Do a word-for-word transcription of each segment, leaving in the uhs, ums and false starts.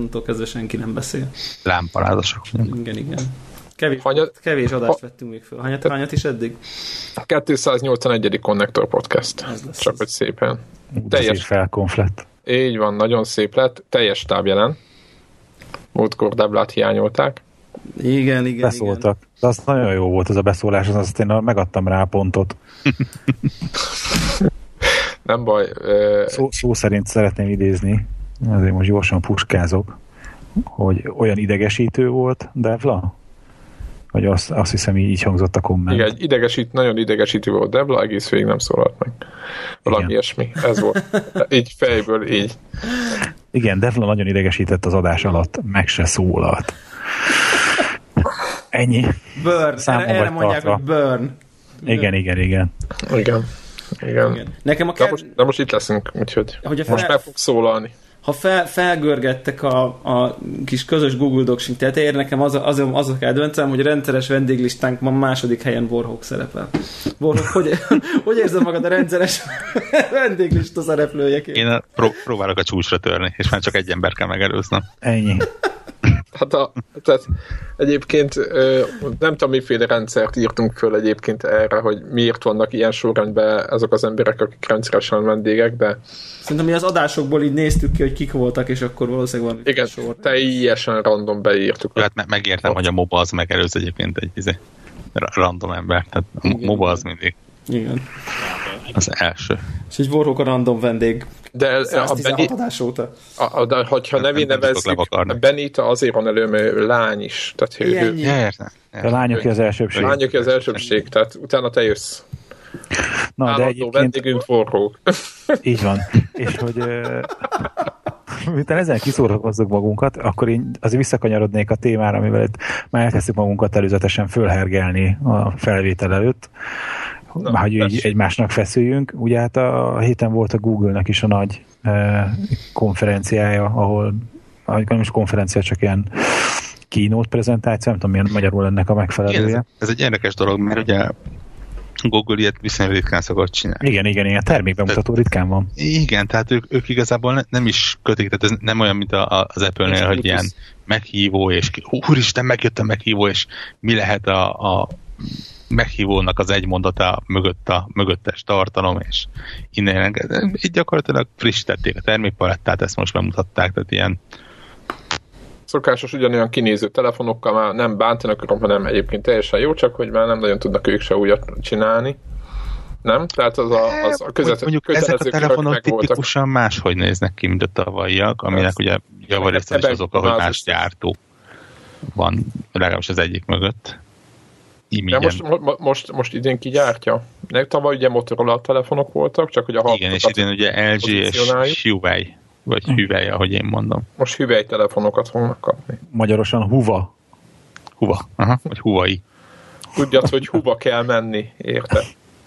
onnantól kezdve senki nem beszél. Lámparázosok. Igen, igen. Kevés, Hanyat, kevés adást ha, vettünk még föl. Hanyat, hanyat is eddig? kétszáznyolcvanegy. Connector Podcast. Csak ez. hogy szépen. Teljes felkonflett. Így van, nagyon szép lett. Teljes tábjelen. Múltkor Deblát hiányolták. Igen, igen, Beszóltak. Igen. De az nagyon jó volt az a beszólás, az azt én megadtam rá a pontot. Nem baj. Uh... Szó, szó szerint szeretném idézni, azért most gyorsan puskázok, hogy olyan idegesítő volt, Devla? Vagy azt, azt hiszem, így hangzott a komment. Igen, idegesít, nagyon idegesítő volt Devla, egész végig nem szólalt meg. Valami ilyesmi. Ez volt. Így fejből, így. Igen, Devla nagyon idegesített az adás alatt, meg se szólalt. Ennyi. Burn. Erre, erre mondják, hogy burn. Igen, igen, igen. Igen. Igen. igen. Nekem a ked... de, most, de most itt leszünk, úgyhogy hogy fel... most meg fog szólalni. Ha fel, felgörgettek a, a kis közös Google Docs-ink tetejére, nekem az a, az, a, az a kedvencem, hogy rendszeres vendéglistánkban második helyen Warhawk szerepel. Warhawk, hogy, hogy érzed magad a rendszeres vendéglista szereplőjeként? Én pró- próbálok a csúcsra törni, és már csak egy ember kell megelőznem. Ennyi. Hát a, tehát egyébként nem tudom, miféle rendszert írtunk föl egyébként erre, hogy miért vannak ilyen sorrendben azok az emberek, akik rendszeresen vendégek, de... Szerintem mi az adásokból így néztük ki, hogy kik voltak, és akkor valószínűleg van igen, sor. Teljesen random beírtuk. Hát me- megértem, hogy a MOBA az megelőz egyébként egy izé, random ember, tehát a igen, MOBA az mindig igen. az első. És egy Warhawk a random vendég. De száztizenhat adás óta. A, a, de hogyha nevén nevezzük, Benita azért van elő, mert ő lány is. Tehát ő, ő, ő, a lányok az elsőbség. A lányok az elsőbség, tehát utána te jössz. Na, állandó de egyébként... vendégünk Warhawk. Így van. És hogy miután ezen kiszórakozzuk magunkat, akkor én azért visszakanyarodnék a témára, amivel itt már elkezdtük magunkat előzetesen fölhergelni a felvétel előtt, Na, hogy így egymásnak feszüljünk. Ugye hát a héten volt a Google-nek is a nagy eh, konferenciája, ahol, ahogy nem is konferencia, csak ilyen keynote prezentáció, nem tudom, milyen magyarul ennek a megfelelője. Igen, ez, ez egy érdekes dolog, mert ugye Google ilyet viszonylag ritkán szokott csinálni. Igen, igen, igen, a termékbemutató ritkán van. Igen, tehát ők, ők igazából ne, nem is kötik, tehát ez nem olyan, mint a, az Apple-nél, hogy ilyen meghívó, és úristen, megjött a meghívó, és mi lehet a, a meghívónak az egy mondata mögött a mögöttes tartalom, és innen így gyakorlatilag frissítették a termékpalettát, ezt most bemutatták, tehát ilyen szokásos ugyanolyan kinéző telefonokkal már nem bántani akarom, hanem egyébként teljesen jó, csak hogy már nem nagyon tudnak ők se újat csinálni. Nem? Tehát az a, az a között, mondjuk ezek a telefonok tipikusan máshogy néznek ki, mint a tavalyiak, aminek ezt, ugye javarészt is az oka, hogy más gyártó van legalábbis az egyik mögött. De most, mo- most, most idén ki gyártja? Tavaly ugye Motorola telefonok voltak, csak hogy a igen, és idén ugye el gé és Huawei, vagy Huawei, ahogy én mondom. Most Huawei telefonokat fognak kapni. Magyarosan Huva. Huva, aha, vagy Huawei. Tudjad, hogy Huva kell menni, érted?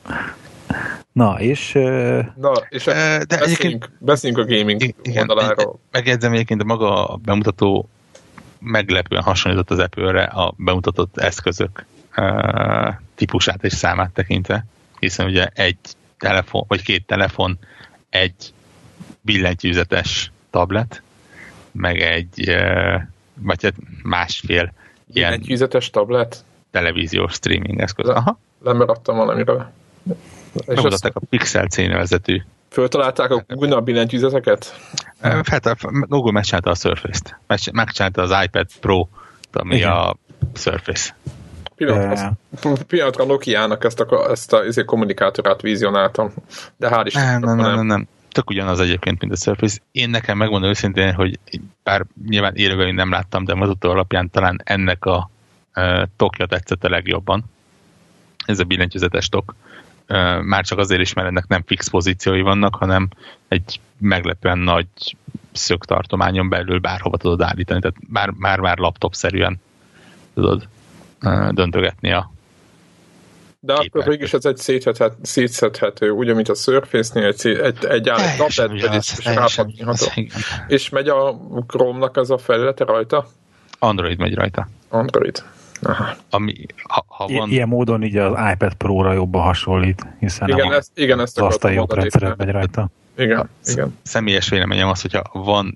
Na, és... Uh... Na, és uh, de beszéljünk, beszéljünk a gaming igen, oldaláról. Megjegyzem egyébként, maga a bemutató meglepően hasonlított az Apple-re a bemutatott eszközök uh, típusát és számát tekintve, hiszen ugye egy telefon, vagy két telefon, egy billentyűzetes tablet, meg egy uh, vagy másfél billentyűzetes tablet? Televíziós streaming eszköz. Le, Aha. Lemaradtam valamiről. Megmutatták a Pixel C nevezetű. Föltalálták a Google a billentyűzeteket? Google megcsinálta a Surface-t. Megcsinálta az iPad Pro, ami igen. A Surface. Pillanatra, pillanatra Nokia-nak ezt a, ezt a, ezt a kommunikátorát vizionáltam. De hál' is. Nem, nem, nem, nem, nem. Tök ugyanaz egyébként, mint a Surface. Én nekem megmondom őszintén, hogy bár nyilván élőben nem láttam, de az utó alapján talán ennek a uh, tokja tetszett a legjobban. Ez a billentyűzetes tok. Uh, már csak azért is, mert ennek nem fix pozíciói vannak, hanem egy meglepően nagy szögtartományon belül bárhova tudod állítani. Tehát már, már, már laptop-szerűen tudod uh, döntögetni a de akkor mégis ez egy szétszedhető, ugye, mint a Surface-nél, egy, egy, egy állít tablet, és rápattinható. És megy a Chrome-nak az a felülete rajta? Android megy rajta. Android. Aha. Ami, ha, ha van... I- ilyen módon így az iPad Pro-ra jobban hasonlít, hiszen igen, ezt, igen, ezt az asztali jobb rendszeret megy rajta. Igen, a igen. Személyes véleményem az, hogyha van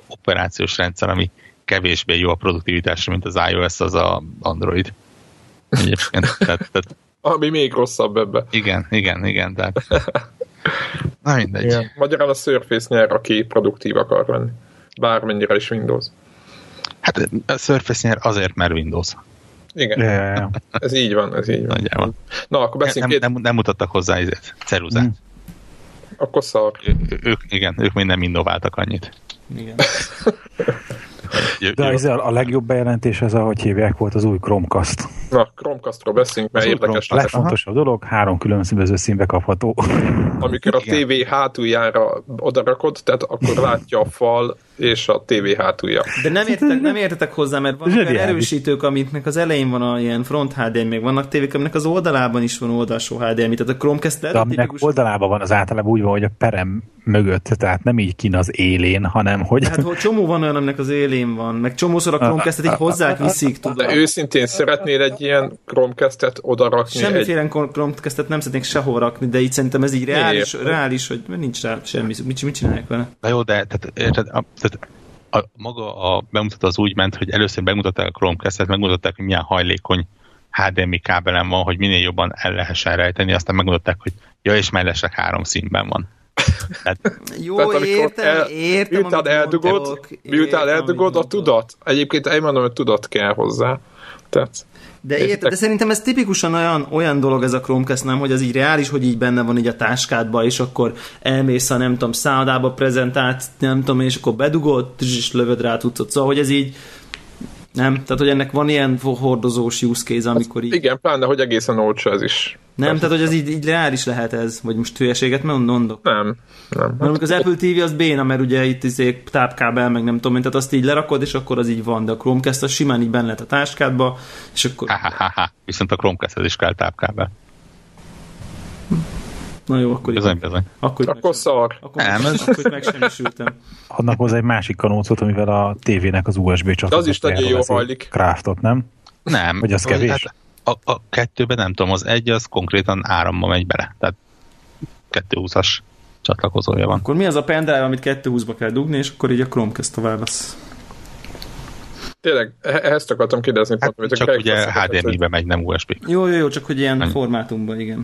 operációs rendszer, ami kevésbé jó a produktivitásra, mint az iOS, az a Android. Egyébként. Tehát, tehát, ami még rosszabb ebbe. Igen, igen, igen. Tehát, na mindegy. Igen. Magyarán a Surface nyer, aki produktív akar lenni. Bármennyire is Windows. Hát a Surface nyer azért, mert Windows. Igen. Yeah. Ez így van, ez így van. Nagyjából. Na, akkor beszéljünk. Nem, két... nem, nem mutattak hozzá ezért, ceruzát. Mm. Akkor szar. Ő, ők, igen, ők még nem innováltak annyit. Igen. De ez a, a legjobb bejelentés az, ahogy hívják, volt az új Chromecast. Na, Chromecastról beszélünk, mert érdekes. A legfontosabb aha. dolog, három különböző színbe kapható. Amikor a tévé hátuljára odarakod, tehát akkor látja a fal és a tévé hátulja. De nem értetek, nem értetek hozzá, mert vannak olyan erősítők, amiknek az elején van a ilyen front há dé em i, meg vannak tévék, aminek az oldalában is van oldalsó há dé em i, tehát a Chromecast... De aminek tipikus... oldalában van, az általában úgy van, hogy a perem mögött, tehát nem így kín az élén, hanem hogy... Hát hogy csomó van olyan, aminek az élén van, meg csomószor a Chromecastet így hozzák viszik, tudod. De őszintén szeretnél egy ilyen Chromecastet odarakni? Semmiféle egy... Chromecastet nem szeretnék sehol rakni, de így szerintem ez így reális, reális hogy nincs rá semmi, mit, mit csinálják vele? Na jó, de tehát, tehát, tehát a, maga a bemutató az úgy ment, hogy először bemutatták a Chromecastet, megmutatták, hogy milyen hajlékony há dé em i kábelen van, hogy minél jobban el lehessen rejteni, aztán megmutatták, hogy ja, és mellesleg három színben van. Tehát, jó, tehát, értem, el, értem. Miután eldugod, miután eldugod a tudat. Egyébként elmondom, hogy tudat kell hozzá. Tehát, de, érte, de szerintem ez tipikusan olyan, olyan dolog ez a Chromecast, nem, hogy az így reális, hogy így benne van így a táskádba, és akkor elmész a nem tudom, szállodába prezentált, nem tudom, és akkor bedugod, és lövöd rá tudod. Szóval, hogy ez így nem, tehát, hogy ennek van ilyen hordozós use case, amikor így... Igen, pláne, hogy egészen olcsó ez is. Nem, tehát, hogy ez így, így reális lehet ez, vagy most hülyeséget mondok? Nem, nem. Mert az Apple té vé az béna, mert ugye itt izé tápkábel, meg nem tudom, tehát azt így lerakod, és akkor az így van, de a Chromecast az simán így benne lehet a táskádba, és akkor... Ha, ha, ha, ha. Viszont a Chromecast is kell tápkábel. Na jó, akkor bizony, bizony. Akkor, akkor szar. Akkor, nem, meg, akkor meg sem is ültem. Adnak hozzá egy másik kanócot, amivel a tévének az u es bé csatlakozását. Az is nagyon jó hajlik. Craftot, nem? Nem. Vagy az kevés? Hát a, a kettőben nem tudom, az egy az konkrétan áramba megy bele. Tehát kettőszázhúszas csatlakozója van. Akkor mi az a pendrive, amit kettőszázhúszba kell dugni, és akkor így a Chromecast tovább lesz? Tényleg, ezt akartam kérdezni. Hát pont, csak ugye há dé em i-be megy, nem u es bé. Jó, jó, jó, csak hogy ilyen Annyi. formátumban, igen.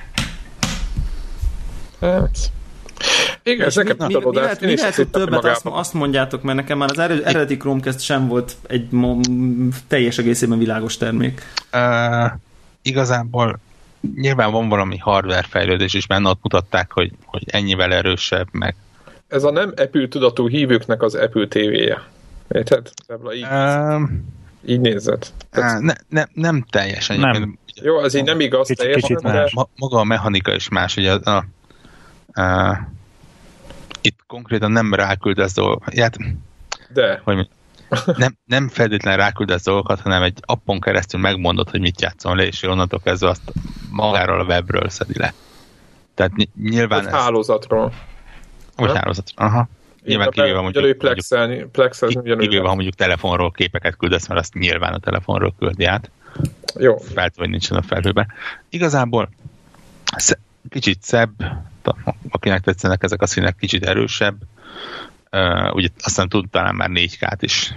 Hát... Igen, ez nekem mi, mi, mi lehet, mi lehet hogy többet azt, azt mondjátok, mert nekem már az eredeti Chromecast sem volt egy teljes egészében világos termék. Uh, igazából nyilván van valami hardware fejlődés is benne, ott mutatták, hogy, hogy ennyivel erősebb, meg... Ez a nem Apple tudatú hívőknek az Apple té véje. Érted? Így, uh, így nézed. Uh, ne, ne, nem teljesen. Nem. Jó, ez így nem igaz kicsit, teljesen, kicsit de... Ma, maga a mechanika is más, ugye a, a, a itt konkrétan nem ráküldesz dolgokat. Hát, de. Hogy nem, nem feltétlenül ráküldesz dolgokat, hanem egy appon keresztül megmondod, hogy mit játszol le, és onnantól kezdve azt magáról a webről szedi le. Tehát nyilván... Vagy hálózatról. Vagy hálózatról, aha. Nyilván kivéve mondjuk, plexelni, plexelni kivéve, ha mondjuk telefonról képeket küldesz, mert azt nyilván a telefonról küldi át. Jó. Felt, vagy nincsen a felhőben. Igazából kicsit szebb, akinek tetszenek ezek a színek, kicsit erősebb. Uh, ugye aztán tud talán már négy kát is.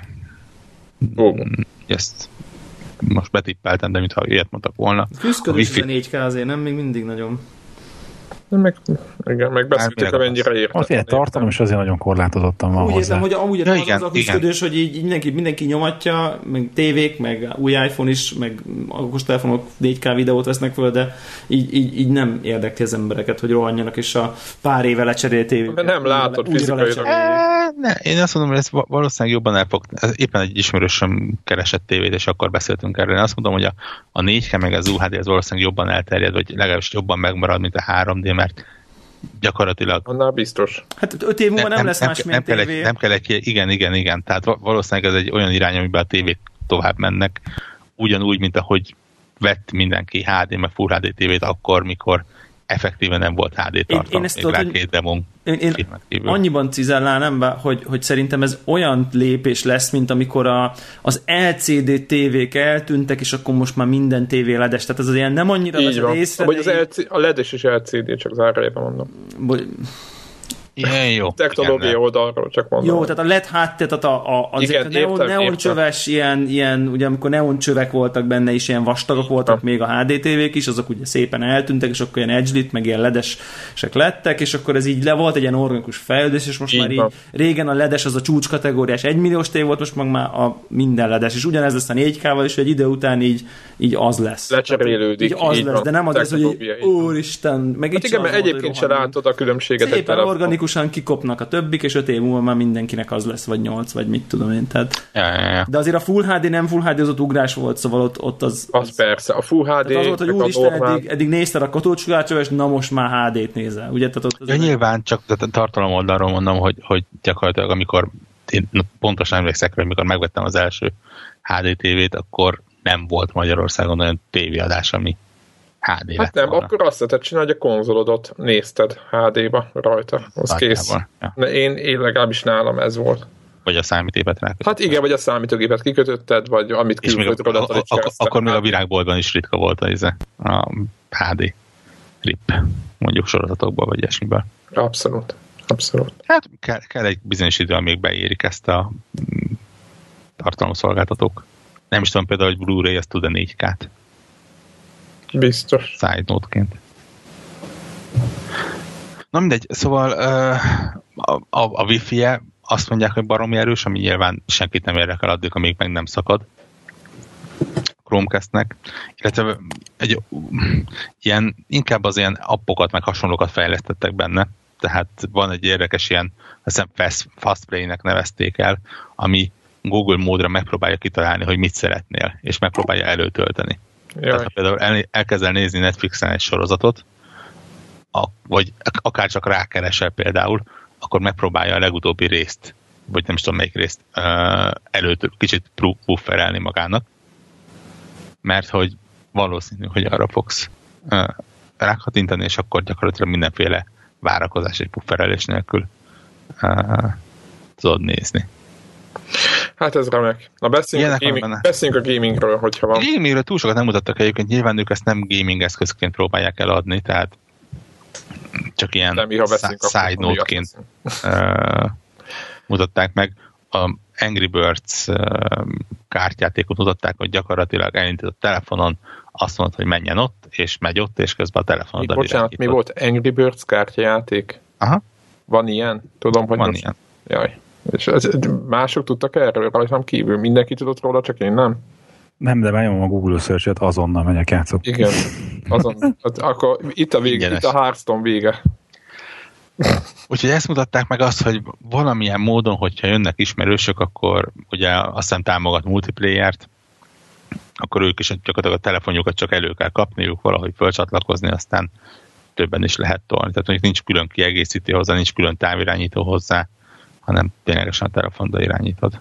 Oh. Ezt most betippeltem, de mintha ilyet mondtak volna. Küszködős a négy ká azért, nem? Még mindig nagyon. Meg, igen, meg beszéltük, amennyire értem. Az ilyen tartalom is azért nagyon korlátozottan van úgy hozzá. Értem, hogy amúgy ja, igen, az a küszködős, hogy így mindenki, mindenki nyomatja, meg tévék, meg új iPhone is, meg okostelefonok négy ká videót vesznek föl, de így, így, így nem érdekli az embereket, hogy rohanjanak, és a pár éve lecserélt tévéket. Nem látod fizikailag. Ne, én azt mondom, hogy ez valószínűleg jobban elfog. Ez éppen egy ismerősöm keresett tévét, és akkor beszéltünk erről. Én azt mondom, hogy a, a négy ká meg az u há dé az valószínűleg jobban elterjed, vagy legalábbis jobban megmarad, mint a három dé, mert gyakorlatilag... Annál biztos. Hát öt év múlva nem, nem lesz más, mint nem tévé. Kell, nem kell egy, igen, igen, igen. Tehát valószínűleg ez egy olyan irány, amiben a tévék tovább mennek. Ugyanúgy, mint ahogy vett mindenki há dé, meg Full há dé tévét akkor, mikor effektíven nem volt há dé tartalom. Én, én ezt tudod, két demon én, én annyiban cizellálnám be, hogy, hogy szerintem ez olyan lépés lesz, mint amikor a, az el cé dé tévék eltűntek, és akkor most már minden tévé ledes. Tehát ez az ilyen nem annyira veszed észre. Vagy az el cé, a ledes is el cé dé, csak zárójelben mondom. Boly, Igen, jó. Technológiai igen, oldalról csak mondom. Jó, tehát a led háttér, tehát a, a, azért igen, a neon, értem, neoncsöves, ilyen, ilyen, ugye amikor neoncsövek voltak benne is, ilyen vastagok voltak ha. még a há dé tévék is, azok ugye szépen eltűntek, és akkor ilyen edge-lit, meg ilyen ledesek lettek, és akkor ez így le volt egy ilyen organikus fejlődés, és most így már így van. Régen a ledes az a csúcskategóriás egymilliós tév volt, most meg már a minden ledes, és ugyanez lesz a négy ká-val, és egy idő után így, így az lesz. Lecserélődik. Így az lesz, van. De nem az lesz, hogy így, úristen, meg hát igen, mert egyébként se látod a különbséget. Szépen organikusan kikopnak a többik, és öt év múlva már mindenkinek az lesz, vagy nyolc, vagy mit tudom én. Tehát, ja, ja, ja. De azért a Full há dé nem Full há dé, az ott ugrás volt, szóval ott, ott az, az... Az persze, a Full há dé... Az volt, hogy úristen, eddig, eddig nézted a katócsugárcsöves, és na most már há dét nézel. Ugye? Tehát ott ja, nyilván, csak a tartalom oldalról mondom, hogy, hogy gyakorlatilag amikor én pontosan emlékszek, hogy mikor megvettem az első há dé tévét, akkor nem volt Magyarországon olyan tévéadás, ami há dé hát nem, volna. Akkor azt lehetett csinálni, hogy a konzolodat nézted há dé-ba rajta. Az kész. Ja. Én, én legalábbis nálam ez volt. Vagy a számítógépet rákötötted. Hát igen, vagy a számítógépet kikötötted, vagy amit külföldről oda ak- Akkor még a virágboltban is ritka volt a, a há dé rip, mondjuk sorozatokból, vagy ilyesmiből. Abszolút. Abszolút. Hát kell, kell egy bizonyos idő, amíg beérik ezt a tartalomszolgáltatók. Nem is tudom például, hogy Blu-ray az tud a négy ká-t. Biztos. Side note-ként. Na mindegy, szóval uh, a, a, a Wi-Fi-je azt mondják, hogy baromi erős, ami nyilván senkit nem érdekel addig, amíg meg nem szakad Chromecastnek. Illetve egy, ilyen, inkább az ilyen appokat, meg hasonlókat fejlesztettek benne. Tehát van egy érdekes ilyen, azt hiszem Fast, Fast Play-nek nevezték el, ami Google módra megpróbálja kitalálni, hogy mit szeretnél, és megpróbálja előtölteni. Jaj. Tehát ha például el, elkezzel nézni Netflixen egy sorozatot, a, vagy akár csak rákeresel például, akkor megpróbálja a legutóbbi részt, vagy nem is tudom melyik részt, uh, előtt kicsit bufferelni magának, mert hogy valószínű, hogy arra fogsz uh, rákattintani, és akkor gyakorlatilag mindenféle várakozás és bufferelés nélkül uh, tudod nézni. Hát ez remek. Na beszéljünk, a, gaming, beszéljünk a gamingről, hogyha van. A gamingről túl sokat nem mutattak egyébként, nyilván ők ezt nem gaming eszközként próbálják eladni, tehát csak ilyen side note-ként uh, mutatták meg. A Angry Birds uh, kártyátékot mutatták, hogy gyakorlatilag elindít a telefonon, azt mondod, hogy menjen ott, és megy ott, és közben a telefonod. Bocsánat, mi volt Angry Birds kártyajáték? Aha. Van ilyen? Tudom, hogy van most... ilyen. Jaj. És ez, mások tudtak erről, rajtam kívül? Mindenki tudott róla, csak én nem? Nem, de benyomom a Google Search-et, azonnal megyek játszok. Igen, azon. Akkor itt a vége, itt a Hearthstone vége. Úgyhogy ezt mutatták meg azt, hogy valamilyen módon, hogyha jönnek ismerősök, akkor ugye azt hiszem támogat multiplayer-t, akkor ők is gyakorlatilag a telefonjukat csak elő kell kapniuk, valahogy fölcsatlakozni, aztán többen is lehet tolni. Tehát mondjuk nincs külön kiegészítő hozzá, nincs külön távirányító hozzá, hanem ténylegesen a telefonda irányítod.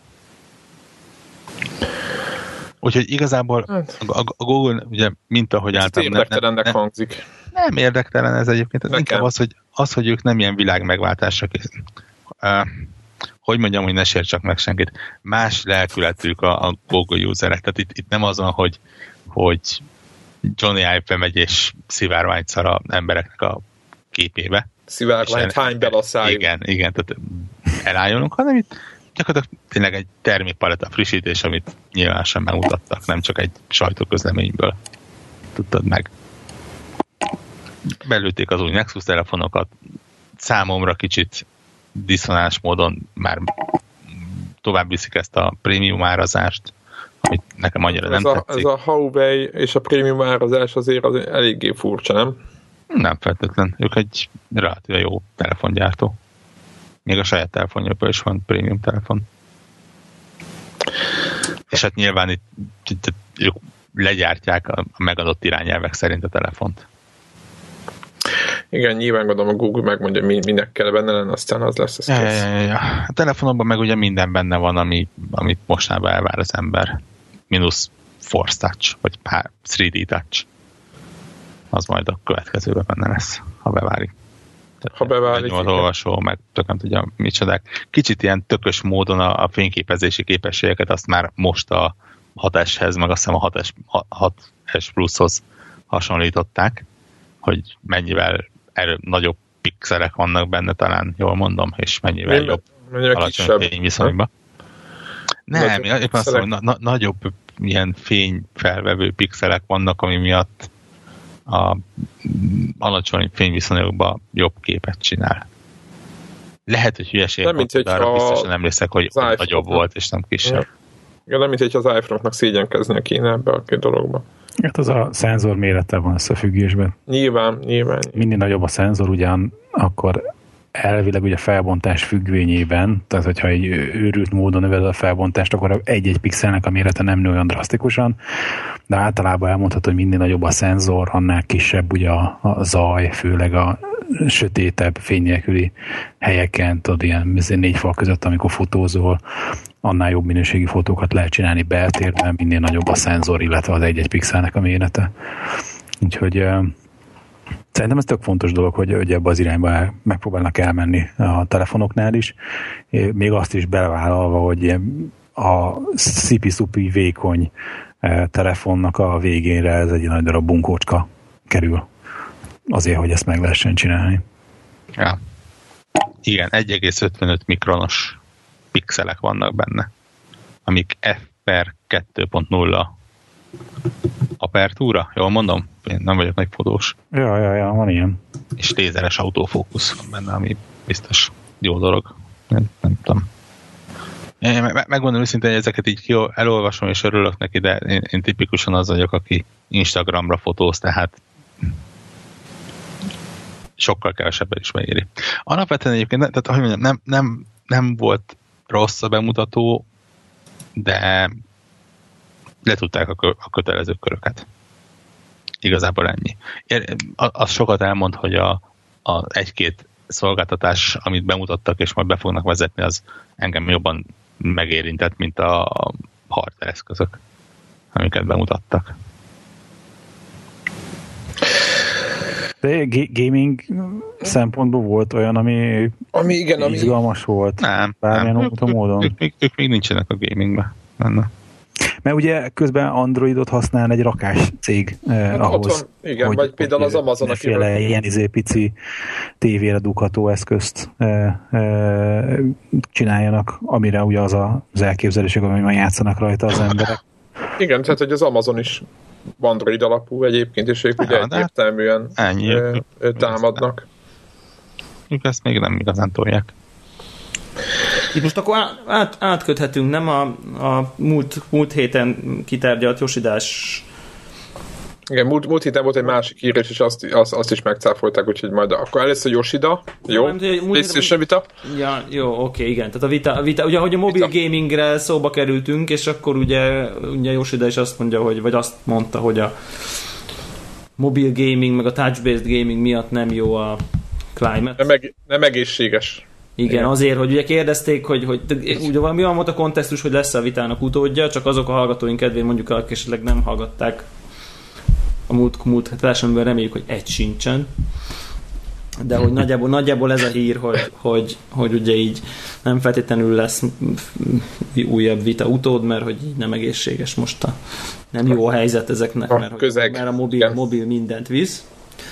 Úgyhogy igazából a, a Google, ugye, mint ahogy általában... Érdektelennek nem, nem, hangzik. Nem érdektelen ez egyébként. Ez inkább az hogy, az, hogy ők nem ilyen világ megváltásra kész. Uh, hogy mondjam, hogy ne sértsek meg senkit. Más lelkületük a, a Google userek. Tehát itt, itt nem az van, hogy, hogy Johnny Ive bemegy és szivárványt szar az embereknek a képébe. Szivárványt hány bele a szájú. Igen, igen, tehát elálljonunk, hanem itt gyakorlatilag tényleg egy termékpaletta frissítés, amit nyilván sem megmutattak, nem csak egy sajtóközleményből tudtad meg. Belőtték az új Nexus telefonokat, számomra kicsit diszonáns módon már tovább viszik ezt a prémium árazást, amit nekem annyira nem ez tetszik. A, ez a Huawei és a prémium árazás azért az eléggé furcsa, nem? Nem feltétlen. Ők egy relatíve jó telefongyártó. Még a saját telefonjában is van prémium telefon. És hát nyilván itt, itt ők legyártják a megadott irányelvek szerint a telefont. Igen, nyilván gondolom a Google megmondja, hogy minek kell benne lenni, aztán az lesz. Az ja, ja, ja, ja. A telefonokban meg ugye minden benne van, ami, amit mostanában elvár az ember. Minusz Force Touch, vagy három dé Touch. Az majd a következőben benne lesz, ha beválik. Ha beválik. Egy olvasó, meg tök nem tudja micsodák. Kicsit ilyen tökös módon a, a fényképezési képességeket azt már most a hat S-hez, meg azt hiszem a hat S Plus-hoz hasonlították, hogy mennyivel erő, nagyobb pixelek vannak benne, talán jól mondom, és mennyivel Én jobb alacsony fényviszonyban. Nem, én éppen azt mondom, hogy na- nagyobb ilyen fényfelvevő pixelek vannak, ami miatt a alacsony fényviszonyokban jobb képet csinál. Lehet, hogy hülyeség nem, volt, de arra biztosan emlékszek, hogy nagyobb volt, és nem kisebb. Igen, nem, mint hogy az iPhone-oknak szégyenkeznie kéne ebbe a két dologba. Hát az a szenzor mérete van összefüggésben. Nyilván, nyilván. Minél nagyobb a szenzor, ugyan akkor elvileg ugye a felbontás függvényében, tehát hogyha egy őrült módon növeled a felbontást, akkor egy-egy pixelnek a mérete nem nő olyan drasztikusan, de általában elmondható, hogy minél nagyobb a szenzor, annál kisebb ugye a, a zaj, főleg a sötétebb, fény nélküli helyeken, tudod, ilyen négy fal között, amikor fotózol, annál jobb minőségi fotókat lehet csinálni beltérben, minél nagyobb a szenzor, illetve az egy-egy pixelnek a mérete. Úgyhogy szerintem ez tök fontos dolog, hogy, hogy ebbe az irányba megpróbálnak elmenni a telefonoknál is. Még azt is belevállalva, hogy a szipi-szupi vékony telefonnak a végére ez egy nagy darab bunkócska kerül. Azért, hogy ezt meg lehessen csinálni. Ja. Igen, egy egész ötvenöt mikronos pixelek vannak benne, amik F per kettő pont nulla apertúra, jól mondom? Én nem vagyok nagy fotós. Ja, ja, ja, van ilyen. És lézeres autofókusz van benne, ami biztos jó dolog. Nem, nem tudom. Én megmondom őszintén, hogy ezeket így jó, elolvasom és örülök neki, de én, én tipikusan az vagyok, aki Instagramra fotóz, tehát sokkal kevesebben is megéri. Alapvetően egyébként, tehát, hogy mondjam, nem, nem, nem volt rossz a bemutató, de letudták a, a kötelező köröket. Igazából ennyi. Az sokat elmond, hogy a, a egy-két szolgáltatás, amit bemutattak, és majd be fognak vezetni, az engem jobban megérintett, mint a hardware eszközök, amiket bemutattak. De gaming szempontból volt olyan, ami, ami igen, ami izgalmas volt. Nem, bármilyen nem. Ők, módon. Ők, ők, ők még nincsenek a gamingben. Benne. Mert ugye közben Androidot használ egy rakás cég eh, ahhoz, van, igen, hogy, vagy például az Amazon, akivel ilyen izé pici tévére dugható eszközt eh, eh, csináljanak, amire ugye az a, az elképzelésük, amiben játszanak rajta az emberek. Igen, tehát hogy az Amazon is Android alapú egyébként, és ők ugye egyértelműen ennyi, ö, ö, támadnak. Ők ezt még nem igazán tolják. Itt most akkor át, átköthetünk, nem a, a múlt, múlt héten kitárgyalt Yoshidás. Igen, múlt, múlt héten volt egy másik írás, és azt, azt, azt is megcáfolták, úgyhogy majd akkor először Yoshida, jó? PlayStation vita? Ja, jó, oké, igen. Tehát a vita, a vita ugye, hogy a mobil vita. gamingre szóba kerültünk, és akkor ugye, ugye Yoshida is azt mondja, hogy, vagy azt mondta, hogy a mobil gaming, meg a touch-based gaming miatt nem jó a climate. Nem, eg- nem egészséges. Igen, igen, azért, hogy ugye kérdezték, hogy, hogy ugye valami olyan volt a kontextus, hogy lesz a vitának utódja, csak azok a hallgatóink kedvén mondjuk, akik esetleg nem hallgatták a múlt, múlt társadalomban, reméljük, hogy egy sincsen. De hogy nagyjából, nagyjából ez a hír, hogy, hogy, hogy ugye így nem feltétlenül lesz újabb vita utód, mert hogy így nem egészséges most a nem jó a helyzet ezeknek, a mert, közeg, mert a mobil, mobil mindent visz.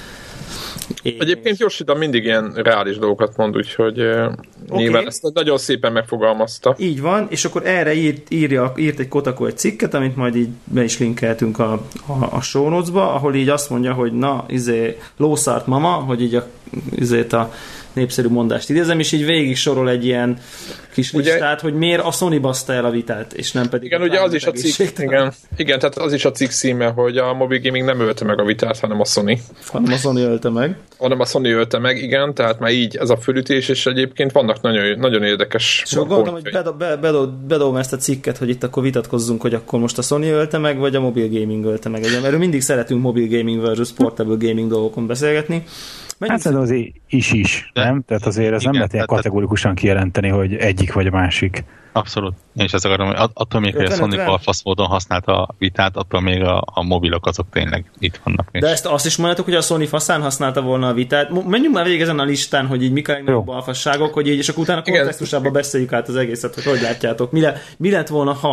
És egyébként Yoshida mindig ilyen reális dolgokat mond, úgyhogy okay. Nyilván ezt nagyon szépen megfogalmazta. Így van, és akkor erre írt, írja, írt egy Kotaku egy cikket, amit majd így be is linkeltünk a, a, a show notes-ba, ahol így azt mondja, hogy na, izé, lószart mama, hogy így a, izét a népszerű mondást idézem, és így végig sorol egy ilyen kis ugye, listát, hogy miért a Sony baszta el a vitát, és nem pedig igen, ugye az is a cikk, igen, igen, tehát az is a cikk címe, hogy a mobil gaming nem ölte meg a vitát, hanem a Sony. Hanem a Sony ölte meg. Hanem a Sony ölte meg, igen, tehát már így ez a fölütés, és egyébként vannak nagyon, nagyon érdekes és gondoltam, hogy bedobom ezt a cikket, hogy itt akkor vitatkozzunk, hogy akkor most a Sony ölte meg, vagy a mobil gaming ölte meg. Erről mindig szeretünk mobil gaming versus portable gaming dolgokon beszélgetni. Hát szerintem azért is is, de, nem? Tehát azért ez igen, nem lehet ilyen kategorikusan kijelenteni, hogy egyik vagy a másik. Abszolút. Én is ezt akarom, hogy attól még, hogy a Sony balfasz módon használta a vitát, attól még a, a mobilok azok tényleg itt vannak. De ezt azt is mondjátok, hogy a Sony faszán használta volna a vitát. Menjünk már végig ezen a listán, hogy így mik a legnagyobb balfasságok, hogy így, és akkor utána kontextusában beszéljük át az egészet, hogy hogy látjátok. Mi, le, mi lett volna, ha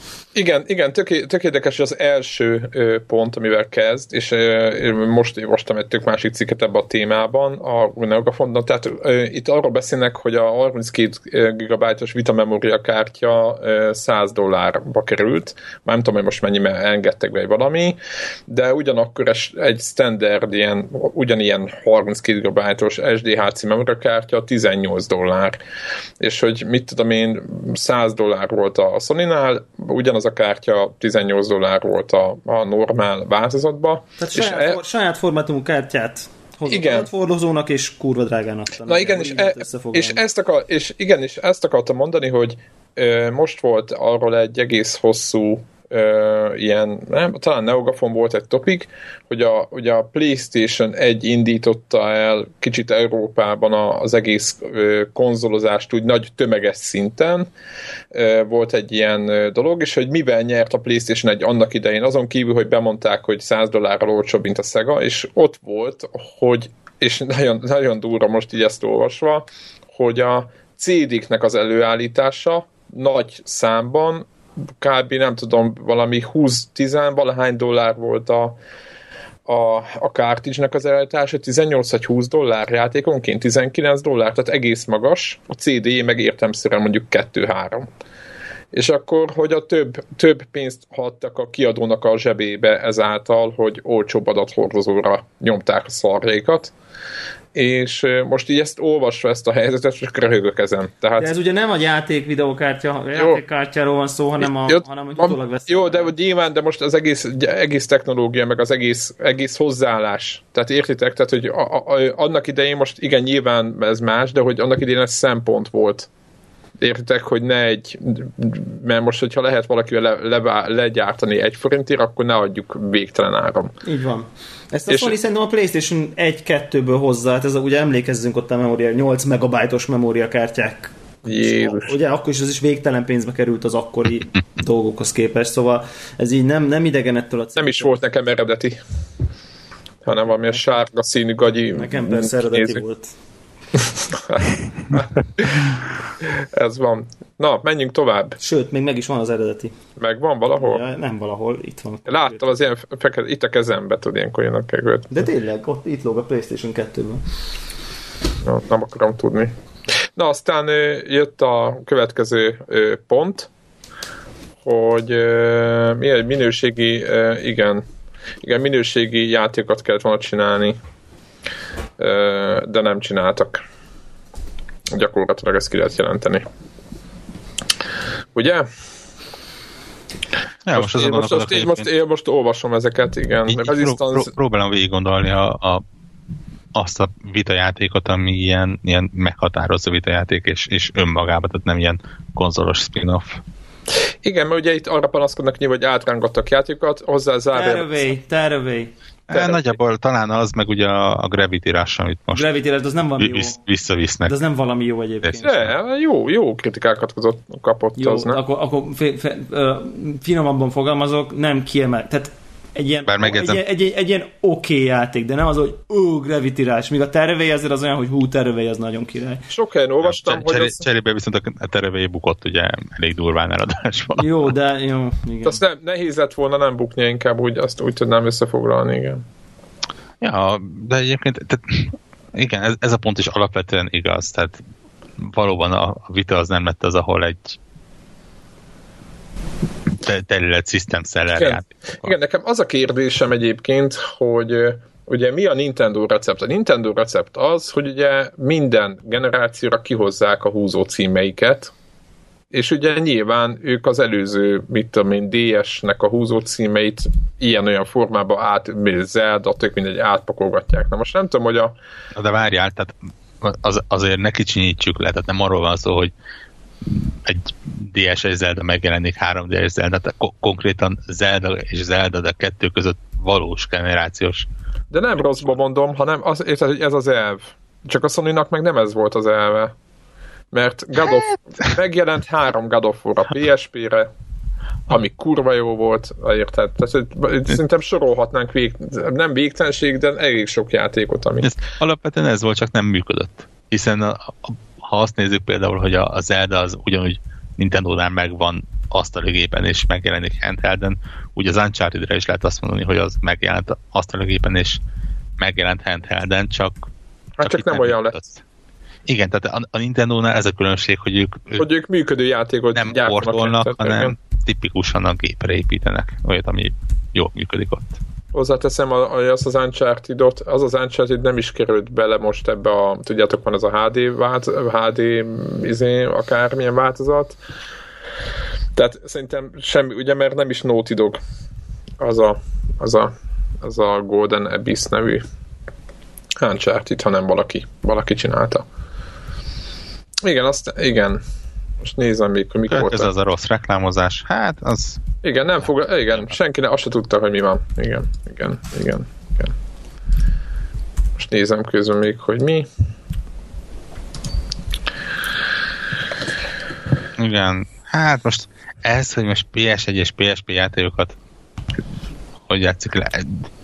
Igen, igen, tök, tök érdekes az első ö, pont, amivel kezd, és ö, most olvastam egy tök másik cikket ebben a témában, a Neogafondon, tehát ö, itt arról beszélnek, hogy a harminckét gigabájtos Vita kártya ö, száz dollárba került, már nem tudom, hogy most mennyiben engedtek be valami, de ugyanakkor egy standard ilyen, ugyanilyen harminckét gigabájtos es dé há cé memóriakártya tizennyolc dollár, és hogy mit tudom én, száz dollár volt a Sony-nál, ugyanaz a kártya tizennyolc dollár volt a, a normál változatban. Tehát saját, és for, e... saját formátumú kártyát hozott a fordozónak, és kurva drágán adta. Na igen, és, e, és, ezt akar, és igen, és ezt akartam mondani, hogy ö, most volt arról egy egész hosszú ö, ilyen, nem, talán Neogafon volt egy topik, hogy a, hogy a PlayStation egy indította el kicsit Európában az egész ö, konzolozást úgy nagy tömeges szinten. Ö, volt egy ilyen ö, dolog, és hogy mivel nyert a PlayStation egy annak idején, azon kívül, hogy bemondták, hogy száz dollárral olcsóbb, mint a Sega, és ott volt, hogy, és nagyon, nagyon durva most így ezt olvasva, hogy a cé dé-knek az előállítása nagy számban kb. Nem tudom, valami húsz-tíz valahány dollár volt a, a, a cartridge-nek az elállítása, tizennyolc vagy húsz dollár játékonként, tizenkilenc dollár, tehát egész magas, a cé dé meg értelemszerűen mondjuk kettő-három. És akkor, hogy a több, több pénzt adtak a kiadónak a zsebébe ezáltal, hogy olcsóbb adathordozóra nyomták a szarjaikat, és most így ezt olvasva ezt a helyzetet, csak röhögök ezen. Tehát... De ez ugye nem a játék videókártya, játékkártyáról van szó, hanem a, jó, hanem, hogy utólag vesz. Jó, de nyilván, de most az egész, egész technológia, meg az egész, egész hozzáállás. Tehát értitek? Tehát, hogy a, a, annak idején most igen, nyilván ez más, de hogy annak idején ez szempont volt. Értitek, hogy ne egy, mert most, hogyha lehet valakivel le, le, legyártani egy forintért, akkor ne adjuk végtelen áron. Így van. Ezt a Sony szerintem a PlayStation egy-kettőből hozzá, hát ez a, ugye emlékezzünk ott a memória, nyolc megabájtos memóriakártyák. Jézus. Ugye akkor is ez is végtelen pénzbe került az akkori dolgokhoz képest, szóval ez így nem, nem idegen ettől a cél. Nem is volt nekem eredeti, hanem valami a sárga színű gagyi. Nekem persze eredeti nézzük. Volt. Ez van. Na, menjünk tovább. Sőt, még meg is van az eredeti. Meg van valahol? Ja, nem valahol, itt van. Láttam az ilyen fekete, itt a kezembe, tud ilyenkor jönnek kegőt. De tényleg, ott itt lóg a PlayStation kettőben. Na, nem akarom tudni. Na, aztán jött a következő pont, hogy mi egy minőségi, igen, igen, minőségi játékokat kellett volna csinálni, de nem csináltak. Gyakorlatilag ezt ki lehet jelenteni. Ugye? Ja, most, most, én, most, most, én, most, én most olvasom ezeket, igen. Így, pró- pró- próbálom végig gondolni a, a, azt a vitajátékot, ami ilyen, ilyen meghatározó vitajáték, és, és önmagában, tehát nem ilyen konzolos spin-off. Igen, mert ugye itt arra panaszkodnak nyilván, hogy átrángattak játékokat, hozzá zárva. Tearaway, Tearaway. E, nagyjából talán az, meg ugye a, a Gravity Rush, amit most Gravity Rush, az nem valami jó. Visszavisznek. De az nem valami jó egyébként. De, jó, jó kritikákat kapott jó, az, nem? akkor, akkor f- f- uh, finomabban fogalmazok, nem kiemel. Tehát egy ilyen, egy, egy, egy, egy ilyen oké okay játék, de nem az, hogy ó, Gravity Rush, míg a Tearaway azért az olyan, hogy hú, Tearaway az nagyon király. Sok helyen olvastam, hogy cser- az... Cserébe viszont a Tearaway bukott ugye elég durván eladásban. Jó, de jó, igen. Azt nem, nehéz lett volna nem bukni, inkább úgy, azt úgy tudnám összefoglalni, igen. Ja, de egyébként tehát, igen, ez, ez a pont is alapvetően igaz, tehát valóban a, a vita az nem lett az, ahol egy terület system seller játék. Igen, nekem az a kérdésem egyébként, hogy ugye mi a Nintendo recept? A Nintendo recept az, hogy ugye minden generációra kihozzák a húzó címeiket, és ugye nyilván ők az előző, mit tudom én, dé es-nek a húzó címeit ilyen-olyan formában át, Zelda, tök mindegy, átpakolgatják. Na most nem tudom, hogy a... De várjál, tehát az, azért ne kicsinyítsük le, tehát nem arról van szó, hogy egy dé es-es Zelda megjelenik három dé es Zelda, tehát konkrétan Zelda és Zelda, de kettő között valós generációs. De nem rosszba mondom, hanem az, érted, hogy ez az elv. Csak a Sony-nak meg nem ez volt az elve. Mert God of, megjelent három God of War a pé es pé-re, ami kurva jó volt, érted? Tehát szerintem sorolhatnánk vég, nem végtelenség, de elég sok játékot, ami... Ez, alapvetően ez volt, csak nem működött. Hiszen a, a, ha azt nézzük például, hogy a, a Zelda az ugyanúgy Nintendo-nál megvan asztali gépen és megjelenik handhelden, úgy az Uncharted-re is lehet azt mondani, hogy az megjelent asztali gépen és megjelent handhelden, csak hát csak, csak nem, nem olyan lett. Igen, tehát a, a Nintendo-nál ez a különbség, hogy ők, hogy ők működő játékot nem portolnak, hanem tipikusan a gépre építenek olyat, ami jól működik ott. Hozzáteszem, az az Uncharted-ot, az az Uncharted nem is került bele most ebbe a, tudjátok, van az a há dé, vált, há dé izé, akármilyen változat. Tehát szerintem semmi, ugye, mert nem is Naughty Dog az a, az a, az a Golden Abyss nevű Uncharted, hanem valaki, valaki csinálta. Igen, azt, igen. Most nézem még, hogy mikor volt. Ez az a rossz reklámozás. Hát, az... Igen, nem fog, igen, senki ne, azt se tudta, hogy mi van. Igen, igen, igen, igen. Most nézem közben még, hogy mi. Igen, hát most ez, hogy most pé es egy és pé es pé játékokat hogy játszik le.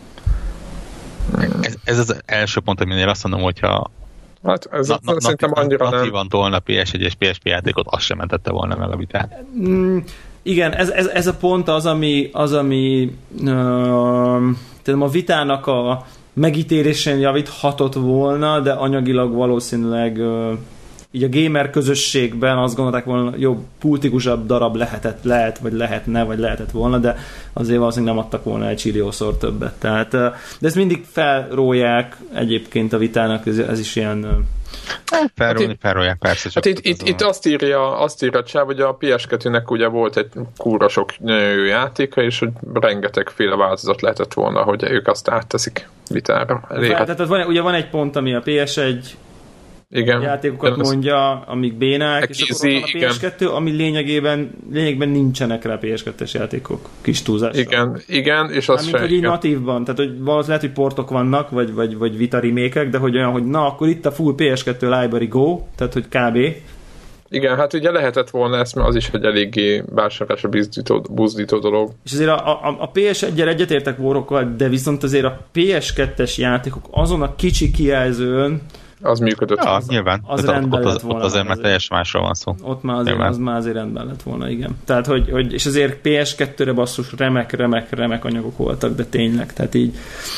Ez, ez az első pont, aminél azt mondom, hogyha hát ez na, na, szerintem annyira nem. Natívan tolna pé es egy és pé es pé játékot, azt sem mentette volna meg a vitát. Mm, igen, ez, ez, ez a pont az, ami, az, ami uh, a vitának a megítélésén javíthatott volna, de anyagilag valószínűleg uh, így a gamer közösségben azt gondolták volna, jobb, pultikusabb darab lehetett, lehet, vagy lehetne, vagy lehetett volna, de azért valószínűleg nem adtak volna egy csilliószor többet. Tehát, de ezt mindig felrólják egyébként a vitának, ez, ez is ilyen... Felrólni, hát felrólják, persze. Hát itt, itt, itt azt írja, azt írja Csáv, hogy a pé es kettőnek ugye volt egy kúra sok jó játéka, és hogy rengetegféle változat lehetett volna, hogy ők azt átteszik vitára. Fel, tehát van, ugye van egy pont, ami a pé es egy igen, játékokat igen, mondja, amik bénák, és akkor van a pé es kettő, igen. Ami lényegében, lényegében nincsenek rá pé es kettes játékok, kis túlzással. Igen, igen, és az sem. Hogy így natívban, tehát hogy valószínűleg lehet, hogy portok vannak, vagy, vagy, vagy vita remékek, de hogy olyan, hogy na, akkor itt a full pé es kettő library go, tehát hogy kb. Igen, hát ugye lehetett volna ezt, mert az is egy eléggé vásárlásra buzdító, buzdító dolog. És azért a, a, a pé es egyel egyetértek Warhawkkal, de viszont azért a pé es kettes játékok azon a kicsi kijelzőn az működött. Ja, az, nyilván. Az rendben ott, lett volna. Ott azért már teljesen másról van szó. Ott már azért, az már azért rendben lett volna, igen. Tehát, hogy, hogy és azért pé es kettőre basszus remek, remek, remek anyagok voltak, de tényleg, tehát így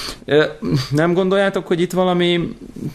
nem gondoljátok, hogy itt valami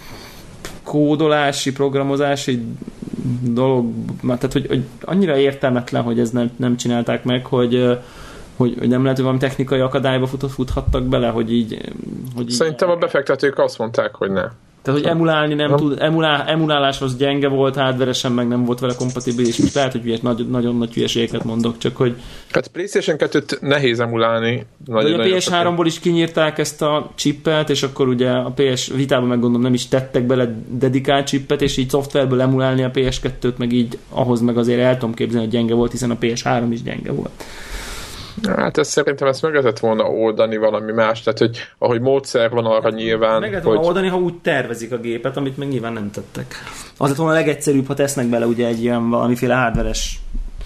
kódolási, programozási dolog, tehát, hogy, hogy annyira értelmetlen, hogy ez nem, nem csinálták meg, hogy Hogy, hogy nem lehet, hogy valami technikai akadályba fut, futhattak bele, hogy így... Hogy Szerintem így, a befektetők azt mondták, hogy ne. Tehát, hogy emulálni nem nem. tud, emulál, emuláláshoz gyenge volt, hardware-esen meg nem volt vele kompatibilis, most lehet, hogy hülyes, nagy, nagyon nagy hülyeségeket mondok, csak hogy... Hát PlayStation kettőt nehéz emulálni. Nagyon, a pé es háromból is kinyírták ezt a chippet, és akkor ugye a pé es vitában meg gondolom nem is tettek bele dedikált chippet, és így szoftverből emulálni a pé es kettőt, meg így ahhoz meg azért el tudom képzelni, hogy gyenge volt, hiszen a pé es három is gyenge volt. Hát ez szerintem ezt meg lehetett volna oldani valami más, tehát hogy ahogy módszer van arra nyilván... Meg lehet volna hogy... oldani, ha úgy tervezik a gépet, amit meg nyilván nem tettek. Az lett volna a legegyszerűbb, ha tesznek bele ugye egy ilyen valamiféle hardveres...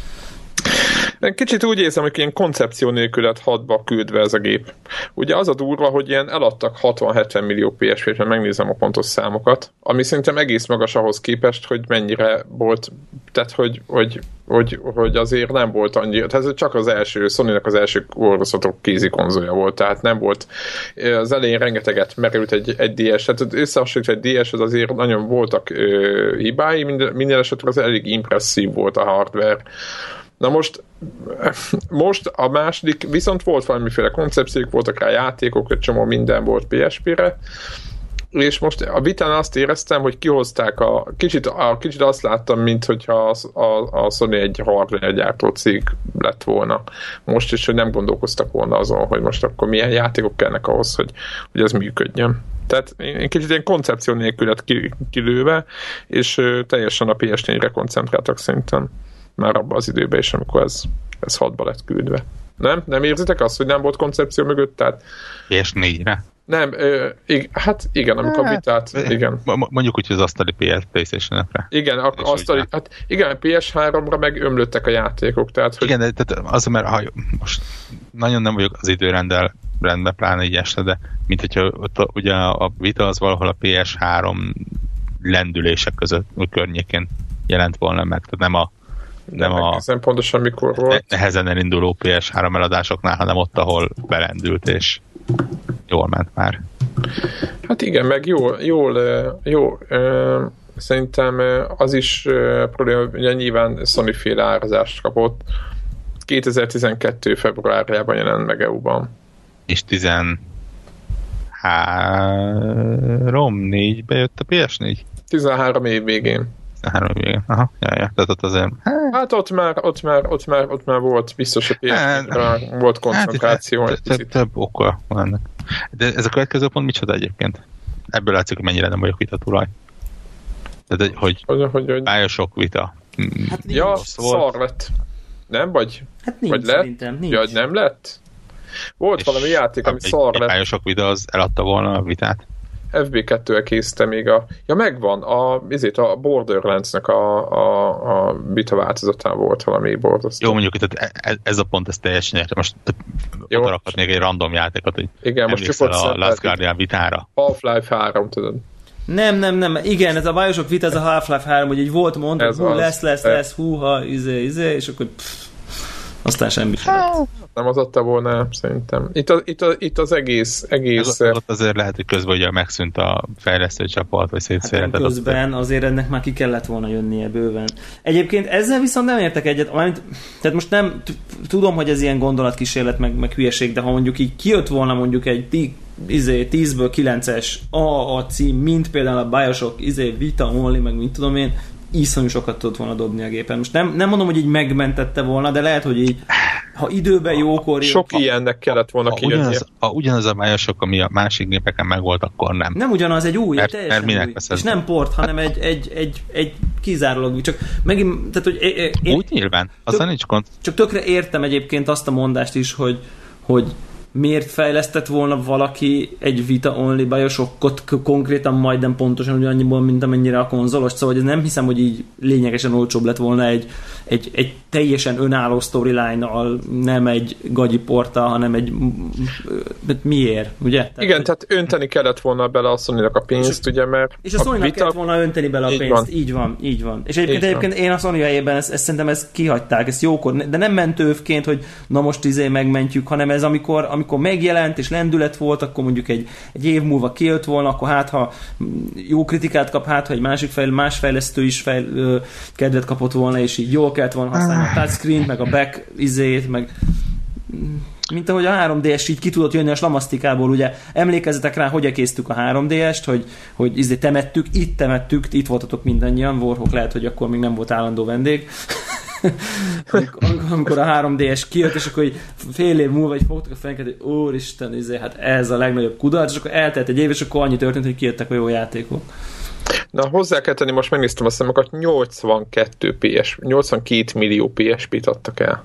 Kicsit úgy érzem, hogy ilyen koncepció nélkül lett hadba küldve ez a gép. Ugye az a durva, hogy ilyen eladtak hatvan-hetven millió pé es pét, mert megnézem a pontos számokat, ami szerintem egész magas ahhoz képest, hogy mennyire volt, tehát hogy, hogy, hogy, hogy azért nem volt annyira, tehát ez csak az első, Sony-nak az első orvoszatok kézi konzolja volt, tehát nem volt, az elején rengeteget merült egy, egy dé es, tehát összehasonlítva egy dé es, az azért nagyon voltak ö, hibái, minden, minden esetre az elég impresszív volt a hardware. Na most, most a második, viszont volt valamiféle koncepciók, voltak rá játékok, egy csomó minden volt pé es pére, és most a vitán azt éreztem, hogy kihozták a, kicsit, a, kicsit azt láttam, mint hogyha a, a, a Sony egy hardware gyártó cég lett volna. Most is, hogy nem gondolkoztak volna azon, hogy most akkor milyen játékok kellnek ahhoz, hogy, hogy ez működjön. Tehát én kicsit ilyen koncepció nélkül lett kilőve, és ö, teljesen a pé es négyre koncentráltak szerintem. Már abban az időben is, amikor ez, ez hatba lett küldve. Nem? Nem érzitek azt, hogy nem volt koncepció mögött? Tehát... pé es négyre? Nem, ö, ig- hát igen, amikor hát, vitát, igen. Mondjuk úgy, hogy az asztali PlayStation-ekre. Igen, a, asztali, hát igen, pé es háromra meg ömlöttek a játékok. Tehát, hogy... Igen, de tehát az, mert ha, most nagyon nem vagyok az időrenddel rendben, pláne így este, de mint hogyha ott, ugye a vita az valahol a pé es három lendülések között, környékén jelent volna meg, tehát nem a nem a pontosan mikor volt. nehezen elinduló pé es három eladásoknál, hanem ott, ahol belendült, és jól ment már. Hát igen, meg jól, jól, jó, szerintem az is probléma, hogy nyilván Sony féle árazást kapott. kétezer-tizenkettő februárjában jelent meg é u-ban. És tizenhárom négybe jött a pé es négy? tizenhárom év végén. tizenhárom év végén. Aha, jaj, jaj. Tehát ott azért... Hát ott már, ott már, ott már, ott már volt biztos, a pé es négyre volt koncentráció. Hát, több, több oka van ennek. De ez a következő pont micsoda egyébként? Ebből látszik, hogy mennyire nem vagyok vita tulaj. Tehát, hogy, hogy, hogy, hogy... Bioshock vita. Hát ja, szar lett. Nem? Vagy, hát nincs, vagy lett? Szerintem, nincs. Ja, nem lett? Volt valami játék, ami szar lett. Egy Bioshock vita az eladta volna a vitát? ef bé kettővel készítem még a... Ja, megvan. A, ezért a Borderlands-nek a, a, a vita változatán volt valami borzasztó. Jó, mondjuk, tehát ez a pont, ez teljesen érte. Most oda rakhatnék egy random játékot, hogy igen, most csak a Last Guardian vitára. Half-Life három, tudod. Nem, nem, nem. Igen, ez a Bioshock vita, ez a Half-Life három, hogy így volt mondva, hú, az, lesz, lesz, ez. lesz, húha, izé, izé, és akkor pff, aztán semmi sem. Nem az adta volna, szerintem. Itt, a, itt, a, itt az egész... egész ez, ott azért lehet, hogy közben ugye megszűnt a fejlesztő csapat, vagy szétszélent. Hát közben azért ennek már ki kellett volna jönnie bőven. Egyébként ezzel viszont nem értek egyet. Tehát most nem tudom, hogy ez ilyen gondolatkísérlet, meg, meg hülyeség, de ha mondjuk így kijött volna mondjuk egy izé, tízből kilences á á cím, mint például a Bioshock izé, Vita Only, meg mit tudom én, iszonyú sokat tudott volna dobni a gépen. Most nem, nem mondom, hogy így megmentette volna, de lehet, hogy így ha időben jókor... Sok jön, ilyennek kellett volna kijönni. Ugyanaz, ugyanaz a Bioshock, ami a másik gépeken megvolt, akkor nem. Nem ugyanaz, egy új, mert, teljesen mert új. És nem port, hanem egy, egy, egy, egy kizárólag. Csak megint, tehát, hogy én, úgy nyilván, aztán nincs gond. Csak tökre értem egyébként azt a mondást is, hogy, hogy miért fejlesztett volna valaki egy Vita Only Bioshockot konkrétan majdnem pontosan ugyanannyiból, mint amennyire a konzolos, szóval ez nem hiszem, hogy így lényegesen olcsóbb lett volna egy, egy, egy teljesen önálló storyline-nal, nem egy gagyi porta, hanem egy miért, ugye? Tehát, igen, hogy... tehát önteni kellett volna bele a Sony-nak a pénzt, és, ugye, mert és a Sony-nak Vita... kellett volna önteni bele a pénzt, van. így van, így van. És egyébként, egyébként én a Sony helyében ezt, ezt szerintem ezt kihagyták, ezt jókor, de nem mentővként, hogy na most izé megmentjük, hanem ez amikor, amikor megjelent és lendület volt, akkor mondjuk egy, egy év múlva kijött volna, akkor hát ha jó kritikát kap, hát ha egy másik fejl, más fejlesztő is fejl, ö, kedvet kapott volna, és így jól kellett volna használni a touchscreen, meg a back izét, meg mint ahogy a három dé es így ki tudott jönni a slamasztikából, ugye emlékezzetek rá, hogy ekésztük a három dé est, hogy, hogy izé temettük, itt temettük, itt voltatok mindannyian, Warhawk lehet, hogy akkor még nem volt állandó vendég. amikor, amikor a három dé es kijött, és akkor fél év múlva így fogtuk a fejünket, hogy úristen, izé, hát ez a legnagyobb kudarc, és akkor eltelt egy év, és akkor annyi történt, hogy kijöttek a jó játékok. Na, hozzá kell tenni, most megnéztem a számokat, nyolcvankettő pé es, nyolcvankét millió pé es pét adtak el.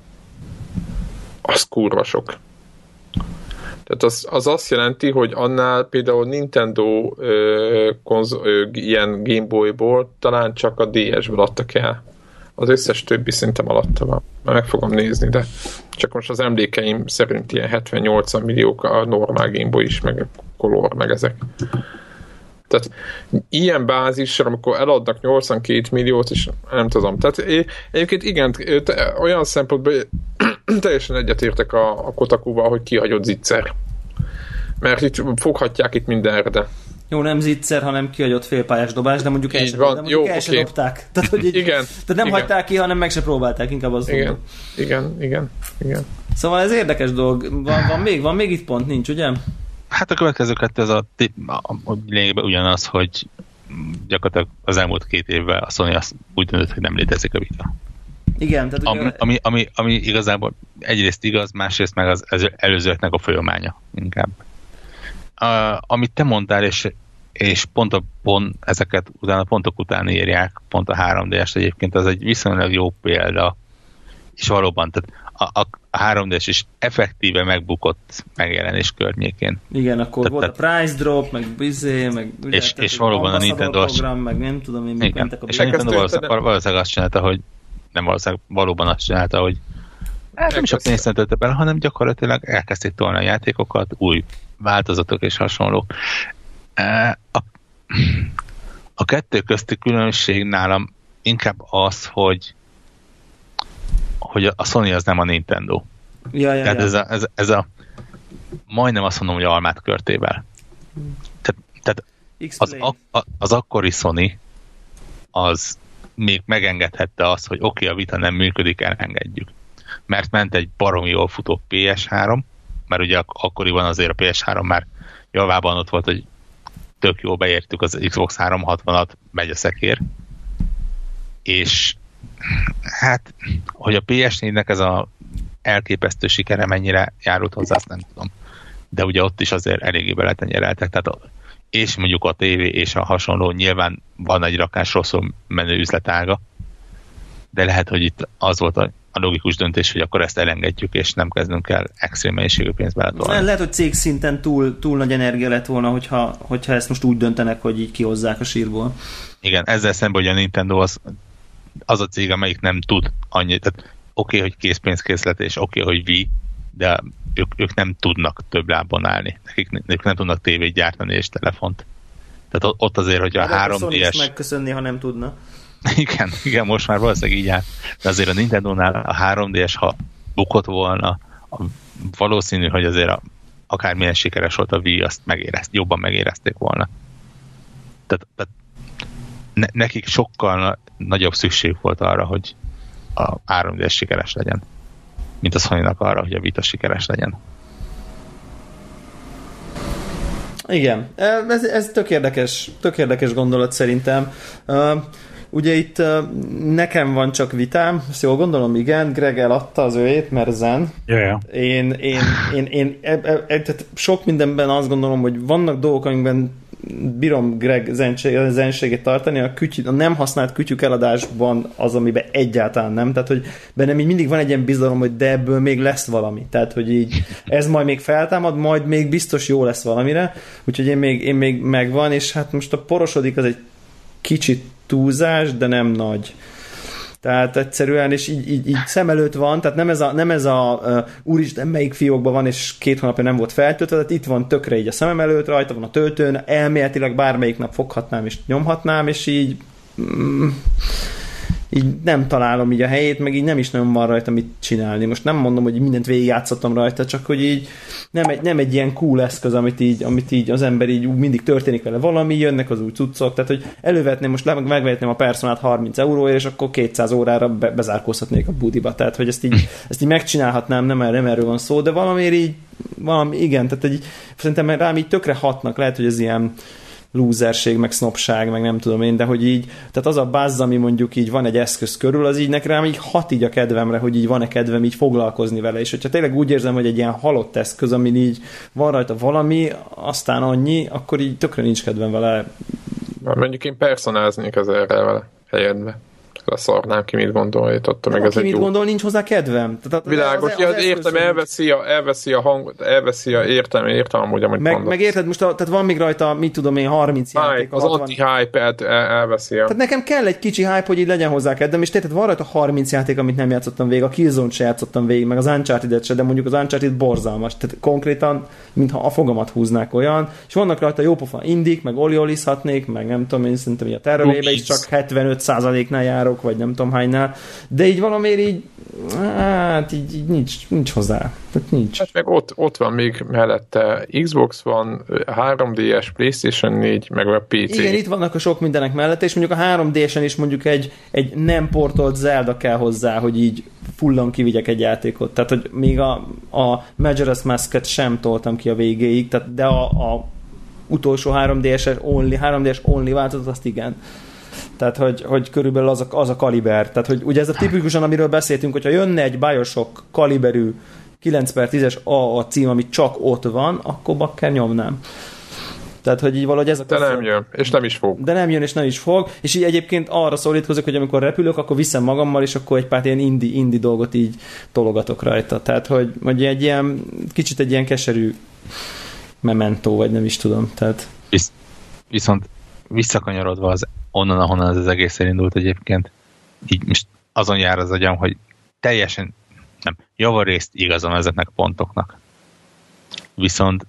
Az kurva sok. Tehát az, az azt jelenti, hogy annál például Nintendo ö, konz, ö, ilyen Game Boy-ból talán csak a dé es-ből adtak el. Az összes többi szintem alatta van. Már meg fogom nézni, de csak most az emlékeim szerint ilyen hetven-nyolcvan milliók a normál Game Boy is, meg Color, meg ezek. Tehát ilyen bázissal, amikor eladnak nyolcvankét milliót, és nem tudom. Tehát egyébként igen, olyan szempontból teljesen egyetértek a, a Kotakuval, hogy kihagyott zicser. Mert itt foghatják itt mindenre, de jó, nem zicser, hanem kihagyott félpályás dobás, de mondjuk el, van. De mondjuk Jó, el se okay. dobták. Tehát, hogy így, igen, tehát nem igen. hagyták ki, hanem meg se próbálták, inkább az igen, mondom. igen, igen, igen. Szóval ez érdekes dolog. Van, van, még, van még itt pont, nincs, ugye? Hát a következő kettő az a, a, a lényegben ugyanaz, hogy gyakorlatilag az elmúlt két évvel a Sony azt úgy döntött, hogy nem létezik a vita. Igen, tehát ami, ugye... ami, ami, ami igazából egyrészt igaz, másrészt meg az, az előzőeknek a folyamánya inkább. Uh, amit te mondtál, és, és pont, a, pont ezeket utána pontok után írják, pont a három dé es egyébként, az egy viszonylag jó példa, és valóban, tehát a, a, a három dé es is effektíve megbukott megjelenés környékén. Igen, akkor tehát, volt a price drop, meg bizé, meg ugye, és, és valóban a Nintendo program, meg nem tudom én, igen, mentek a és a Nintendo valószínűleg, valószínűleg azt csinálta, hogy nem valószínűleg, valóban azt csinálta, hogy nem sok pénzt töltötte bele, hanem gyakorlatilag elkezdték tolni a játékokat, új változatok és hasonlók. A, a kettő közti különbség nálam inkább az, hogy hogy a Sony az nem a Nintendo. Ja, ja, Tehát ja. Ez, a, ez, ez a majdnem azt mondom, hogy almát körtével. Tehát, tehát az, ak- az akkori Sony az még megengedhette azt, hogy oké, okay, a Vita nem működik, elengedjük. Mert ment egy baromi jól futó pé es három, mert ugye ak- akkoriban azért a pé es három már javában ott volt, hogy tök jó beértük az Xbox háromszázhatvanat, megy a szekér. És hát, hogy a pé es négynek ez a elképesztő sikere mennyire járult hozzá, azt nem tudom. De ugye ott is azért eléggé beletenyereltek, tehát a, és mondjuk a tévé és a hasonló, nyilván van egy rakás rosszul menő üzletága, de lehet, hogy itt az volt a, a logikus döntés, hogy akkor ezt elengedjük, és nem kezdünk el extrém mennyiségű pénzt beletolni. Lehet, hogy cég szinten túl, túl nagy energia lett volna, hogyha, hogyha ezt most úgy döntenek, hogy így kihozzák a sírból. Igen, ezzel szemben, hogy a Nintendo az, az a cég, amelyik nem tud annyit, tehát oké, okay, hogy készpénzkészlet, és oké, okay, hogy Wii, de ők, ők nem tudnak több lábon állni. Nekik, ők nem tudnak tévét gyártani és telefont. Tehát ott azért, hogy a három dé es... A Sony is megköszönni, ha nem tudna. Igen, igen, most már valószínűleg így áll. De azért a Nintendo-nál a három dé es, ha bukott volna, valószínű, hogy azért a, akármilyen sikeres volt a Wii, azt megérezt, jobban megérezték volna. Tehát, tehát ne, nekik sokkal nagyobb szükség volt arra, hogy a három dé es sikeres legyen, mint a Sony-nak arra, hogy a Vita sikeres legyen. Igen, ez, ez tök érdekes, tök érdekes gondolat szerintem. Uh, ugye itt uh, nekem van csak Vitám, ezt jól gondolom, igen, Greg eladta az őjét, mert zen. Ja, ja. Én, én, én, én e, e, e, tehát sok mindenben azt gondolom, hogy vannak dolgok, amikben bírom Greg zenség, zenségét tartani, a, kütyű, a nem használt kütyük eladásban az, amiben egyáltalán nem. Tehát, hogy bennem így mindig van egy ilyen bizalom, hogy de ebből még lesz valami. Tehát, hogy így ez majd még feltámad, majd még biztos jó lesz valamire. Úgyhogy én még, én még megvan, és hát most a porosodik az egy kicsit túlzás, de nem nagy. Tehát egyszerűen, és így, így, így szem előtt van, tehát nem ez a, nem ez a uh, úristen, melyik fiókban van, és két hónapja nem volt feltöltve, tehát itt van tökre így a szemem előtt, rajta van a töltőn, elméletileg bármelyik nap foghatnám és nyomhatnám, és így mm, így nem találom így a helyét, meg így nem is nagyon van rajta mit csinálni. Most nem mondom, hogy mindent végigjátszottam rajta, csak hogy így nem egy, nem egy ilyen cool eszköz, amit így, amit így az ember így mindig történik vele valami, jönnek az új cuccok, tehát hogy elővetném, most megvehetném a Personát harminc euróért, és akkor kétszáz órára be, bezárkózhatnék a budiba, tehát hogy ezt így, ezt így megcsinálhatnám, nem, nem erről van szó, de valamiért így, valami, igen, tehát egy, szerintem rám így tökre hatnak, lehet, hogy ez ilyen lúzerség, meg sznopság, meg nem tudom én, de hogy így, tehát az a buzz, ami mondjuk így van egy eszköz körül, az így nekem így hat így a kedvemre, hogy így van-e kedvem így foglalkozni vele, és hogyha tényleg úgy érzem, hogy egy ilyen halott eszköz, amin így van rajta valami, aztán annyi, akkor így tökre nincs kedvem vele. Mondjuk én personáznék az erre vele helyedbe. Leszarnám ki, mit gondol, hogy ott meg ez egy mit jó. gondol, nincs hozzá kedvem. Tehát világos, az, az, az értem, elveszi a, elveszi a hangot, elveszi a értem, értem amúgy, amit meg, mondod. meg érted, most a, tehát van még rajta, mit tudom én, harminc Hype, játék. az anti-hype-et elveszi a... Tehát nekem kell egy kicsi hype, hogy így legyen hozzá kedvem, és tehát van rajta harminc játék, amit nem játszottam végig, a Killzone-t se játszottam végig, meg az Uncharted-et se, de mondjuk az Uncharted borzalmas. Tehát konkrétan, mintha a fogamat húznák olyan, és vannak rajta jópofa indik, meg oliolizhatnék, meg nem tudom, én szerintem a Terrorében is csak hetvenöt százaléknál járok, vagy nem tudom hánynál, de így valamiért így, hát így, így nincs, nincs hozzá. Tehát nincs. Hát meg ott, ott van még mellette Xbox van, három dé es, PlayStation négy, meg a pé cé. Igen, itt vannak a sok mindenek mellett, és mondjuk a három dé esen is mondjuk egy, egy nem portolt Zelda kell hozzá, hogy így fullan kivigyek egy játékot. Tehát, hogy még a, a Majora's Mask-et sem toltam ki a végéig, tehát, de a, a utolsó három dé es only, három dé es only változat, azt igen. Tehát, hogy, hogy körülbelül az a, az a kaliber. Tehát, hogy ugye ez a tipikusan, amiről beszéltünk, hogyha jönne egy Bioshock kaliberű kilenc per tízes á á cím, ami csak ott van, akkor bakker nyomnám. Tehát, hogy így valahogy ez a... De nem jön, és nem is fog. De nem jön, és nem is fog. És így egyébként arra szólítkozok, hogy amikor repülök, akkor viszem magammal, és akkor egy pár ilyen indi, indi dolgot így tologatok rajta. Tehát, hogy, hogy egy ilyen, kicsit egy ilyen keserű mementó, vagy nem is tudom. Tehát... Visz, viszont visszakanyarodva az onnan, ahonnan ez az egész elindult egyébként, így most azon jár az agyam, hogy teljesen, nem, javarészt igazam ezeknek a pontoknak. Viszont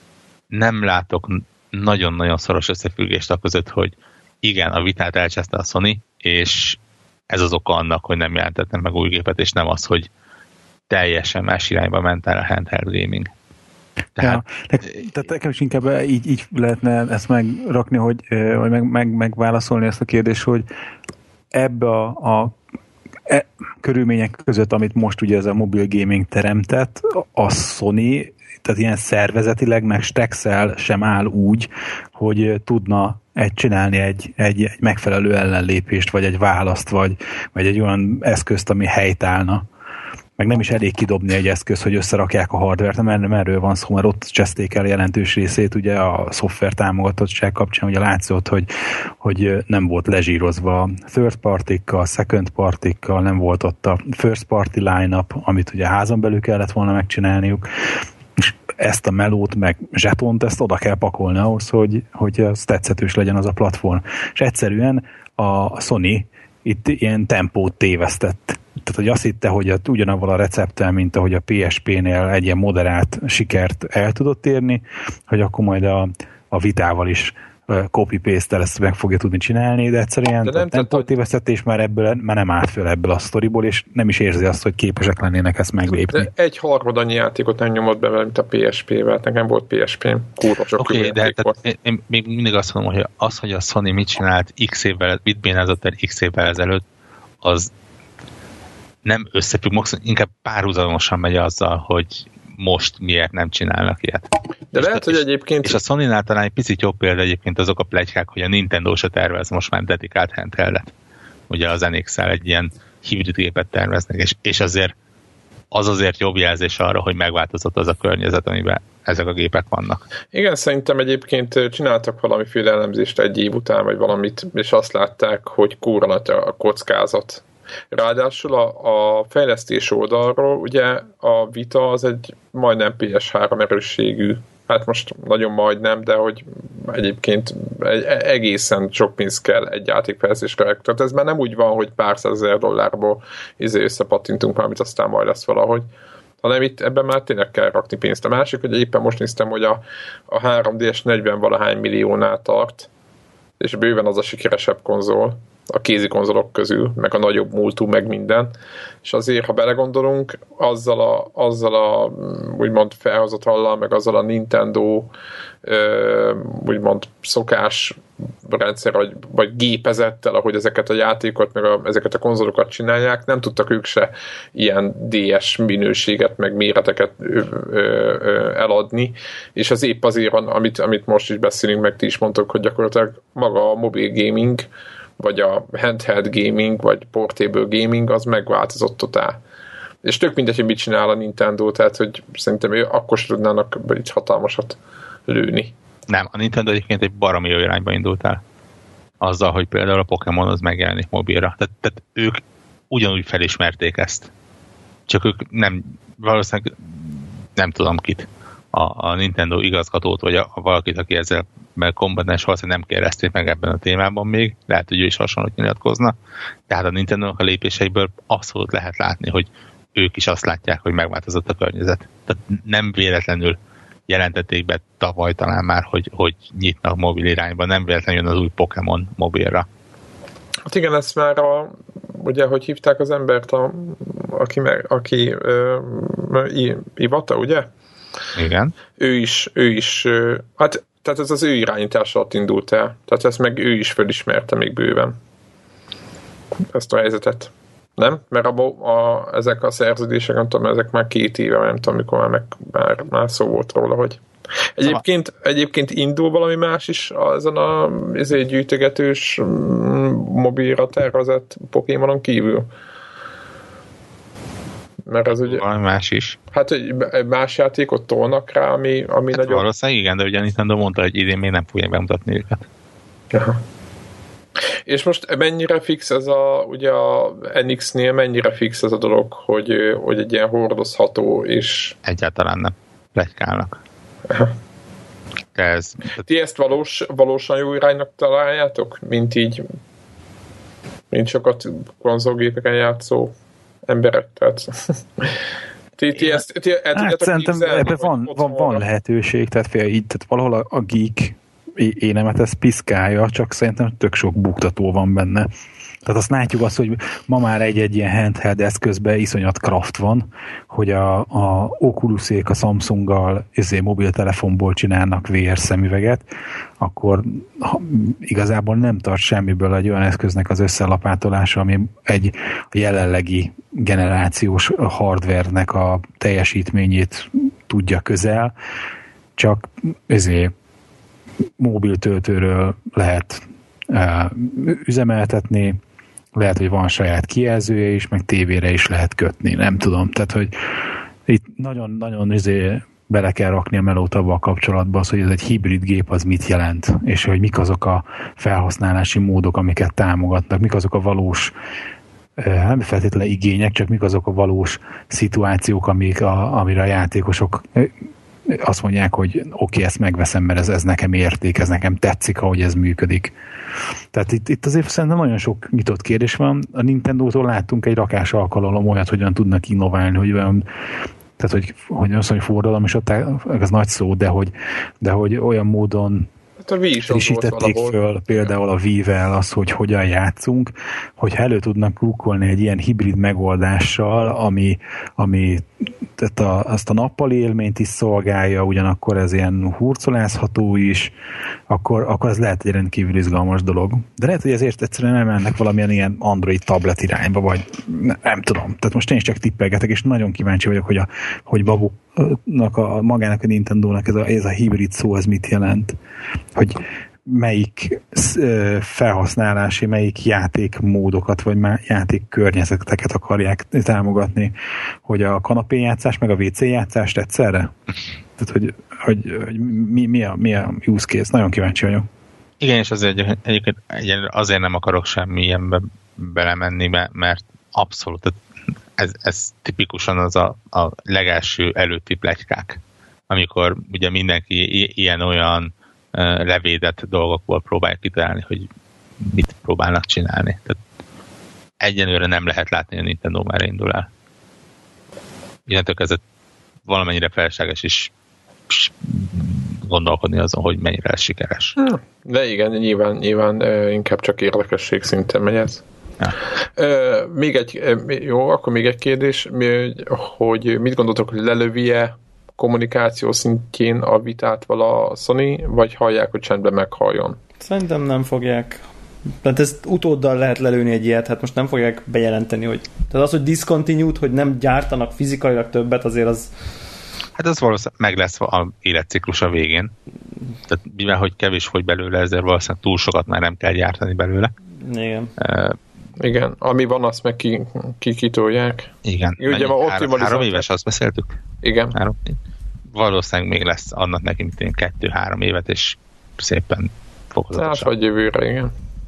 nem látok nagyon-nagyon szoros összefüggést a között, hogy igen, a vitát elcseszte a Sony, és ez az oka annak, hogy nem jelentettem meg új gépet, és nem az, hogy teljesen más irányba ment el a handheld gaming. Tehát, ja, tehát nekem is inkább így, így lehetne ezt megrakni, hogy, vagy meg, meg, megválaszolni ezt a kérdést, hogy ebbe a, a e, körülmények között, amit most ugye ez a mobil gaming teremtett, a Sony, tehát ilyen szervezetileg meg Stexel sem áll úgy, hogy tudna egy, csinálni egy, egy, egy megfelelő ellenlépést, vagy egy választ, vagy, vagy egy olyan eszközt, ami helytállna. Meg nem is elég kidobni egy eszköz, hogy összerakják a hardware-t, mert nem erről van szó, mert ott cseszték el jelentős részét ugye a szoftver támogatottság kapcsán, ugye látszott, hogy, hogy nem volt lezsírozva third partikkal, second partikkal, nem volt ott a first party line-up, amit ugye házon belül kellett volna megcsinálniuk, és ezt a melót, meg zsetont, ezt oda kell pakolni ahhoz, hogy, hogy az tetszetős legyen az a platform. És egyszerűen a Sony itt ilyen tempót tévesztett. Tehát, hogy azt hitte, hogy a, ugyanavval a recepttel, mint ahogy a pé es pé-nél egy ilyen moderált sikert el tudott érni, hogy akkor majd a, a vitával is copy-paste-tel ezt meg fogja tudni csinálni, de egyszerűen de a tempót tévesztettés már ebből már nem állt föl ebből a sztoriból, és nem is érzi azt, hogy képesek lennének ezt meglépni. De egy harmad annyi játékot nem nyomott be, mint a pé es pé-vel. Nekem volt pé es pé-m. Kurva sok okay, de én, én még mindig azt mondom, hogy az, hogy a Sony mit csinált x évvel, mit bénázott el x évvel ezelőtt, az nem összefügg, inkább párhuzamosan megy azzal, hogy most miért nem csinálnak ilyet. De és lehet, hogy egyébként... És a Sony-nál talán egy picit jobb példa egyébként azok a pletykák, hogy a Nintendo se tervez most már dedikált handheldet. Ugye az en iksz-el egy ilyen hibrid gépet terveznek, és, és azért az azért jobb jelzés arra, hogy megváltozott az a környezet, amiben ezek a gépek vannak. Igen, szerintem egyébként csináltak valamiféle elemzést egy év után, vagy valamit, és azt látták, hogy kurva nagy a kockázat. Ráadásul a, a fejlesztés oldalról ugye a Vita az egy majdnem pé es három erősségű, hát most nagyon majdnem, de hogy egyébként egy, egészen sok pénz kell egy játékfejlesztésre. Tehát ez már nem úgy van, hogy pár százezer dollárból izé összepattintunk valamit, aztán majd lesz valahogy, hanem itt ebben már tényleg kell rakni pénzt. A másik, hogy éppen most néztem, hogy a, a három dé es negyven valahány milliónál tart, és bőven az a sikeresebb konzol a kézi konzolok közül, meg a nagyobb múltú, meg minden. És azért, ha belegondolunk, azzal a, azzal a úgymond felhozatallal, meg azzal a Nintendo úgymond szokás rendszer, vagy, vagy gépezettel, ahogy ezeket a játékokat, meg a, ezeket a konzolokat csinálják, nem tudtak ők se ilyen dé es minőséget, meg méreteket ö, ö, ö, eladni, és az épp azért, amit, amit most is beszélünk, meg ti is mondtok, hogy gyakorlatilag maga a mobil gaming, vagy a handheld gaming, vagy portable gaming, az megváltozott totál. És tök mindegy, hogy mit csinál a Nintendo, tehát, hogy szerintem ő akkor sem tudnának itt hatalmasat lőni. Nem, a Nintendo egyébként egy baromi jó irányba indult el. Azzal, hogy például a Pokémon az megjelenik mobilra. Tehát, tehát ők ugyanúgy felismerték ezt. Csak ők nem, valószínűleg nem tudom kit, a, a Nintendo igazgatót, vagy a, a valakit, aki ezzel kombinás valószínűleg nem kérdezték meg ebben a témában még, lehet, hogy ő is hasonlót nyilatkozna. Tehát a Nintendo-nak a lépéseiből abszolút lehet látni, hogy ők is azt látják, hogy megváltozott a környezet. Tehát nem véletlenül jelentették be tavaly talán már, hogy, hogy nyitnak mobil irányba, nem véletlenül jön az új Pokémon mobilra. Hát igen, ezt már a, ugye, hogy hívták az embert, a, aki, aki ö, I, Iwata, ugye? Igen. Ő is, ő is, hát tehát ez az ő irányítás alatt indult el. Tehát ezt meg ő is fölismerte még bőven. Ezt a helyzetet. Nem? Mert a, a, ezek a szerződések, nem tudom, ezek már két éve, nem tudom, amikor már, meg, már, már szó volt róla, hogy egyébként, egyébként indul valami más is ezen a ezért gyűjtögetős mobilra tervezett Pokémonon kívül. Mert az ugye... Valami más is. Hát, hogy más játékot tolnak rá, ami, ami hát nagyon... Valószínűleg igen, de ugye Nintendo mondta, hogy idén még nem fogják bemutatni őket. Aha. És most mennyire fix ez a, ugye a en iksz-nél mennyire fix ez a dolog, hogy, hogy egy ilyen hordozható és... Egyáltalán nem. Pletykálnak. Ez... Ti ezt valós, valósan jó iránynak találjátok? Mint így, mint sokat konzolgépeken játszó emberek, tehát... ti, ti ezt, ti, el hát szerintem ebben van, van, van lehetőség, tehát fél így, tehát valahol a, a geek énemet ez piszkálja, csak szerintem tök sok buktató van benne. Tehát azt látjuk azt, hogy ma már egy-egy ilyen handheld eszközben iszonyat kraft van, hogy a, a Oculusék a Samsunggal ezért mobiltelefonból csinálnak vé er szemüveget, akkor ha, igazából nem tart semmiből egy olyan eszköznek az összelapátolása, ami egy jelenlegi generációs hardvernek a teljesítményét tudja közel, csak ezért mobiltöltőről lehet uh, üzemeltetni, lehet, hogy van saját kijelzője is, meg tévére is lehet kötni, nem tudom. Tehát, hogy itt nagyon-nagyon izé bele kell rakni a melót abba a kapcsolatba, az, hogy ez egy hibrid gép, az mit jelent, és hogy mik azok a felhasználási módok, amiket támogatnak, mik azok a valós, nem feltétlenül igények, csak mik azok a valós szituációk, amik a, amire a játékosok azt mondják, hogy oké, okay, ezt megveszem, mert ez, ez nekem érték, ez nekem tetszik, ahogy ez működik. Tehát itt, itt azért szerintem nagyon sok nyitott kérdés van. A Nintendótól láttunk egy rakás alkalom olyat, hogyan tudnak innoválni, hogy olyan, tehát hogy, hogy azt mondja, forradalom, és ott ez nagy szó, de hogy, de hogy olyan módon frissítették föl például a Wii-vel az, hogy hogyan játszunk, hogyha elő tudnak kukkolni egy ilyen hibrid megoldással, ami, ami tehát a, azt a nappali élményt is szolgálja, ugyanakkor ez ilyen hurcolázható is, akkor, akkor ez lehet egy rendkívül izgalmas dolog. De lehet, hogy ezért egyszerűen nem mennek valamilyen ilyen Android tablet irányba, vagy nem, nem tudom. Tehát most én is csak tippelgetek, és nagyon kíváncsi vagyok, hogy, a, hogy maguknak, a, magának a Nintendónak ez a, ez a hibrid szó, ez mit jelent. Hogy melyik felhasználási, melyik játékmódokat, vagy játékkörnyezeteket akarják támogatni, hogy a kanapéjátszás, meg a vé cé játszást egyszerre? Tehát, hogy, hogy, hogy mi, mi, a, mi a use case? Nagyon kíváncsi vagyok. Igen, és azért egyébként azért nem akarok semmilyenbe belemenni, mert abszolút ez, ez tipikusan az a, a legelső előtti pletykák, amikor ugye mindenki ilyen-olyan levédett dolgokból próbálják kitalálni, hogy mit próbálnak csinálni. Tehát egyenlőre nem lehet látni, hogy a Nintendo már indul el. Innentől kezdve valamennyire felesleges is gondolkodni azon, hogy mennyire lesz sikeres. De igen, nyilván, nyilván inkább csak érdekesség szinten megy ez. Ja. Még egy, jó, akkor még egy kérdés, hogy mit gondoltok, hogy lelövi-e kommunikáció szintjén a vitát vala a Sony, vagy hallják, hogy csendben meghalljon? Szerintem nem fogják. Tehát ezt utóddal lehet lelőni egy ilyet, hát most nem fogják bejelenteni, hogy... Tehát az, hogy discontinued, hogy nem gyártanak fizikailag többet, azért az... Hát az valószínűleg meg lesz a életciklus a végén. Tehát mivel, hogy kevés fogy belőle, ezért valószínűleg túl sokat már nem kell gyártani belőle. Igen. Uh, Igen, ami van, azt meg ki, ki kitolják. Igen. Ugye, három, három éves, azt beszéltük? Igen. Három, valószínűleg még lesz annak neki, mint én kettő-három évet, és szépen fokozatosan. Hát vagy jövőre, igen.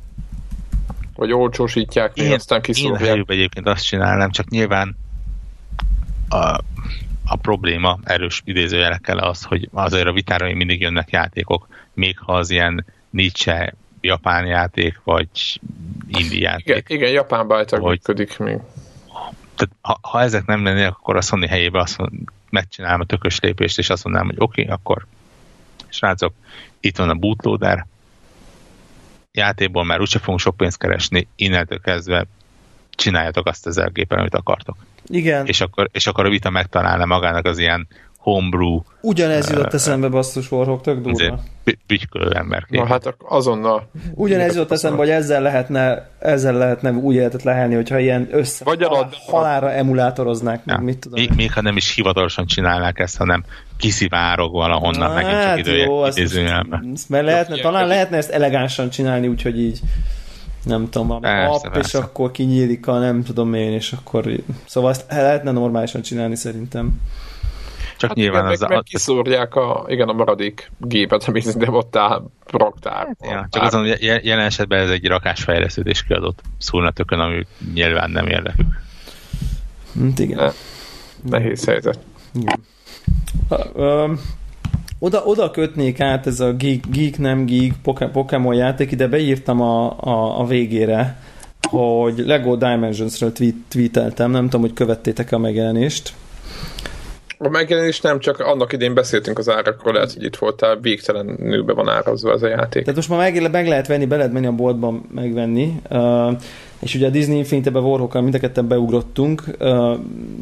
Vagy olcsósítják, még aztán kiszolgálják. Én helyükben egyébként azt csinálnám, csak nyilván a, a probléma erős idézőjelekkel az, hogy azért a vitára még mindig jönnek játékok, még ha az ilyen Nietzsche japán játék, vagy indi játék. Igen, igen, japán bájtak működik még. Tehát, ha, ha ezek nem lennének, akkor a Sony helyébe azt mond, megcsinálom a tökös lépést, és azt mondanám, hogy oké, okay, akkor srácok, itt van a bootloader, játékból már úgyse fogunk sok pénzt keresni, innentől kezdve csináljatok azt ezzel a gépen, amit akartok. Igen. És akkor, és akkor a vita megtalálna magának az ilyen homebrew. Ugyanez jutott uh, eszembe, basszus Warhawk, tök durva. Bütykölő emberként. Na hát azonnal. Ugyanez jutott eszembe, hogy ezzel lehetne, ezzel lehetne új életet lehelni, hogyha ilyen össze halál, halálra emulátoroznák, ja. Mit tudom. Még, még ha nem is hivatalosan csinálnák ezt, hanem kiszivárog valahonnan, megint csak hát időjek idézőjelbe. Lehetne, talán lehetne ezt elegánsan csinálni, úgyhogy így nem tudom, a app, és akkor kinyílik a nem tudom én, és akkor szóval ezt lehetne normálisan csinálni szerintem. Csak hát nyilván igen, az meg, a... meg kiszórják a, igen, a maradék gépet, amit szinte ott áll raktár. Ja, csak azon jelen esetben ez egy rakásfejlesztés kiadott szúrna tökön, ami nyilván nem érdekük. Igen. Ne, nehéz helyzet. Igen. Ha, ö, oda, oda kötnék át ez a geek, geek nem geek Pokémon játék, ide beírtam a, a, a végére, hogy Lego Dimensionsről tweet, tweeteltem, nem tudom, hogy követtétek a megjelenést. A megjelenés nem, csak annak idén beszéltünk az árakról, lehet, hogy itt voltál, végtelenül be van árazva ez a játék. Tehát most már meg, meg lehet venni, be lehet menni a boltban megvenni, uh, és ugye a Disney Infinity-be Warhawkkal mind a ketten beugrottunk, uh,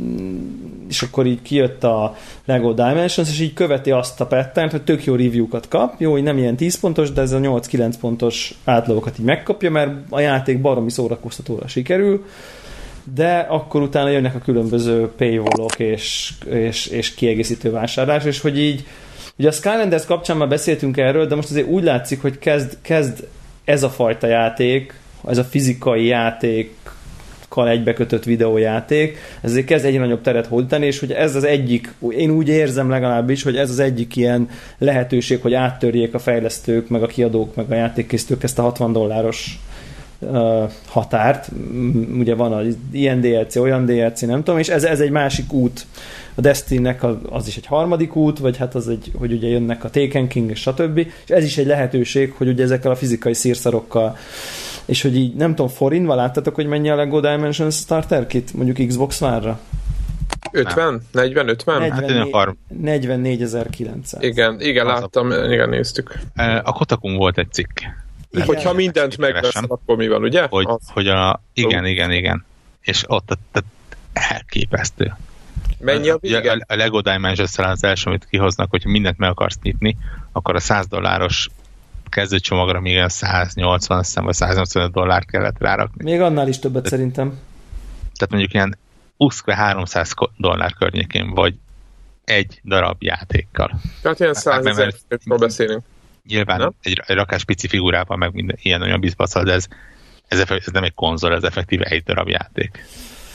és akkor így kijött a Lego Dimensions, és így követi azt a patternt, hogy tök jó review-kat kap, jó, hogy nem ilyen tíz pontos, de ez a nyolc-kilenc pontos átlagokat így megkapja, mert a játék baromi szórakoztatóra sikerül, de akkor utána jönnek a különböző paywall-ok és, és, és kiegészítő vásárlás, és hogy így, ugye a Skylanders kapcsán már beszéltünk erről, de most azért úgy látszik, hogy kezd, kezd ez a fajta játék, ez a fizikai játékkal egybekötött videójáték, ezért kezd egyre nagyobb teret hódítani, és hogy ez az egyik, én úgy érzem legalábbis, hogy ez az egyik ilyen lehetőség, hogy áttörjék a fejlesztők, meg a kiadók, meg a játékkészítők ezt a hatvan dolláros Uh, határt. Ugye van az ilyen dé el cé, olyan dé el cé, nem tudom, és ez, ez egy másik út. A Destiny-nek az is egy harmadik út, vagy hát az egy, hogy ugye jönnek a Taken King, és stb. És ez is egy lehetőség, hogy ugye ezekkel a fizikai szírszarokkal, és hogy így, nem tudom, forintval láttatok, hogy mennyi a Lego Dimensions Starter Kit, mondjuk Xbox One-ra? ötven? negyven? ötven? negyvennégyezer-kilencszáz. Igen, igen, láttam, igen, néztük. A Kotakun volt egy cikk. Igen. Hogyha mindent megveszem, akkor mi van, ugye? Hogy, az... hogy a, igen, igen, igen. És ott a, a, elképesztő. Mennyi a vége? A, a Lego Dimensions az első, amit kihoznak, hogyha mindent meg akarsz nyitni, akkor a száz dolláros kezdőcsomagra még a száznyolcvan, azt hiszem, vagy száznyolcvanöt dollárt kellett rárakni. Még annál is többet tehát, szerintem. Tehát mondjuk ilyen uszkve háromszáz dollár környékén, vagy egy darab játékkal. Tehát ilyen százezerről beszélünk. Nyilván nem? egy, egy rakás pici figurával, meg minden ilyen olyan bizbaszal, de ez, ez, ez nem egy konzol, ez effektíve egy darab játék.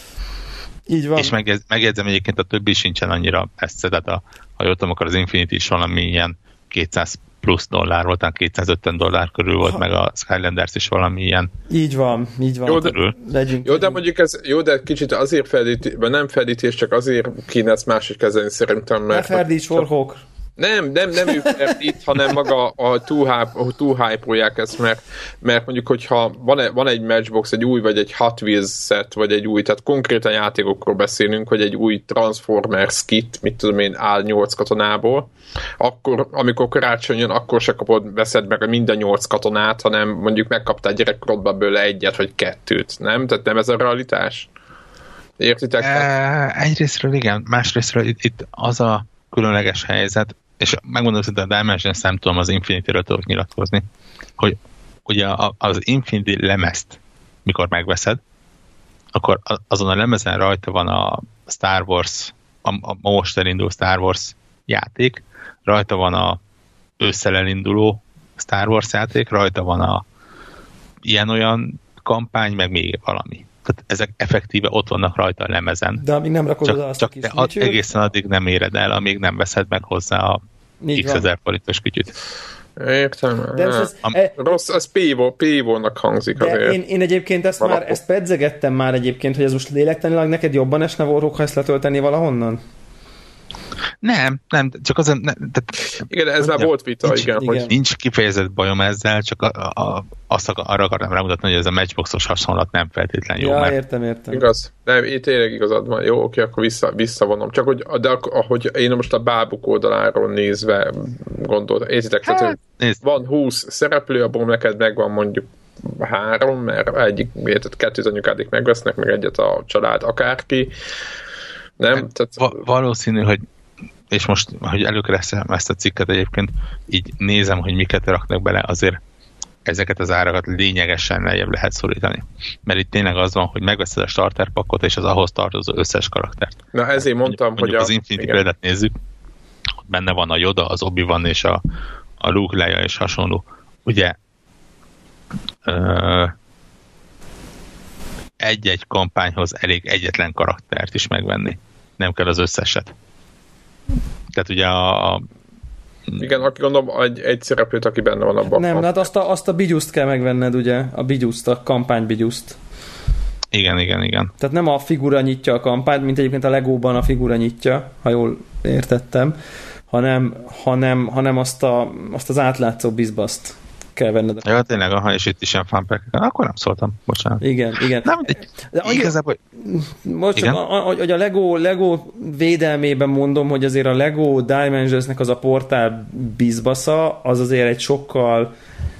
Így van. És megjegyz, megjegyzem egyébként a többi sincsen annyira messze, tehát a, ha jól tudom, akkor az Infinity is valami ilyen kétszáz plusz dollár volt, tehát kétszázötven dollár körül volt, ha. Meg a Skylanders is valami ilyen. Így van, így van. Jó, de, legyünk, jó, de mondjuk ez, jó, de kicsit azért ferdítés, nem ferdítés, csak azért kéne ezt máshogy kezelni szerintem, mert... Ne ferdíts, Warhawk! Nem, nem, nem ő itt, hanem maga a túl-hype-olják ezt, mert, mert mondjuk, hogyha van, van egy Matchbox, egy új, vagy egy Hot Wheels set, vagy egy új, tehát konkrétan játékokról beszélünk, hogy egy új Transformers kit, mit tudom én, áll nyolc katonából, akkor, amikor karácsony jön, akkor se kapod, veszed meg minden nyolc katonát, hanem mondjuk megkaptál gyerekkorodban belőle egyet, vagy kettőt, nem? Tehát nem ez a realitás? Értitek? E, egyrésztről igen, másrésztről itt, itt az a különleges helyzet, és megmondom, hogy a Dimensions nem tudom, az Infinity-ről tudok nyilatkozni, hogy ugye az Infinity lemezt, mikor megveszed, akkor azon a lemezen rajta van a Star Wars, a, a most elinduló Star Wars játék, rajta van a ősszel elinduló Star Wars játék, rajta van a ilyen-olyan kampány, meg még valami. Tehát ezek effektíve ott vannak rajta a lemezen. De amíg nem rakod csak, oda azt csak a kis te ad, egészen addig nem éred el, amíg nem veszed meg hozzá a x ezer forintos kütyüt. Értem. De ez, e, rossz, ez P-ból-nak hangzik azért. Én, én egyébként ezt valahol. már, ezt pedzegettem már egyébként, hogy ez most lélektanilag neked jobban esne Warhawk, ha ezt letölteni valahonnan? Nem, nem, csak az ne, tehát, igen, ez már volt vita, nincs, igen. igen. Hogy nincs kifejezett bajom ezzel, csak a, a, azt akar, arra akartam rámutatni, hogy ez a Matchboxos hasonlat nem feltétlenül jó. Ja, mert... értem, értem. Igaz. Nem, itt tényleg igazad van. Jó, oké, akkor vissza, visszavonom. Csak hogy, de ahogy én most a bábuk oldaláról nézve gondoltam, értitek, hát, tehát, hogy van húsz szereplő, abból neked megvan mondjuk három, mert egyik, érted, kettőt anyukádik megvesznek, meg egyet a család, akárki. Nem? Hát, tehát... va- valószínű, hogy és most, hogy előkeresztem ezt a cikket egyébként, így nézem, hogy miket raknak bele, azért ezeket az árakat lényegesen lejjebb lehet szorítani. Mert itt tényleg az van, hogy megveszed a starter pakkot, és az ahhoz tartozó összes karaktert. Na ezért mondtam, mondjuk, hogy a... az Infinity példát nézzük, benne van a Yoda, az Obi-Wan és a, a Luke, Leia és hasonló. Ugye ö, egy-egy kampányhoz elég egyetlen karaktert is megvenni. Nem kell az összeset. Tehát ugye a... a igen, aki gondolom egy, egy szereplőt, aki benne van abban. Nem, hát azt a, azt a bigyuszt kell megvenned, ugye? A bigyuszt, a kampány bigyuszt. Igen, igen, igen. Tehát nem a figura nyitja a kampányt, mint egyébként a Legóban a figura nyitja, ha jól értettem, hanem, hanem, hanem azt, a, azt az átlátszó bizbaszt kell venned. Ja, tényleg, aha, és itt is ilyen fanpack-eken. Akkor nem szóltam, bocsánat. Igen, igen. Nem, de, de igazából... Most csak, a, a, hogy a Lego, Lego védelmében mondom, hogy azért a Lego Dimensions-nek az a portál bizbasza, az azért egy sokkal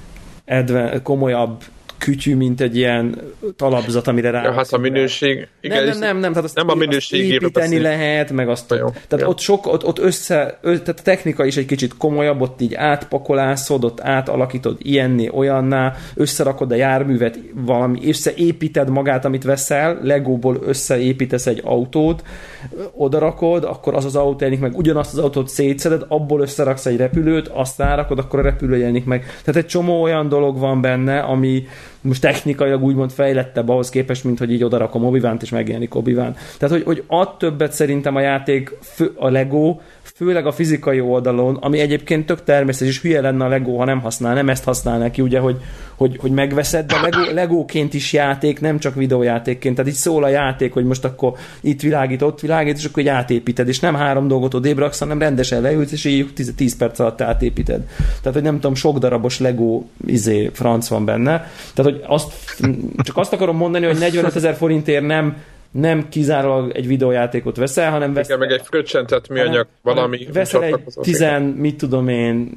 edve, komolyabb kütyű, mint egy ilyen talapzat, amire rá... Ja, hát a minőség... Igen, nem, nem, nem, nem, tehát azt, nem a minőségéről építeni beszél. lehet, meg azt... Jó, tehát jó. ott, sok, ott, ott össze... Ö, tehát a technika is egy kicsit komolyabb, ott így átpakolászod, ott átalakítod ilyenné, olyanná, összerakod a járművet, valami, összeépíted magát, amit veszel, Legóból összeépítesz egy autót, odarakod, akkor az az autó jelenik meg, ugyanazt az autót szétszeded, abból összeraksz egy repülőt, azt rárakod, akkor a repülő jelenik meg. Tehát egy csomó olyan dolog van benne, ami most technikailag úgymond fejlettebb ahhoz képest, mint hogy így odarakom Obi-Wan-t és megjelenik Obi-Wan. Tehát, hogy, hogy ad többet szerintem a játék, fő, a Lego, főleg a fizikai oldalon, ami egyébként tök természetes, és hülye lenne a Lego, ha nem használ, nem ezt használ ki, ugye, hogy, hogy, hogy megveszed, de Lego, Legóként is játék, nem csak videójátékként. Tehát így szól a játék, hogy most akkor itt világít, ott világít, és akkor így átépíted, és nem három dolgot odébb raksz, hanem rendesen leülsz, és így tíz perc alatt átépíted. Tehát, hogy nem tudom, sok darabos Lego izé, franc van benne. Tehát, hogy azt, csak azt akarom mondani, hogy negyvenötezer forintért nem nem kizárólag egy videójátékot veszel, hanem veszel... Igen, meg egy fröccsentett műanyag valami... Veszel egy tizen, mit tudom én,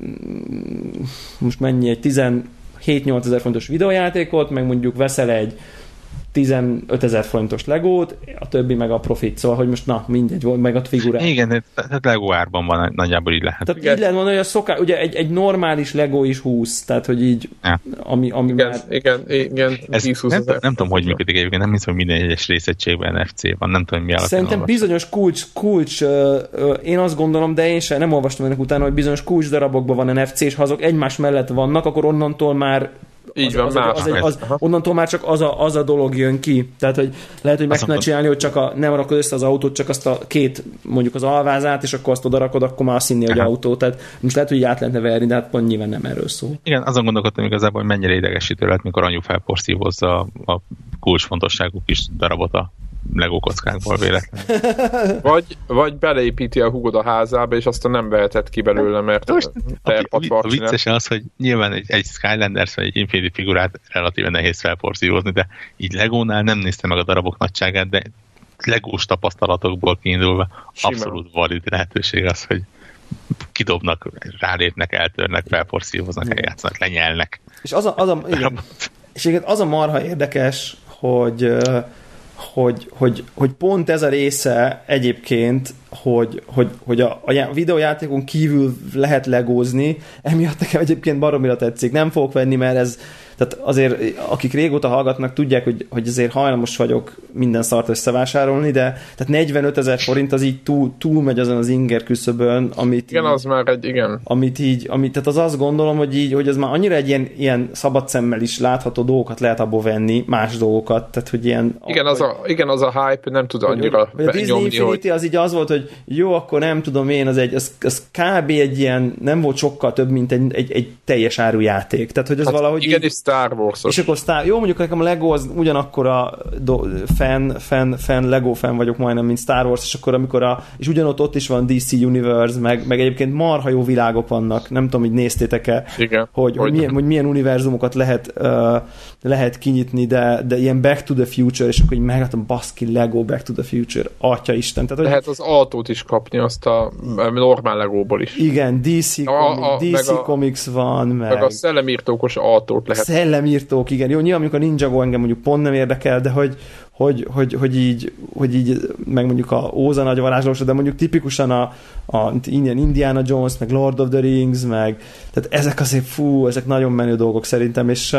most mennyi, egy tizenhét-nyolcezer forintos videójátékot, meg mondjuk veszel egy tizenötezer forintos Legót, a többi meg a profit, szóval, hogy most na, mindegy, volt meg a figurák. Igen, tehát Lego árban van, nagyjából így lehet. Tehát igen. Így lehet mondani, hogy a szoká, ugye egy, egy normális Lego is húsz, tehát, hogy így, ja. ami, ami igen, már... Igen, igen, ez nem, nem tudom, hogy működik egyébként, nem hiszem, hogy minden egyes részegységben en ef cé van, nem tudom, mi alapján Szerintem olvastam. Bizonyos kulcs, kulcs, én azt gondolom, de én sem nem olvastam ennek utána, hogy bizonyos kulcs darabokban van en ef cé, és ha azok egymás mellett vannak, akkor onnantól már így az, van, az, más. Az, az, az, onnantól már csak az a, az a dolog jön ki. Tehát, hogy lehet, hogy meg tudnád csinálni, hogy csak a, nem rakod össze az autót, csak azt a két, mondjuk az alvázát, és akkor azt odarakod, akkor már azt hinni, hogy autó. Tehát most lehet, hogy így át lehetne verni, de hát pont nyilván nem erről szól. Igen, azon gondolkodtam igazából, hogy mennyire idegesítő lehet, mikor anyu felporszívozza a kulcsfontosságú kis darabot a Lego kockákból véletlenül. Vagy, vagy beleépíti a hugod a házába, és aztán nem vehetett ki belőle, mert most terpatvar a, a vicces az, hogy nyilván egy, egy Skylanders vagy egy Infinity figurát relatíven nehéz felporszívozni, de így Legónál nem nézte meg a darabok nagyságát, de Legós tapasztalatokból kiindulva Simán. Abszolút valid lehetőség az, hogy kidobnak, rálépnek, eltörnek, felporszívoznak, eljátszanak, lenyelnek. És az a, az a, igen. És igen, az a marha érdekes, hogy Hogy, hogy, hogy pont ez a része egyébként, hogy, hogy, hogy a, a videójátékon kívül lehet legózni, emiatt nekem egyébként baromira tetszik. Nem fogok venni, mert ez, tehát azért akik régóta hallgatnak, tudják, hogy, hogy azért hajlamos vagyok minden szart összevásárolni, de tehát negyvenötezer forint az így túl, túl megy azon az inger küszöbön, amit igen, így, az már egy, igen. Amit így, amit, tehát az azt gondolom, hogy így, hogy az már annyira egy ilyen, ilyen szabad szemmel is látható dolgokat lehet abból venni, más dolgokat, tehát hogy ilyen... Igen, az a, igen, az a hype nem tud annyira hogy, hogy a Disney Infinity hogy... az így az volt, hogy jó, akkor nem tudom én, az egy, az, az kb. Egy ilyen, nem volt sokkal több, mint egy, egy, egy teljes áru játék. Tehát, hogy az hát valahogy igen, így, és Star Wars-os. És akkor Star, jó, mondjuk nekem a Lego az ugyanakkor a do, fan, fan, fan, Lego fan vagyok majdnem, mint Star Wars, és akkor amikor a, és ugyanott ott is van dé cé Universe, meg, meg egyébként marha jó világok vannak, nem tudom, hogy néztétek-e, igen, hogy, hogy, milyen, hogy milyen univerzumokat lehet, uh, lehet kinyitni, de, de ilyen Back to the Future, és akkor így megadtam, baszki, Lego Back to the Future, atya Isten. Tehát, lehet az autót is kapni, azt a normál Legóból is. Igen, dé cé, a, a, dé cé a, Comics van, meg, meg a szellemírtókos autót lehet. Szellemírtók, igen. Jó, nyilván amikor a Ninjago engem mondjuk pont nem érdekel, de hogy, hogy, hogy, hogy, így, hogy így, meg mondjuk a Óza nagy varázslósa, de mondjuk tipikusan a, a Indiana Jones, meg Lord of the Rings, meg tehát ezek azért, fú, ezek nagyon menő dolgok szerintem, és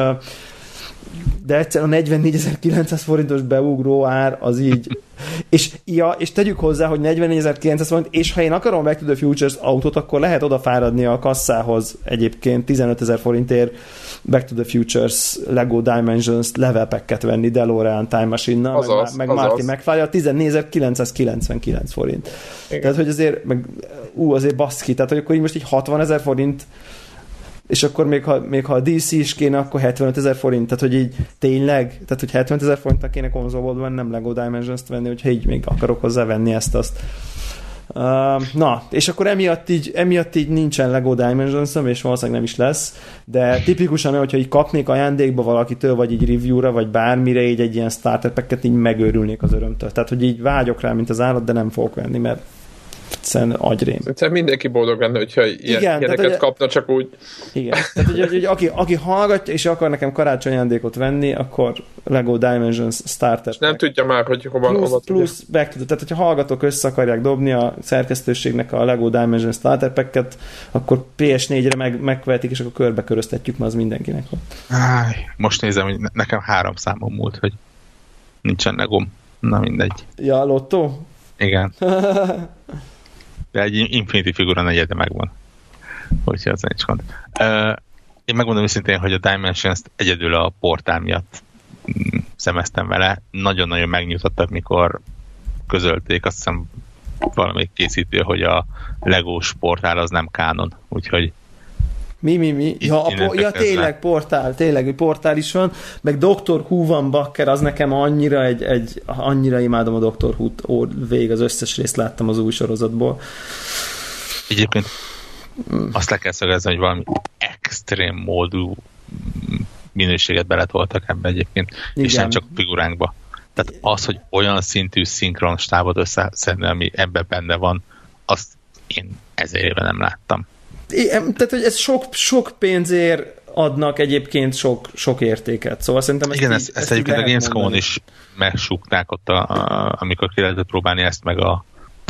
de egyszerűen a negyvennégyezer-kilencszáz forintos beugró ár az így és, ja, és tegyük hozzá, hogy negyvennégyezer-kilencszáz forint, és ha én akarom a Back to the Futures autót, akkor lehet odafáradni a kasszához egyébként tizenötezer forintért Back to the Futures Lego Dimensions level packet venni DeLorean Time Machine-nal, azaz, meg, meg Marty McFly-a tizennégy-kilencszázkilencvenkilenc forint. Igen. Tehát, hogy azért meg, ú, azért baszki, tehát, hogy akkor így most így hatvanezer forint és akkor még ha, még ha a dé cé is kéne, akkor hetvenötezer forint, tehát hogy így tényleg, tehát hogy hetvenezer forintnak kéne konzolból venni, nem Lego Dimensions-t venni, hogyha így még akarok hozzá venni ezt, azt. Uh, na, és akkor emiatt így, emiatt így nincsen Lego Dimensions-om, és valószínűleg nem is lesz, de tipikusan olyan, hogyha így kapnék ajándékba valakitől, vagy így review-ra, vagy bármire, így egy ilyen starter packet, így megőrülnék az örömtől. Tehát, hogy így vágyok rá, mint az állat, de nem fogok venni, mert egyszerűen agyrém. Szerintem mindenki boldog lenne, hogyha ilyen, igen, ilyeneket tehát, kapna, csak úgy. Igen. Tehát, hogy, hogy aki, aki hallgatja, és akar nekem karácsony ajándékot venni, akkor Lego Dimensions Starter. Nem tudja már, hogy hova, plusz, hova plusz back to the, tehát, hogyha hallgatók össze akarják dobni a szerkesztőségnek a Lego Dimensions Starter Packet, akkor pé es négyre meg, megvehetik, és akkor körbe köröztetjük, ma az mindenkinek. Áj, most nézem, hogy nekem három számom múlt, hogy nincsen Legom. Na mindegy. Ja, lottó? Igen. De egy Infinity figura negyede megvan. Úgyhogy az nincs gond. Uh, én megmondom őszintén, hogy a Dimensions-t egyedül a portál miatt szemeztem vele. Nagyon-nagyon megnyugtattak, mikor közölték, azt hiszem valamelyik készítő, hogy a Legós portál az nem kánon. Úgyhogy Mi, mi, mi? Ja, a po- ja tényleg portál, tényleg portál is van, meg doktor Who van, Bakker, az nekem annyira egy, egy annyira imádom a doktor Who-t, végig az összes részt láttam az új sorozatból. Egyébként mm. azt le kell szögezni, hogy valami extrém módú minőséget beletoltak ebbe egyébként, igen. És nem csak figuránkba. Tehát az, hogy olyan szintű szinkron stábot összeszedni, ami ebben benne van, azt én ezer éve nem láttam. Tehát, hogy ez sok, sok pénzért adnak egyébként sok, sok értéket. Szóval szerintem ezt igen, így, ezt, ezt, ezt egyébként a Gamescom-on is megsúgták ott, a, a, amikor ki lehetett próbálni ezt, meg a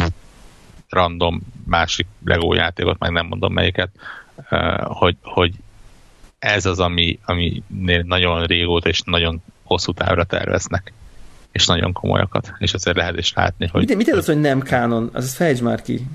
random másik Lego játékot, meg nem mondom melyiket, hogy, hogy ez az, ami, aminél nagyon régóta és nagyon hosszú távra terveznek. És nagyon komolyakat. És azért lehet is látni, hogy... Mit, mit az, hogy nem kánon? Az fejtsd már ki.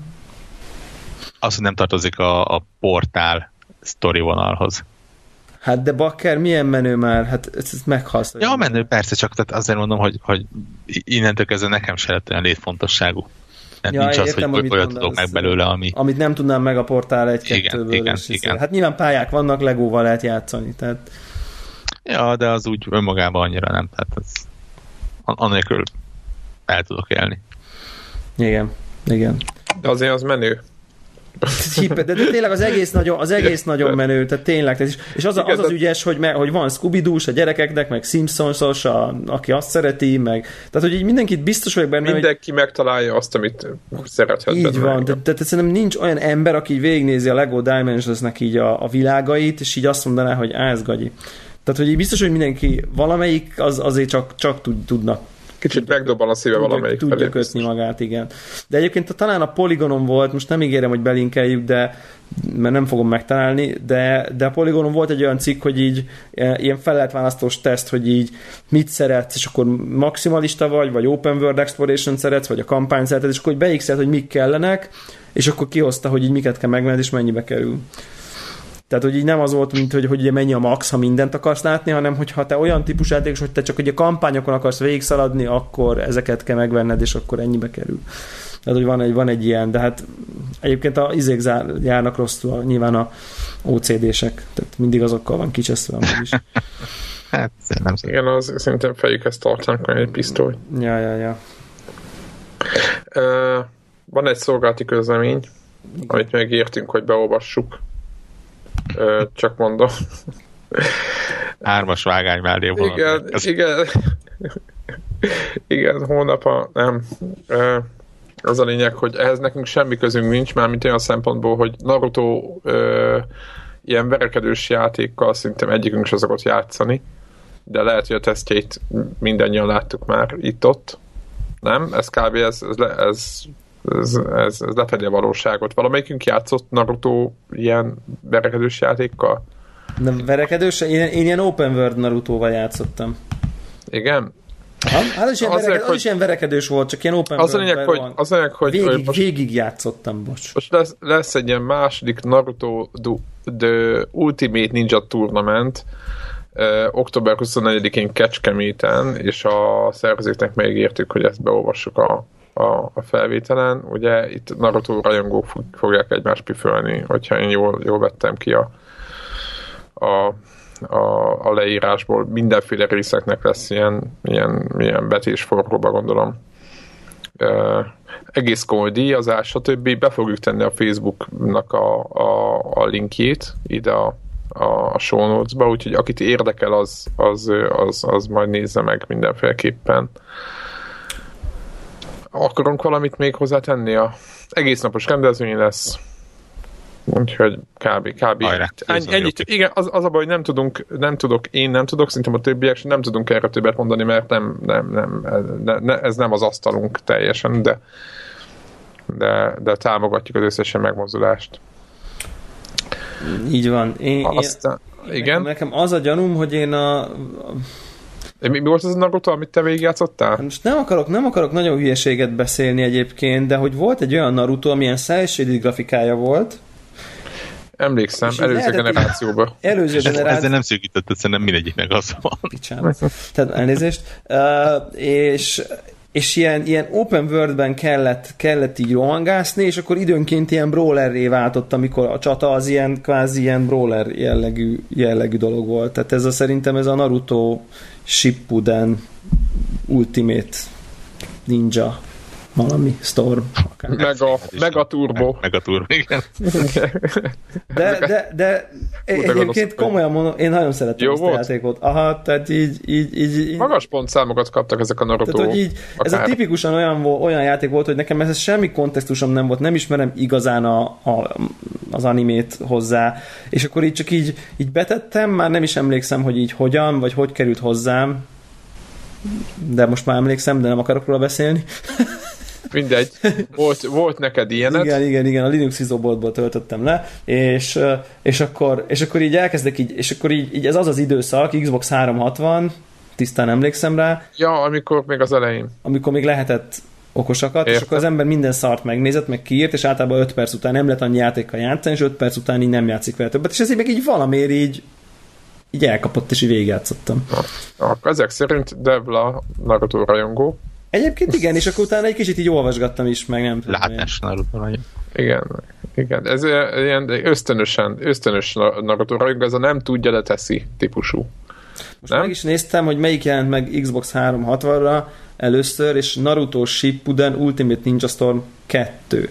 Az, hogy nem tartozik a, a portál sztori vonalhoz. Hát de Bakker, milyen menő már? Hát ezt, ezt meghalsz. Ja, menő, persze, csak tehát azért mondom, hogy, hogy innentől kezdve nekem se lett olyan létfontosságú. Ja, nincs értem, az, hogy olyat tudok meg belőle, ami... Amit nem tudnám meg a portál egy-kettőből. Igen, igen, igen. Hát nyilván pályák vannak, Legóval lehet játszani, tehát... Ja, de az úgy önmagában annyira nem, tehát ez... Annélkül el tudok élni. Igen, igen. De azért az menő. De, de tényleg az egész nagyon, az egész nagyon menő, tehát tényleg. És, és az, az az ügyes, hogy, me, hogy van Scooby-Doo-s a gyerekeknek, meg Simpsons-os, a, aki azt szereti, meg... Tehát, hogy így mindenkit biztos vagyok benne, mindenki hogy... megtalálja azt, amit szerethet így benne. Így van, tehát, tehát szerintem nincs olyan ember, aki végignézi a Lego Dimensions-nek így a, a világait, és így azt mondaná, hogy á, ez gagyi. Tehát, hogy így biztos, hogy mindenki valamelyik az, azért csak, csak tud, tudnak. Kicsit megdobban a szíve tudja, valamelyik tudja felé. Tudja kötni magát, igen. De egyébként talán a Polygonon volt, most nem ígérem, hogy belinkeljük, de mert nem fogom megtalálni, de, de a Polygonon volt egy olyan cikk, hogy így ilyen felleletválasztós teszt, hogy így mit szeretsz, és akkor maximalista vagy, vagy open world exploration szeretsz, vagy a kampányt szereted, és akkor beixelt, hogy mik kellenek, és akkor kihozta, hogy így miket kell megvenned, és mennyibe kerül. Tehát, hogy így nem az volt, mint hogy, hogy ugye mennyi a max, ha mindent akarsz látni, hanem hogy ha te olyan típus játékos, hogy te csak ugye kampányokon akarsz végigszaladni, akkor ezeket kell megvenned, és akkor ennyibe kerül. Tehát, hogy van egy, van egy ilyen, de hát egyébként a izék járnak rosszul, nyilván a o cé dések, tehát mindig azokkal van kicseszve amúgy is. Hát, nem igen, az szerintem fejükhez tartanak egy pisztoly. Ja, ja, ja. Uh, van egy szolgálati közlemény, igen, amit megértünk, hogy beolvassuk. Uh, csak mondom. Hármas vágány mellé volna. Igen, ez... igen. Igen, hónap a... Nem. Uh, az a lényeg, hogy ehhez nekünk semmi közünk nincs, mármint olyan szempontból, hogy Naruto uh, ilyen verekedős játékkal szerintem egyikünk se szokott játszani, de lehet, hogy a tesztjeit mindannyian láttuk már itt-ott. Nem? Ez kb. ez, ez, ez Ez, ez, ez lefedi a valóságot. Valamelyikünk játszott Naruto ilyen verekedős játékkal? Nem verekedős? Én, én ilyen open world Narutóval játszottam. Igen? Ha? Hát az is, ilyen vereke, hogy, az is ilyen verekedős volt, csak ilyen open az world. Lényeg, hogy, az lényeg, hogy végig, most, végig játszottam, bocs. Most lesz, lesz egy ilyen második Naruto The Ultimate Ninja Tournament uh, október huszonnegyedikén Kecskeméten, és a szervezőknek megígértük, hogy ezt beolvassuk a A, a felvételen. Ugye itt Naruto rajongók fogják egymást püfölni, hogyha én jól, jól vettem ki a, a, a, a leírásból. Mindenféle részeknek lesz ilyen, ilyen, ilyen betésforgóba, gondolom. egész komoly díjazás, stb. Be fogjuk tenni a Facebooknak a, a, a linkjét ide a, a show notes-ba, úgyhogy akit érdekel, az, az, az, az majd nézze meg mindenféleképpen. Akarunk valamit még hozzátenni? A egész napos rendezvény lesz. Úgyhogy kb. kb. Ennyi, ennyit, igen, az, az a baj, hogy nem tudunk, nem tudok, én nem tudok, szerintem a többiek sem nem tudunk erre többet mondani, mert nem, nem, nem, ne, ne, ez nem az asztalunk teljesen, de, de, de támogatjuk az összesen megmozdulást. Így van. Én, Aztán, én, igen? Nekem, nekem az a gyanúm, hogy én a... Mi, mi volt az a Naruto, amit te végigjátszottál? Most nem akarok, nem akarok nagyon hülyeséget beszélni egyébként, de hogy volt egy olyan Naruto, amilyen cel-shaded grafikája volt. Emlékszem, előző generációban. Előző generáció. Ezzel nem szűkített, szerintem mindegyiknek az van. Picsán. Tehát elnézést. Uh, és, és ilyen, ilyen open worldben kellett, kellett így rohangászni, és akkor időnként ilyen brawlerré váltott, amikor a csata az ilyen kvázi ilyen brawler jellegű, jellegű dolog volt. Tehát ez a, szerintem ez a Naruto Shippuden Ultimate Ninja valami, Storm. Akár. Mega, mega turbo. Mega turbo, igen. De, de, de egyébként komolyan mondom, én nagyon szeretem jó ezt volt? a játékot. Aha, tehát így... így, így, így magas pontszámokat kaptak ezek a Naruto. Tehát, hogy így, ez a tipikusan olyan, olyan játék volt, hogy nekem ez semmi kontextusom nem volt, nem ismerem igazán a, a, az animét hozzá, és akkor így csak így, így betettem, már nem is emlékszem, hogy így hogyan, vagy hogy került hozzám, de most már emlékszem, de nem akarok róla beszélni. Mindegy. Volt, volt neked ilyened. Igen, igen, igen, a Linux izoboltból töltöttem le, és, és, akkor, és akkor így elkezdek így, és akkor így, így ez az az időszak, Xbox háromszázhatvan, tisztán emlékszem rá. Ja, amikor még az elején. Amikor még lehetett okosakat, Értem. És akkor az ember minden szart megnézett, meg kiírt, és általában öt perc után nem lehet annyi játékkal játszani, és öt perc után így nem játszik vele többet, és ezért meg így valamiért így így elkapott, és így végigjátszottam. Na, ezek szerint Devla Naruto rajongó. Egyébként igen, és akkor utána egy kicsit így olvasgattam is, meg nem tudom. Látás Naruto rajongó. Igen, igen. Ez ilyen ösztönösen, ösztönös Naruto rajongó, ez a nem tudja, de teszi típusú. Most nem? Meg is néztem, hogy melyik jelent meg Xbox háromszázhatvanra először, és Naruto Shippuden Ultimate Ninja Storm kettő.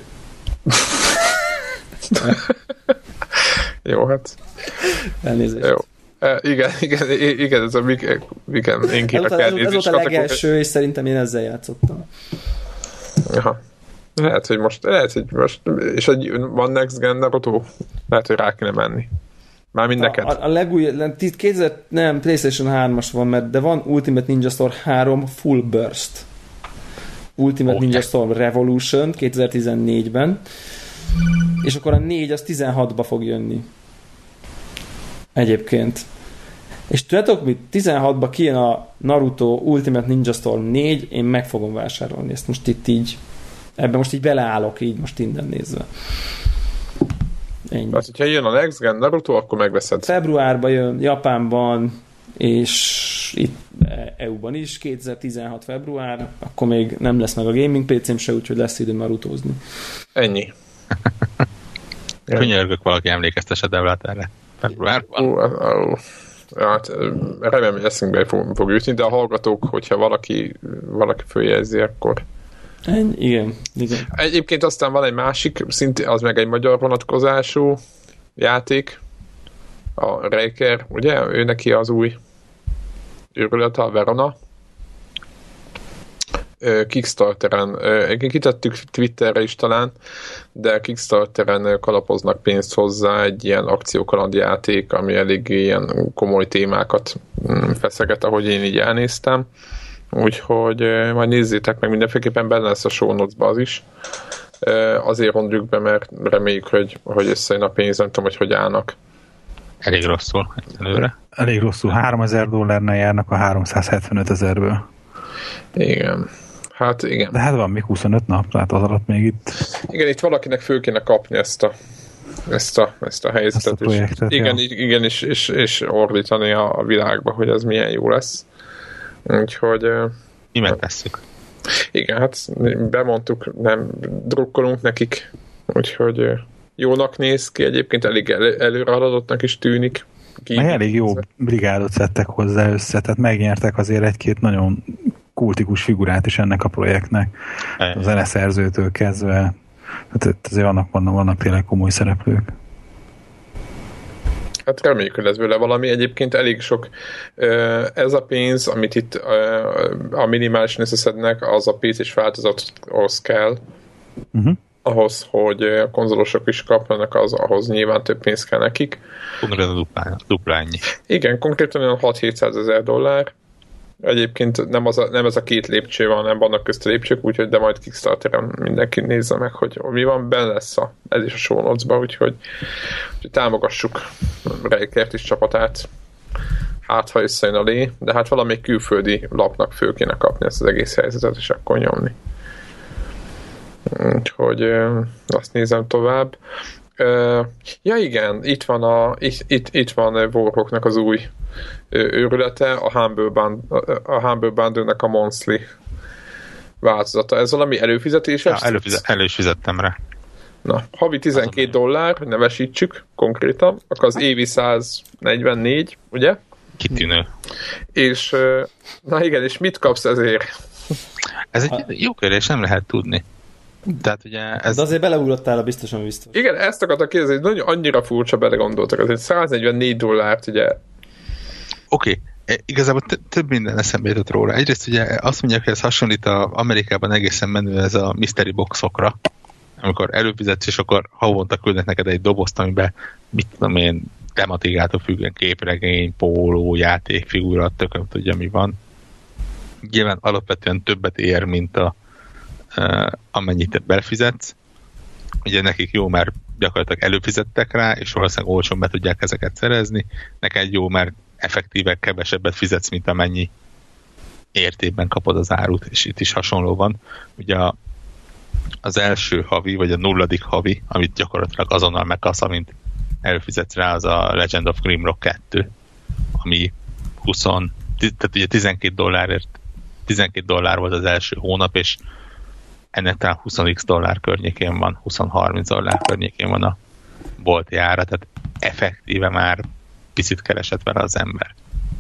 Jó, hát. Elnézést. Jó. E, igen, igen, igen, ez a igen, én kérek elnézést. Ez volt a legelső, és szerintem én ezzel játszottam. Aha. Lehet, hogy most, lehet, hogy most, és egy, van Next Gen Naruto? Lehet, hogy rá kéne menni. Mármint neked. A, a legújabb, kétezer, nem, PlayStation hármas van, mert de van Ultimate Ninja Storm három Full Burst. Ultimate oh, Ninja Storm Revolution kétezer-tizennégyben, és akkor a négy az tizenhatba fog jönni. Egyébként. És tudjátok mit? tizenhatba kijön a Naruto Ultimate Ninja Storm négy, én meg fogom vásárolni ezt most itt így. Ebben most így beleállok, így most innen nézve. Ennyi. Hát, hogyha jön a Next Gen Naruto, akkor megveszed. Februárban jön Japánban, és itt é u-ban is, kétezer-tizenhat február, akkor még nem lesz meg a gaming pé cém se, úgyhogy lesz időm Narutózni. Ennyi. Könyörgök, valaki emlékeztesse Devlát erre. Februárban. Uh, uh, uh, hát remélem, hogy eszünkbe fog, fog ütni, de a hallgatók, hogyha valaki, valaki följegyzi, akkor Ennyi, igen, igen. Egyébként aztán van egy másik, szintén az meg egy magyar vonatkozású játék, a Reiker, ugye? Ő neki az új őrület, a Verona. Kickstarteren, kitettük Twitterre is talán, de Kickstarteren kalapoznak pénzt hozzá egy ilyen akciókaland játék, ami elég ilyen komoly témákat feszeget, ahogy én így elnéztem. Úgyhogy majd nézzétek meg, mindenféleképpen benne lesz a show notes-ba az is. Azért mondjuk be, mert reméljük, hogy, hogy összejön a pénz, nem tudom, hogy hogy állnak. Elég rosszul előre. Elég rosszul. háromezer dollárnál járnak a háromszázhetvenöt ezerből. Igen. Hát igen. De hát van még huszonöt nap, tehát az alatt még itt... Igen, itt valakinek föl kéne kapni ezt a ezt a, ezt a helyzetet. Ezt a projektet, igen, ja. igen és, és, és ordítani a világba, hogy ez milyen jó lesz. Úgyhogy... Mi megtesszük. Igen, hát bemondtuk, nem drukkolunk nekik, úgyhogy jónak néz ki, egyébként elég el, előre haladottnak is tűnik. Meg elég jó brigádot szedtek hozzá össze, tehát megnyertek azért egy-két nagyon kultikus figurát is ennek a projektnek. A zeneszerzőtől kezdve. Hát azért vannak, vannak, vannak tényleg komoly szereplők. Hát reméljük, hogy lesz vele valami. Egyébként elég sok ez a pénz, amit itt a minimálisan összeszednek, az a pé cés változathoz kell. Uh-huh. Ahhoz, hogy a konzolosok is kapjanak, az, ahhoz nyilván több pénz kell nekik. Konkrétan dupla, dupla ennyi. Igen, konkrétan olyan hat-hétszázezer dollár. Egyébként nem, az a, nem ez a két lépcső van, nem vannak közt a lépcsők, úgyhogy de majd Kickstarteren mindenki nézze meg, hogy mi van, benne lesz a, ez is a show notes-ba, úgyhogy, úgyhogy támogassuk Rejkert is csapatát, hát ha összejön a lé, de hát valamelyik külföldi lapnak föl kéne kapni ezt az egész helyzetet, és akkor nyomni. Úgyhogy azt nézem tovább. Ja igen, itt van a itt, itt, itt van Warhawknak az új őrülete, a Humble Bundle, a Humble Bundle-nek a monthly változata. Ez valami előfizetéses? Ja, előfizet, előfizettem rá. Na, havi tizenkét dollár, hogy nevesítsük konkrétan, akkor az évi száznegyvennégy, ugye? Kitűnő. És na igen, és mit kapsz ezért? Ez egy jó kérdés, nem lehet tudni. Tehát ugye ez... De azért beleugrottál a biztosan biztos. Igen, ezt akartam kérdezni, hogy annyira furcsa belegondoltak. Azért száznegyvennégy dollárt, ugye. Oké, okay. Igazából t- több minden eszembe jutott róla. Egyrészt ugye azt mondják, hogy ez hasonlít a Amerikában egészen menő ez a mystery boxokra, amikor előfizetsz, és akkor havonta küldnek neked egy dobozt, amiben mit tudom én, tematikától függően képregény, póló, játékfigura, tököm tudja mi van. Nyilván alapvetően többet ér, mint a Uh, amennyit te belefizetsz. Ugye nekik jó, mert gyakorlatilag előfizettek rá, és valószínűleg olcsón be tudják ezeket szerezni. Neked jó, mert effektíve kevesebbet fizetsz, mint amennyi értékben kapod az árut, és itt is hasonló van. Ugye a, az első havi, vagy a nulladik havi, amit gyakorlatilag azonnal megkapsz, amint előfizetsz rá, az a Legend of Grimrock kettő, ami húsz, tehát ugye tizenkét dollárért tizenkét dollár volt az első hónap, és ennek talán húsz dollár környékén van, húsz-harminc dollár környékén van a bolti ára, tehát effektíve már picit keresett vele az ember.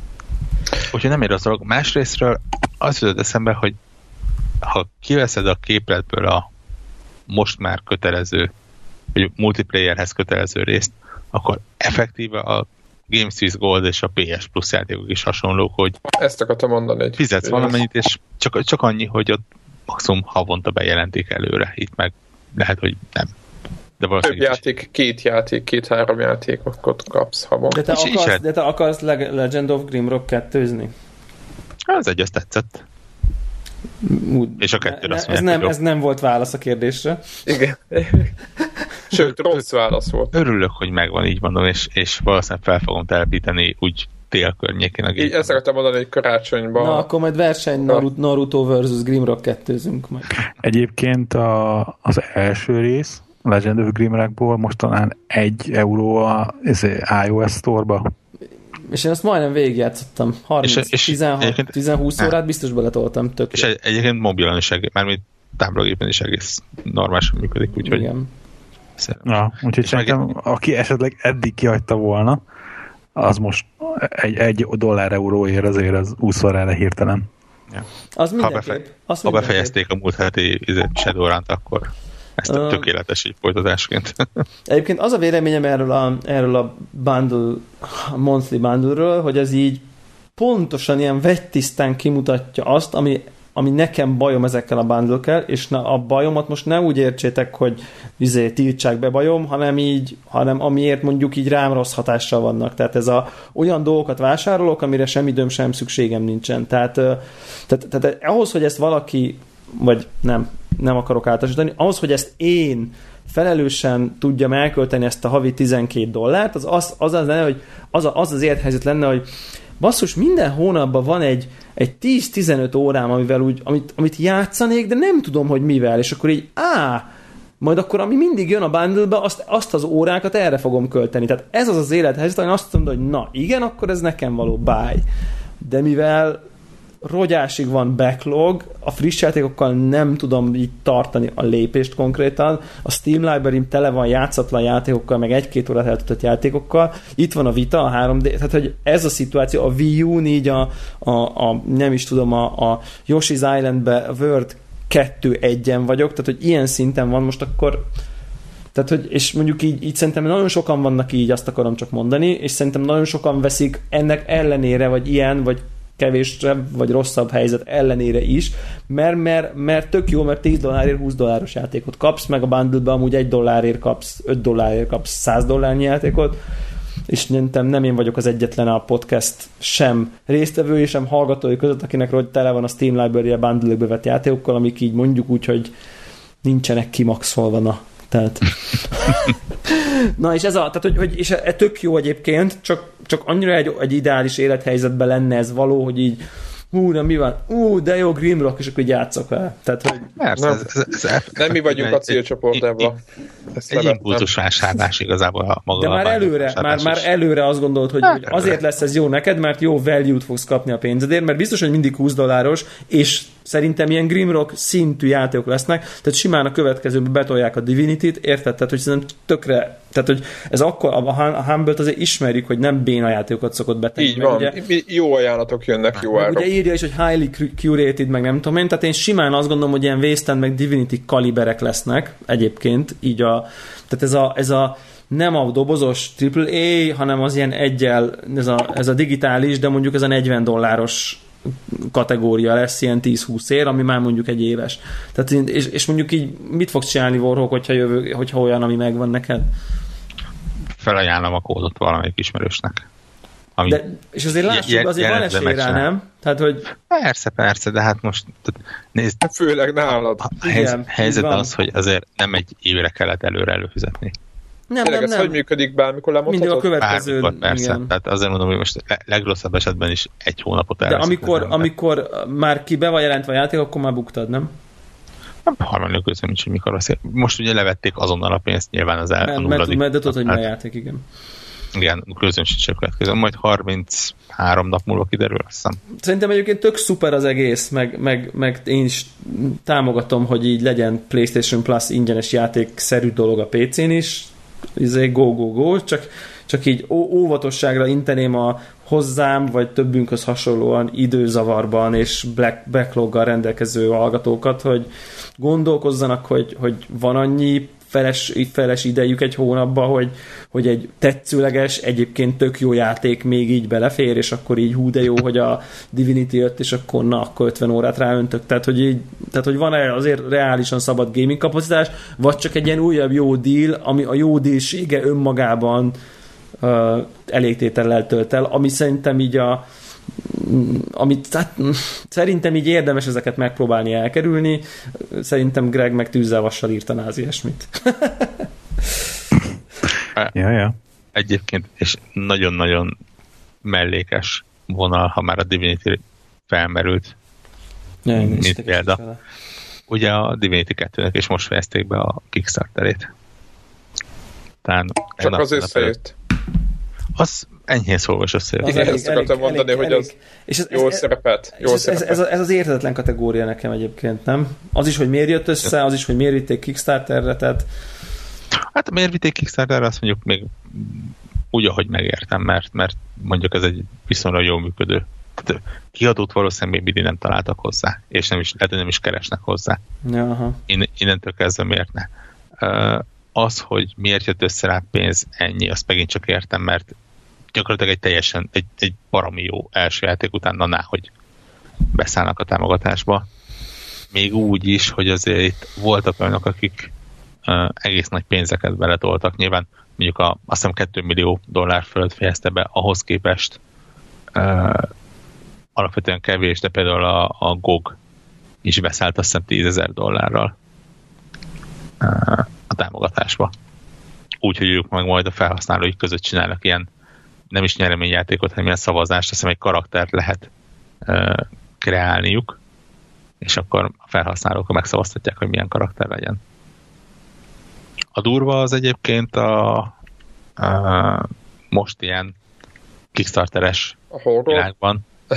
Úgyhogy nem ér az dolog. Másrésztről az jutott eszembe, hogy ha kiveszed a képletből a most már kötelező, vagy multiplayerhez kötelező részt, akkor effektíve a Games with Gold és a pé es Plus játékok is hasonlók, hogy ezt akartam mondani, hogy fizetsz valamennyit, és csak, csak annyi, hogy ott maximum havonta bejelentik előre. Itt meg lehet, hogy nem. De több játék, is. két játék, két-három játékot kapsz havon. De te, akarsz, de te akarsz Legend of Grimrock kettőzni? Az egy, azt tetszett. Úgy, és a kettő ne, azt ez, nem, ez nem volt válasz a kérdésre. Igen. Sőt, rossz válasz volt. Örülök, hogy megvan, így mondom, és, és valószínűleg fel fogom telepíteni úgy tél környékén a így ezt akartam mondani, hogy karácsonyban. Na, akkor majd verseny Naruto, Naruto versus Grimrock kettőzünk majd. Egyébként a, az első rész Legend of Grimrockból most talán egy euró a iOS Store-ba. És én azt majdnem végigjátszottam. harminc, tizenhat-húsz órát biztos beletoltam. Tök és egy, egyébként mobilon is egész, mármint táblagépen is egész normálisan működik, úgyhogy... Igen. Na, úgyhogy szerintem, meg... aki esetleg eddig kihagyta volna, az most egy, egy dollár euróért azért az úszva rá hirtelen. Ja. Az mindenképp. Ha, befe- ha befejezték a múlt heti Shadowrun-t, akkor ezt a tökéletes így folytatásként. Egyébként az a véleményem erről a, erről a bundle, a monthly bundle-ről, hogy ez így pontosan ilyen vegytisztán kimutatja azt, ami, ami nekem bajom ezekkel a bundle-kel, és na, a bajomat most ne úgy értsétek, hogy izé, tiltsák be bajom, hanem így, hanem amiért mondjuk így rám rossz hatással vannak. Tehát ez a olyan dolgokat vásárolok, amire sem időm, sem szükségem nincsen. Tehát, tehát, tehát ahhoz, hogy ezt valaki, vagy nem, nem akarok általánosítani, ahhoz, hogy ezt én felelősen tudjam elkölteni ezt a havi tizenkét dollárt, az az, az, az, lenne, hogy az, az az élethelyzet lenne, hogy basszus, minden hónapban van egy, egy tíz-tizenöt órám, amivel úgy, amit, amit játszanék, de nem tudom, hogy mivel, és akkor így, á, majd akkor, ami mindig jön a bundle-be, azt, azt az órákat erre fogom költeni. Tehát ez az az élethelyzet, hogy azt mondom, hogy na igen, akkor ez nekem való, bye. De mivel rogyásig van backlog, a friss játékokkal nem tudom így tartani a lépést konkrétan, a Steam Library tele van játszatlan játékokkal, meg egy-két órát eltöltött játékokkal, itt van a Vita, a három dé, tehát hogy ez a szituáció, a Wii U-n így a, a, a nem is tudom, a, a Yoshi's Island-be a World kettő egyen vagyok, tehát hogy ilyen szinten van most akkor. Tehát, hogy, és mondjuk így, így szerintem nagyon sokan vannak így, azt akarom csak mondani, és szerintem nagyon sokan veszik ennek ellenére, vagy ilyen, vagy kevésebb, vagy rosszabb helyzet ellenére is, mert, mert, mert tök jó, mert tíz dollárért húsz dolláros játékot kapsz, meg a bundle-ben amúgy egy dollárért kapsz, öt dollárért kapsz száz dollárnyi játékot, és nem, nem én vagyok az egyetlen a podcast sem résztvevői, sem hallgatói között, akinek hogy tele van a Steam Library-a bundle-ökbe vett játékokkal, amik így mondjuk úgy, hogy nincsenek kimaxolva, na. Tehát. Na, és ez a, tehát, hogy, hogy és e tök jó egyébként, csak, csak annyira egy, egy ideális élethelyzetben lenne ez való, hogy így hú, na mi van? Ú, de jó, Grimrock, és akkor így játszok vele. Tehát, hogy... Persze, nem, ez, ez, ez, nem mi vagyunk a célcsoport ebben. Egy impulzus vásárlás igazából a maga. De már előre, már, már előre azt gondolod, hogy, hogy azért lesz ez jó neked, mert jó value-t fogsz kapni a pénzedért, mert biztos, hogy mindig húsz dolláros, és szerintem ilyen Grimrock szintű játékok lesznek, tehát simán a következőben betolják a Divinity-t, érted? Tehát, hogy szerintem tökre, tehát, hogy ez akkor, a Humble-t azért ismerjük, hogy nem béna játékokat szokott betenni. Így van, ugye, jó ajánlatok jönnek, jó árak. Ugye írja is, hogy highly curated, meg nem tudom én, tehát én simán azt gondolom, hogy ilyen Wasteland, meg Divinity kaliberek lesznek egyébként, így a, tehát ez a, ez a nem a dobozos triple A, hanem az ilyen egyel, ez a, ez a digitális, de mondjuk ez a negyven dolláros kategória lesz, ilyen tíz-húsz ér, ami már mondjuk egy éves. Tehát, és, és mondjuk így mit fogsz csinálni, Warhawk, hogyha, jövő, hogyha olyan, ami megvan neked? Felajánlom a kódot valamelyik ismerősnek. Ami de, és azért lássuk, azért van esély rá, nem? Tehát, hogy... Persze, persze, de hát most nézd. Főleg nálad. A helyzet, helyzet az, hogy azért nem egy évre kellett előre előfizetni. Nem, Tényleg nem, ez nem. Hogy működik bármikor lemondhatod? Mindig a következő. Bármikor, persze. Igen. Tehát azért mondom, hogy most legrosszabb esetben is egy hónapot el. De amikor, amikor már ki be van jelentve a játék, akkor már buktad, nem? Nem harmadik közben nincs, hogy mikor beszél. Most ugye levették azonnal a pénzt, nyilván az el, a nulladik. Mert de tudod, hogy mi a játék, igen. Igen, közön sincs következő. Majd harminchárom nap múlva kiderül, azt hiszem. Szerintem egyébként tök szuper az egész, meg, meg, meg én is támogatom, hogy így legyen PlayStation Plus ingyenes játékszerű dolog a pé cén is. Ez go, go, go, csak, csak így óvatosságra inteném a hozzám, vagy többünkhöz hasonlóan időzavarban és black, backloggal rendelkező hallgatókat, hogy gondolkozzanak, hogy, hogy van annyi feles, feles idejük egy hónapban, hogy, hogy egy tetszőleges, egyébként tök jó játék még így belefér, és akkor így hú de jó, hogy a Divinity jött, és akkor na, akkor ötven órát ráöntök. Tehát, hogy így, tehát, hogy van-e azért reálisan szabad gaming kapacitás, vagy csak egy ilyen újabb jó deal, ami a jó dealsége önmagában uh, elégtétellel tölt el, ami szerintem így a amit hát, szerintem így érdemes ezeket megpróbálni elkerülni. Szerintem Greg meg tűzzel vassal írtaná az ilyesmit. ja, ja. Egyébként, és nagyon-nagyon mellékes vonal, ha már a Divinity felmerült, ja, mint példa. Ugye a Divinity kettőnek és most fejezték be a Kickstarterét. Talán csak az összejött. Az enyhén szólva is összejött. Igen, elég, ezt akartam elég, mondani, elég, hogy az és ez, jól ez, szerepelt. Jól ez, szerepelt. Ez, ez, ez az értetlen kategória nekem egyébként, nem? Az is, hogy miért jött össze, az is, hogy miért vitték Kickstarterre, tehát... Hát miért vitték Kickstarterre, azt mondjuk még úgy, ahogy megértem, mert, mert mondjuk ez egy viszonylag jól működő. Tehát kiadót valószínűleg még mindig nem találtak hozzá, és nem is, lehet, hogy nem is keresnek hozzá. Jaha. Innen, innentől kezdve miért ne? Uh, az, hogy miért jött össze rá pénz, ennyi, azt megint csak értem, mert gyakorlatilag egy teljesen, egy, egy baromi jó első játék után, na ná, hogy beszállnak a támogatásba. Még úgy is, hogy azért itt voltak olyanok, akik uh, egész nagy pénzeket beletoltak. Nyilván mondjuk a, azt hiszem kettő millió dollár fölött fejezte be, ahhoz képest uh, alapvetően kevés, de például a, a gé o gé is beszállt azt hiszem tízezer dollárral uh, a támogatásba. Úgyhogy ők meg majd a felhasználóik között csinálnak ilyen nem is nyereményjátékot, hanem ilyen szavazást, azt hiszem egy karaktert lehet uh, kreálniuk, és akkor a felhasználók megszavaztatják, hogy milyen karakter legyen. A durva az egyébként a, a most ilyen Kickstarteres világban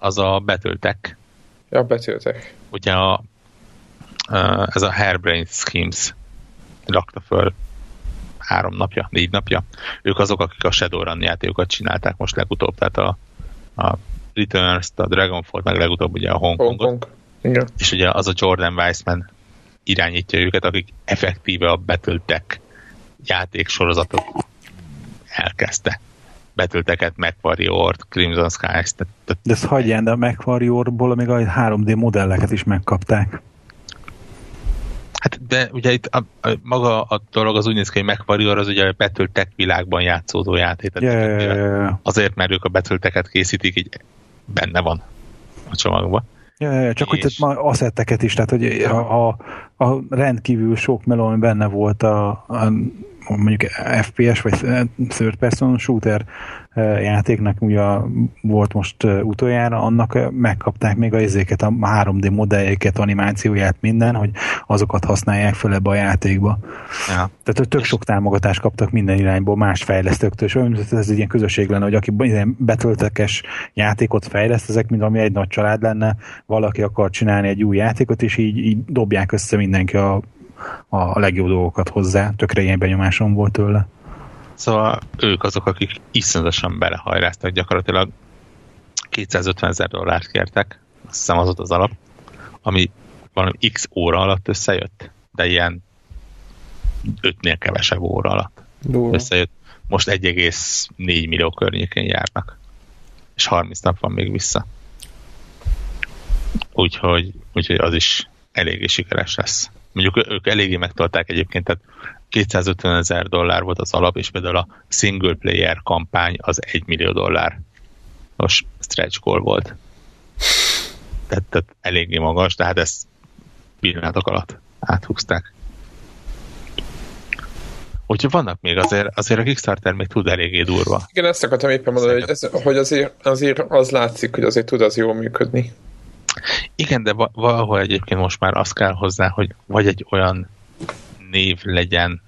az a Battletech. Ja, Battletech. Ugye a, ez a Harebrained Schemes rakta föl három napja, négy napja. Ők azok, akik a Shadowrun játékokat csinálták most legutóbb, tehát a, a Returns-t, a Dragonfall, meg legutóbb ugye a Hong Kongot. Hong Kong. Igen. És ugye az a Jordan Weissman irányítja őket, akik effektíve a Battletech játéksorozatot elkezdte. Battletech-et, MechWarrior-t, Crimson Skies. De ezt hagyján, de a MechWarrior-ból még a három dé modelleket is megkapták. Hát de ugye itt a, a, maga a dolog az úgy néz ki, hogy MechWarrior az ugye a Battletech világban játszódó játék. Yeah, yeah, yeah. Azért, mert ők a Battletech-et készítik, így benne van a csomagban. Ja, ja, csak és... hogy asszetteket is, tehát hogy a, a, a rendkívül sok meló, benne volt a, a mondjuk ef pé es vagy third person shooter játéknak ugye volt most utoljára, annak megkapták még a izéket, a három dé modelljéket, animációját, minden, hogy azokat használják föl ebbe a játékba. Ja. Tehát tök sok támogatást kaptak minden irányból, más fejlesztőktől, és olyan, ez egy ilyen közösség lenne, hogy aki ilyen betöltekes játékot fejleszt, ezek mind ami egy nagy család lenne, valaki akar csinálni egy új játékot, és így, így dobják össze mindenki a a legjobb dolgokat hozzá. Tökre ilyen benyomásom volt tőle. Szóval ők azok, akik iszonyatosan belehajráztak, gyakorlatilag kétszázötvenezer dollárt kértek, azt hiszem az ott az alap, ami valami x óra alatt összejött, de ilyen ötnél kevesebb óra alatt Dóra. összejött. Most egy egész négy millió környékén járnak. És harminc nap van még vissza. Úgyhogy, úgyhogy az is eléggé sikeres lesz. Mondjuk ők eléggé megtolták egyébként, tehát kétszázötvenezer dollár volt az alap, és például a single player kampány az egy millió dollár. Most stretch goal volt. Tehát, tehát eléggé magas, de hát ezt pillanatok alatt áthúzták. Úgyhogy vannak még azért, azért a Kickstarter még tud eléggé durva. Igen, ezt akartam éppen mondani, hogy, ez, hogy azért, azért az látszik, hogy azért tud az jól működni. Igen, de valahol egyébként most már azt kell hozzá, hogy vagy egy olyan név legyen,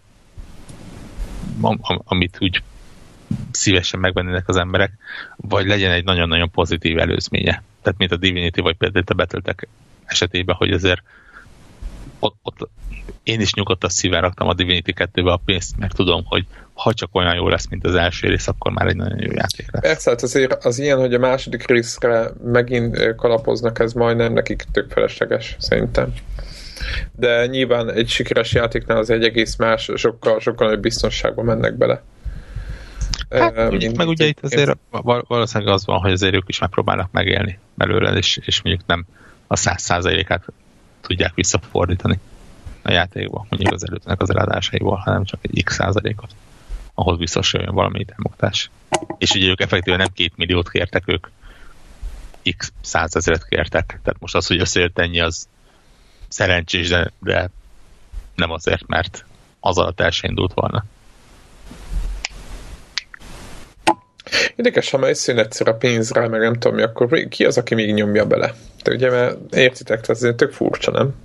amit úgy szívesen megvennének az emberek, vagy legyen egy nagyon-nagyon pozitív előzménye. Tehát mint a Divinity, vagy például a Battletech esetében, hogy azért ott, ott én is nyugodt a szívvel raktam a Divinity kettőbe a pénzt, meg tudom, hogy ha csak olyan jó lesz, mint az első rész, akkor már egy nagyon jó játék lesz. Persze, hát azért az ilyen, hogy a második részre megint kalapoznak, ez majdnem nekik tök felesleges, szerintem. De nyilván egy sikeres játéknál az egy egész más, sokkal, sokkal nagyobb biztonságban mennek bele. Hát, uh, ugye, meg ugye itt azért valószínűleg az van, hogy azért ők is megpróbálnak megélni belőle, és, és mondjuk nem a száz százalékát tudják visszafordítani a játékba, mondjuk az előttnek az eladásaiból, hanem csak egy x százalékot, ahhoz biztos jön valami támogatás. És ugye ők effektíven nem két milliót kértek, ők x százezret kértek. Tehát most az, hogy összejött ennyi, az szerencsés, de, de nem azért, mert az alatt el sem indult volna. Érdekes, ha már összejön egyszer a pénzre, meg nem tudom mi, akkor ki az, aki még nyomja bele? De ugye, mert értitek, tehát ez tök furcsa, nem?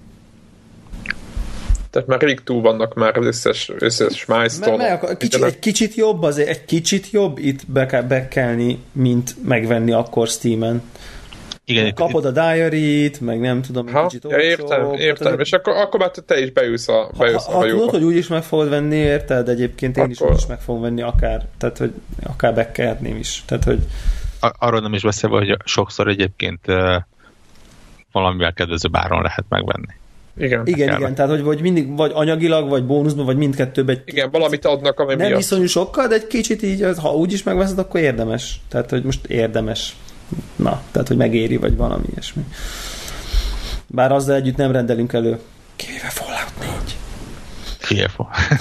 Tehát már rég túl vannak már az összes, összes milestone. Kicsi, egy kicsit jobb azért, egy kicsit jobb itt be, bekelni, mint megvenni akkor Steamen. Igen, kapod itt, a diary-t, meg nem tudom, ha, kicsit ja, értem, értem, tehát, és akkor, akkor már te is beülsz a, beülsz ha, a hajóba. Ha tudod, hogy úgyis meg fogod venni, érted? Egyébként én akkor... is úgyis meg fogom venni akár, tehát, hogy akár bekelhetném is. Tehát, hogy... Arról nem is beszélve, hogy sokszor egyébként uh, valamivel kedvező áron lehet megvenni. Igen, igen, igen, tehát hogy vagy mindig vagy anyagilag, vagy bónuszban, vagy mindkettőben. Egy igen, valamit adnak, ami nem miatt. Iszonyú sokkal, de egy kicsit így, ha úgy is megveszed, akkor érdemes. Tehát, hogy most érdemes. Na, tehát, hogy megéri, vagy valami ilyesmi. Bár azzal együtt nem rendelünk elő. Kivéve Fallout négy. Kivéve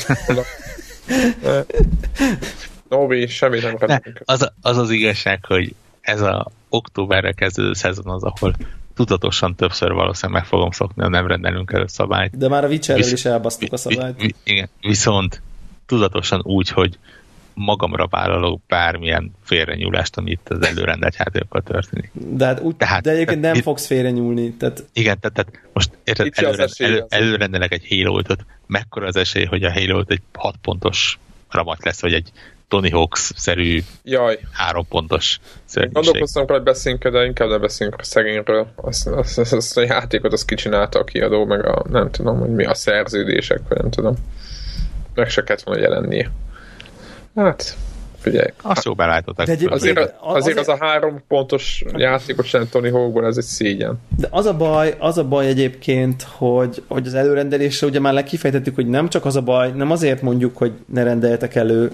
Novi, semmit nem rendelünk. Az, az az igazság, hogy ez a októberre kezdődő szezon az, ahol tudatosan többször valószínűleg meg fogom szokni, ha nem rendelünk elő szabályt. De már a Witcherrel Visz... is elbasztuk a szabályt. Vi... Igen, viszont tudatosan úgy, hogy magamra vállalok bármilyen félrenyúlást, ami itt az előrendelt játékokkal történik. De, hát úgy, tehát, de egyébként nem itt, fogsz félrenyúlni. Tehát... Igen, tehát, tehát most érted, előrend, elő, előrendelek egy Halo-t, mekkora az esély, hogy a Halo egy hat pontos ramat lesz, vagy egy Tony Hawk-szerű Jaj. három pontos szörnyűség. Gondolkoztam, hogy beszéljünk, de inkább ne beszéljünk a szegényről. Azt, azt, azt, azt a játékot azt kicsinálta a kiadó, meg a nem tudom, hogy mi a szerződések, vagy nem tudom. Meg se kellett volna jelennie. Hát, figyelj. Azt jó belátották. Azért, azért, azért az a három pontos játékot sem Tony Hawkból, ez egy szégyen. De az a baj, az a baj egyébként, hogy, hogy az előrendelésre ugye már kifejtettük, hogy nem csak az a baj, nem azért mondjuk, hogy ne rendeljetek elő,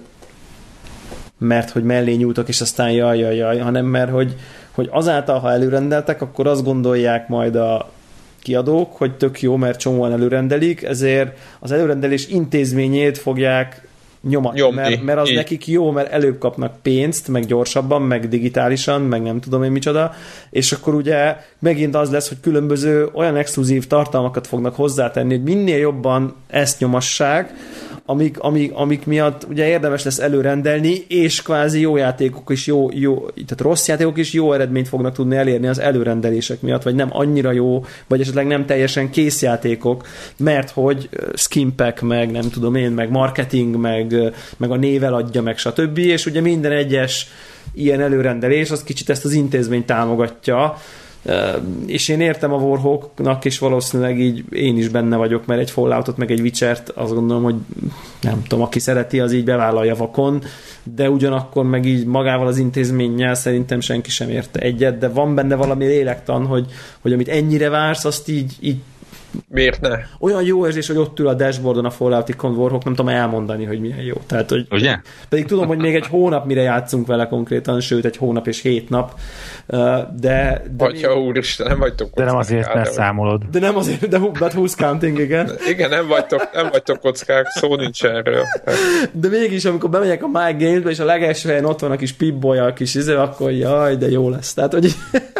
mert hogy mellé nyúltak, és aztán jaj, jaj, jaj, hanem mert hogy, hogy azáltal, ha előrendeltek, akkor azt gondolják majd a kiadók, hogy tök jó, mert csomóan előrendelik, ezért az előrendelés intézményét fogják nyomatni, Nyomni. mert, mert az Így. nekik jó, mert előbb kapnak pénzt, meg gyorsabban, meg digitálisan, meg nem tudom én micsoda, és akkor ugye megint az lesz, hogy különböző olyan exkluzív tartalmakat fognak hozzátenni, hogy minél jobban ezt nyomassák, amik, amik, amik miatt ugye érdemes lesz előrendelni, és kvázi jó játékok is jó, jó, tehát rossz játékok is jó eredményt fognak tudni elérni az előrendelések miatt, vagy nem annyira jó, vagy esetleg nem teljesen kész játékok, mert hogy skin pack, meg nem tudom én, meg marketing, meg, meg a nével adja, meg stb. És ugye minden egyes ilyen előrendelés, az kicsit ezt az intézményt támogatja, és én értem a Warhawknak, és valószínűleg így én is benne vagyok, mert egy Falloutot, meg egy Witchert azt gondolom, hogy nem tudom, aki szereti, az így bevállalja vakon, de ugyanakkor meg így magával az intézménnyel szerintem senki sem érte egyet, de van benne valami lélektan, hogy, hogy amit ennyire vársz, azt így, így miért ne? Olyan jó érzés, hogy ott ül a dashboardon a Fallout Icon Warhawk, nem tudom elmondani, hogy milyen jó. Tehát, hogy ugye? Pedig tudom, hogy még egy hónap mire játszunk vele konkrétan, sőt egy hónap és hét nap. De, de Atya még... úristen, nem vagytok kockák. De nem azért, mert számolod. De nem azért, de but who's counting, igen. Igen, nem vagytok, nem vagytok kockák, szó nincs erről. De mégis, amikor bemegyek a My Games-be, és a legelső helyen ott van a kis Pip-Boy, a kis izé, akkor jaj, de jó lesz. Tehát, hogy...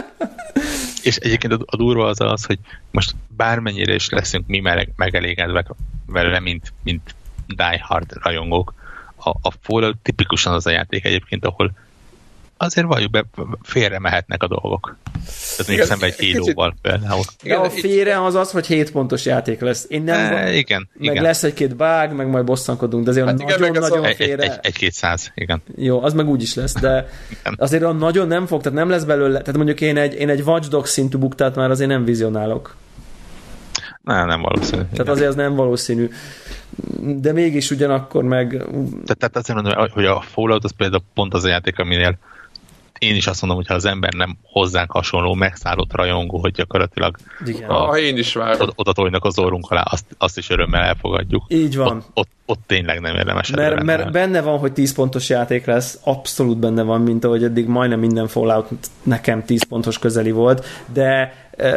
És egyébként a durva az az, hogy most bármennyire is leszünk mi megelégedve vele, mint, mint Die Hard rajongók, a, a Fallout tipikusan az a játék egyébként, ahol azért valljuk be, félre mehetnek a dolgok. Tehát még szemben egy Halo-val például. De a félre az az, hogy hét pontos játék lesz. Én nem e, van, igen, meg igen. lesz egy-két bug, meg majd bosszankodunk, de azért hát nagyon-nagyon egy, félre... Egy, egy-két száz, igen. Jó, az meg úgy is lesz, de igen. Azért olyan nagyon nem fog, tehát nem lesz belőle, tehát mondjuk én egy, én egy Watch Dogs szintű buktát már azért nem vizionálok. Nem, nem valószínű. Tehát igen. Azért az nem valószínű. De mégis ugyanakkor meg... Tehát, tehát azért mondom, hogy a Fallout az például pont az a játék, aminél én is azt mondom, hogy ha az ember nem hozzánk hasonló, megszállott rajongó, hogy gyakorlatilag a, ah, én is várom. Oda tolnak az orrunk alá, azt, azt is örömmel elfogadjuk. Így van. Ott, ott, ott tényleg nem érdemes. Mert, mert benne van, hogy tíz pontos játék lesz, abszolút benne van, mint ahogy eddig majdnem minden Fallout nekem tíz pontos közeli volt, de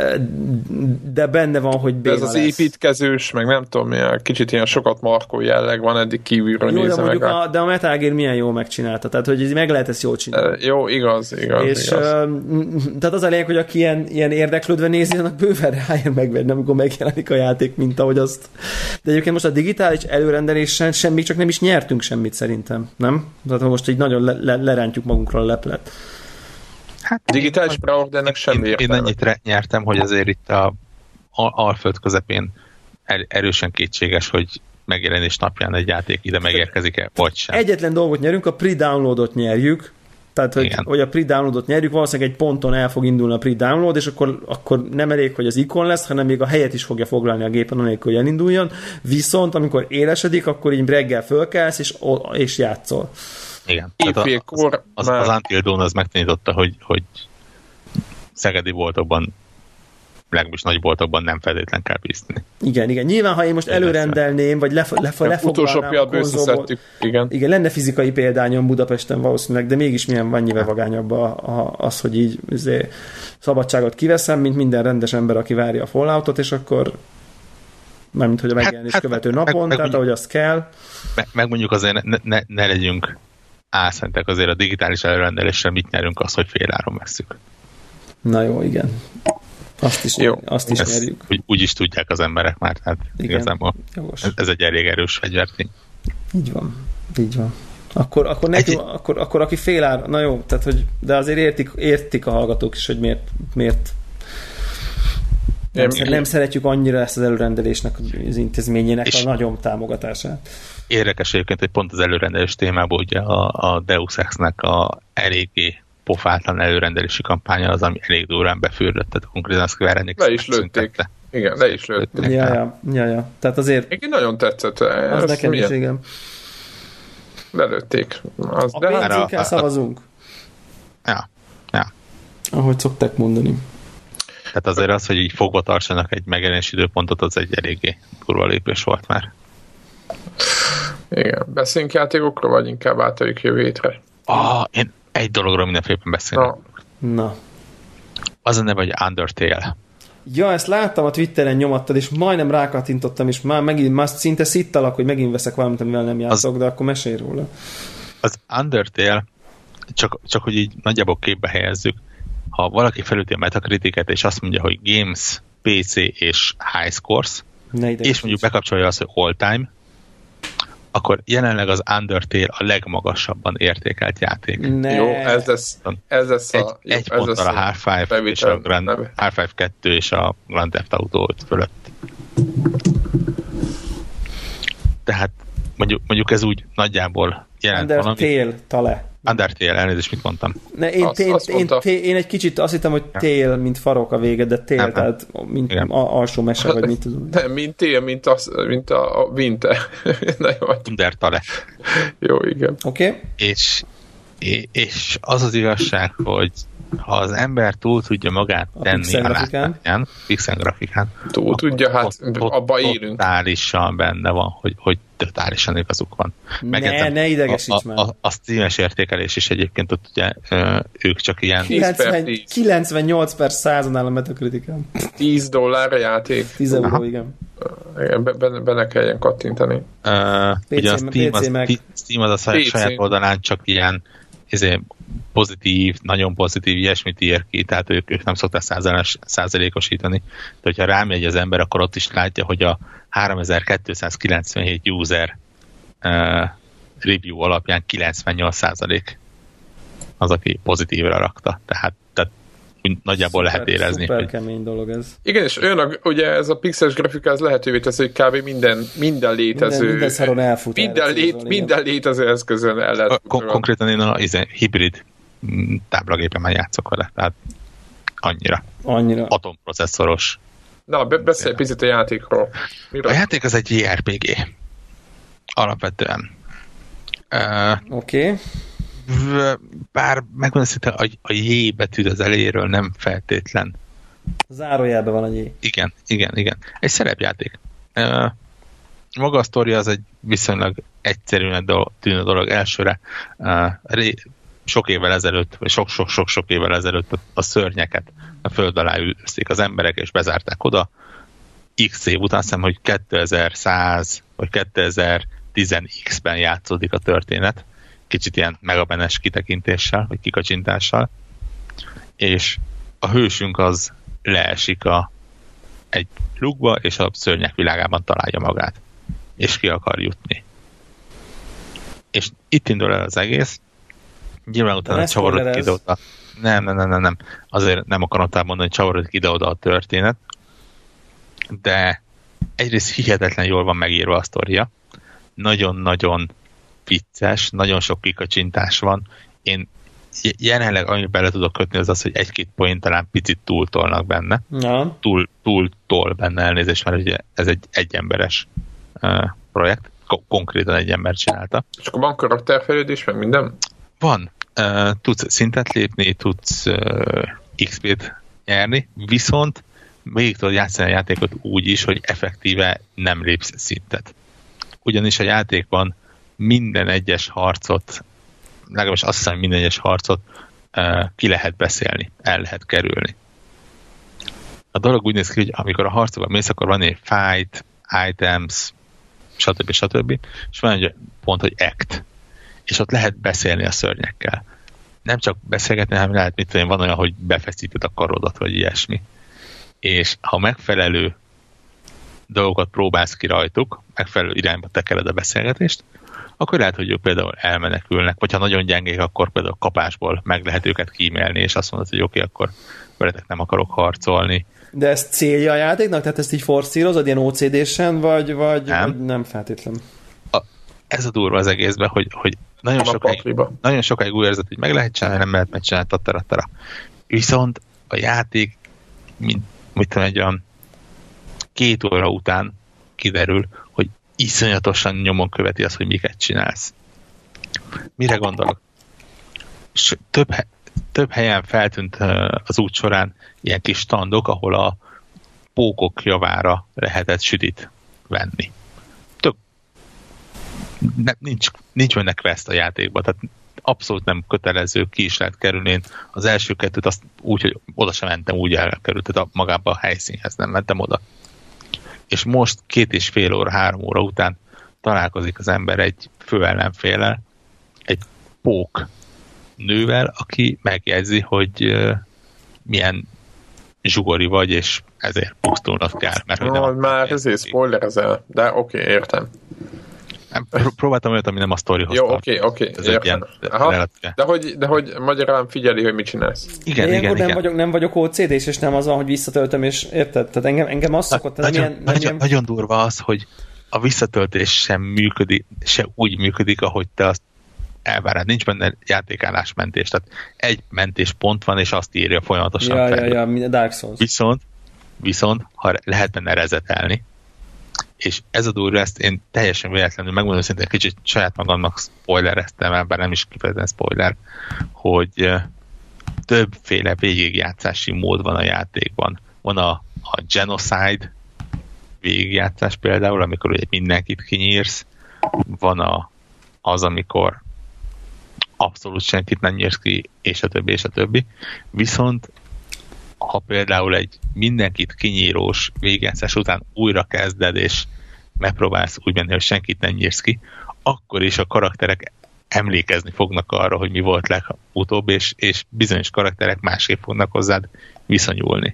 de benne van, hogy béna ez az lesz. Építkezős, meg nem tudom, milyen, kicsit ilyen sokat markó jelleg van, eddig kívülről jó, nézve meg. A, de a Metal Gear milyen jól megcsinálta, tehát hogy meg lehet ezt jól csinálni. E, jó, igaz, igaz, és, igaz. Uh, tehát az a lényeg, hogy aki ilyen, ilyen érdeklődve nézi, annak bőven rájön megvenni, amikor megjelenik a játék, mint ahogy azt. De egyébként most a digitális előrendelésen semmi, csak nem is nyertünk semmit szerintem, nem? Tehát most így nagyon le, le, lerántjuk magunkról a leplet. Hát, digitális preordernek semmi értelme. Én annyit nyertem, hogy azért itt a Alföld közepén er, erősen kétséges, hogy megjelenés napján egy játék ide megérkezik-e, vagy sem. Egyetlen dolgot nyerünk, a pre-downloadot nyerjük, tehát hogy, hogy a pre-downloadot nyerjük, valószínűleg egy ponton el fog indulni a pre-download, és akkor, akkor nem elég, hogy az ikon lesz, hanem még a helyet is fogja foglalni a gépen, anélkül, hogy elinduljon. Viszont amikor élesedik, akkor így reggel fölkelsz, és, és játszol. Igen. Az, az, az Until Dawn az megtanította, hogy, hogy szegedi boltokban, legalábbis nagy boltokban nem feltétlen kell bízni. Igen, igen. Nyilván, ha én most előrendelném, vagy lef, lef, lefoglalnám a konzolból, igen. igen, lenne fizikai példányom Budapesten valószínűleg, de mégis milyen annyivel vagányabb a, a, az, hogy így azért szabadságot kiveszem, mint minden rendes ember, aki várja a Falloutot, és akkor mármint, hogy a megjelenés hát, követő hát, napon, meg, tehát meg, ahogy azt kell. Meg, meg mondjuk azért ne, ne, ne legyünk álszentek, azért a digitális előrendeléssel mit nyerünk, az, hogy féláron vesszük. Na jó, igen. Azt is, jó. Azt is Ezt nyerjük. Úgy, úgy is tudják az emberek már, tehát igen, igazából ez, ez egy elég erős fegyvertény. Így van, így van. Akkor, akkor, neki, egy... akkor, akkor aki félár, na jó, tehát, hogy, de azért értik, értik a hallgatók is, hogy miért, miért Nem, szer- nem szeretjük annyira ezt az előrendelésnek az intézményének és a nagyobb támogatását. Érdekes egyébként, hogy pont az előrendelés témából ugye a, a Deus Ex-nek a eléggé pofátlan előrendelési kampánya az, ami elég durván befürdött, tehát konkrétan a Square Enix le is lőtték. Igen, le is lőtték. Ja, ja, ja, ja. Tehát azért... Én nagyon tetszett. Az nekem is, igen. Lelőtték. Az, a de pénzünkkel szavazunk. Ja, ja. Ahogy szokták mondani. Tehát azért az, hogy így fogva tartsanak egy megjelenési időpontot, az egy eléggé durva lépés volt már. Igen. Beszéljünk játékokról, vagy inkább átadjuk jövő hétre? Ah, én egy dologról mindenféleképpen beszélnek. Na. Na. Az a neve, hogy Undertale. Ja, ezt láttam a Twitteren, nyomattad, és majdnem rákattintottam, és már megint már szinte szittalak, hogy megint veszek valamit, amivel nem játszok, az, de akkor mesélj róla. Az Undertale, csak, csak hogy így nagyjából képbe helyezzük, ha valaki felüti a Metacriticet, és azt mondja, hogy Games, pé cé és High Scores, és mondjuk bekapcsolja azt, hogy All Time, akkor jelenleg az Undertale a legmagasabban értékelt játék. Ne. Jó, ez lesz, ez lesz egy, a... egy jó, ponttal a Half-Life és a Grand, Half-Life kettő és a Grand Theft Auto öt fölött. Tehát mondjuk, mondjuk ez úgy nagyjából jelent valami. Undertale, tale. Undertale, elnézést, mit mondtam? Ne, én, azt, én, azt én, én, én egy kicsit azt hittem, hogy tél, mint farok a vége, de tél, nem, tehát mint a, alsó mese, vagy mit tudom. Nem, mint tél, mint, az, mint a, a Winter. Na jó. Undertale. Jó, igen. Oké. Okay. És, és az az igazság, hogy ha az ember túl tudja magát a tenni pixel a grafikán, pixel grafikán, túl tudja, hát abba élünk. Totálisan benne van, hogy, hogy totálisan igazuk van. Ne, ne idegesíts a, már. A, a, a Steam-es értékelés is egyébként ott ugye ők csak ilyen... kilencven, kilencvennyolc per százon a Metacriticen. tíz dollár a játék. tíz euró, igen. Igen, benne, benne kelljen kattintani. Uh, pé cé, ugye a Steam az, meg. Steam az a saját, saját oldalán csak ilyen ezért pozitív, nagyon pozitív ilyesmit ír ki, tehát ők, ők nem szokták százalékosítani. De hogyha rámegy az ember, akkor ott is látja, hogy a háromezer-kétszázkilencvenhét user uh, review alapján kilencvennyolc százalék az, aki pozitívra rakta. Tehát, tehát nagyjából szuper, lehet érezni. Szuper hogy... kemény dolog ez. Igen, és olyan, a, ugye ez a pixeles grafika az lehetővé teszi, hogy kb. minden, minden létező... Minden, minden szaron elfut. Minden, lét, célzol, minden létező eszközön el lehet. Kon- konkrétan én a izé, hibrid táblagépemen játszok vele, tehát annyira. Annyira. Atomprocesszoros. Na, be- beszélj picit a játékról. Miről? A játék az egy jé er pé gé. Alapvetően. Uh, Oké. Okay. Bár megmondom szinte a, a J betűd az elejéről nem feltétlen. Zárójelben van a J. Igen, igen, igen. Egy szerepjáték. Uh, maga a sztori az egy viszonylag egyszerűen tűnő dolog elsőre. Uh, ré, sok évvel ezelőtt, vagy sok-sok-sok évvel ezelőtt a, a szörnyeket a föld alá űzték az emberek, és bezárták oda. X év után, azt hiszem, hogy kétezer-száz vagy kétezer-tíz X-ben játszódik a történet. Kicsit ilyen megabenes kitekintéssel, vagy kikacsintással. És a hősünk az leesik a, egy lukba, és a szörnyek világában találja magát. És ki akar jutni. És itt indul el az egész. Nyilván utána csavarodik ide-oda. Nem, nem, nem, nem, nem. Azért nem akarom mondani, hogy csavarodik ide-oda a történet. De egyrészt hihetetlen jól van megírva a sztoria. Nagyon-nagyon vicces, nagyon sok kikacsintás van. Én jelenleg amit bele tudok kötni, az az, hogy egy-két point talán picit túltolnak benne. Ja. Túl, túl tol benne elnézést, mert ugye ez egy egyemberes uh, projekt. Ko- konkrétan egy ember csinálta. És akkor van karakterfejlődés, meg minden? Van. Uh, tudsz szintet lépni, tudsz uh, iksz pét nyerni, viszont végig tudod játszani a játékot úgy is, hogy effektíve nem lépsz szintet. Ugyanis a játékban minden egyes harcot, legalábbis azt hiszem, minden egyes harcot uh, ki lehet beszélni, el lehet kerülni. A dolog úgy néz ki, hogy amikor a harcokban mész, akkor van egy fight, items, stb. stb. És van egy pont, hogy act. És ott lehet beszélni a szörnyekkel. Nem csak beszélgetni, hanem lehet, mit tudom, van olyan, hogy befeszíted a karodat, vagy ilyesmi. És ha megfelelő dolgokat próbálsz ki rajtuk, megfelelő irányba tekered a beszélgetést, akkor lehet, hogy ők például elmenekülnek, vagy ha nagyon gyengék, akkor például kapásból meg lehet őket kímélni, és azt mondod, hogy oké, okay, akkor veletek nem akarok harcolni. De ez célja a játéknak? Tehát ezt így forszírozod ilyen o cé dé-sen, vagy, vagy, nem. vagy nem feltétlen? A, ez a durva az egészben, hogy, hogy nagyon, sokáig, nagyon sokáig úgy érzed, hogy meg lehet csinálni, nem lehet megcsinálni, tattaratara. Viszont a játék, mint, mit tudom, egy olyan két óra után kiderül, hogy iszonyatosan nyomon követi azt, hogy miket csinálsz. Mire gondolok? S több, több helyen feltűnt az út során ilyen kis standok, ahol a pókok javára lehetett sütit venni. Tök ne, nincs, nincs benne quest a játékban, tehát abszolút nem kötelező, ki is lehet kerülni. Én az első kettőt azt úgy, hogy oda sem mentem, úgy elkerült, tehát magába a helyszínhez nem mentem oda. És most két és fél óra, három óra után találkozik az ember egy főellenféllel, egy pók nővel, aki megjegyzi, hogy uh, milyen zsugori vagy, és ezért pusztulnod kell. Mert, hogy no, nem már ezért spoilerezel, de oké, okay, értem. Nem, próbáltam olyat, ami nem a sztorihoz jó, oké, oké, értem. De hogy, de hogy magyarán figyeli, hogy mit csinálsz. Igen, igen, igen. Nem vagyok, nem vagyok o cé dés, és nem az van, hogy visszatöltöm, és érted? Tehát engem, engem azt szokott... Nagyon, nem ilyen, nem nagyon, ilyen... nagyon durva az, hogy a visszatöltés sem működik, se úgy működik, ahogy te azt elvárod. Nincs benne játékállásmentés, tehát egy mentéspont van, és azt írja folyamatosan ja, fel. Ja, ja, Dark Souls. Viszont, viszont, ha lehet benne rezetelni, és ez a durva, ezt én teljesen véletlenül megmondom, szintén kicsit saját magamnak spoilereztem el, bár nem is kifejezetten spoiler, hogy többféle végigjátszási mód van a játékban. Van a, a genocide végigjátszás például, amikor ugye mindenkit kinyírsz, van a, az, amikor abszolút senkit nem nyírsz ki, és a többi, és a többi. Viszont ha például egy mindenkit kinyírós végigjátszás után újra kezded, és megpróbálsz úgy menni, hogy senkit nem nyírsz ki, akkor is a karakterek emlékezni fognak arra, hogy mi volt legutóbb, és, és bizonyos karakterek másképp fognak hozzád viszonyulni.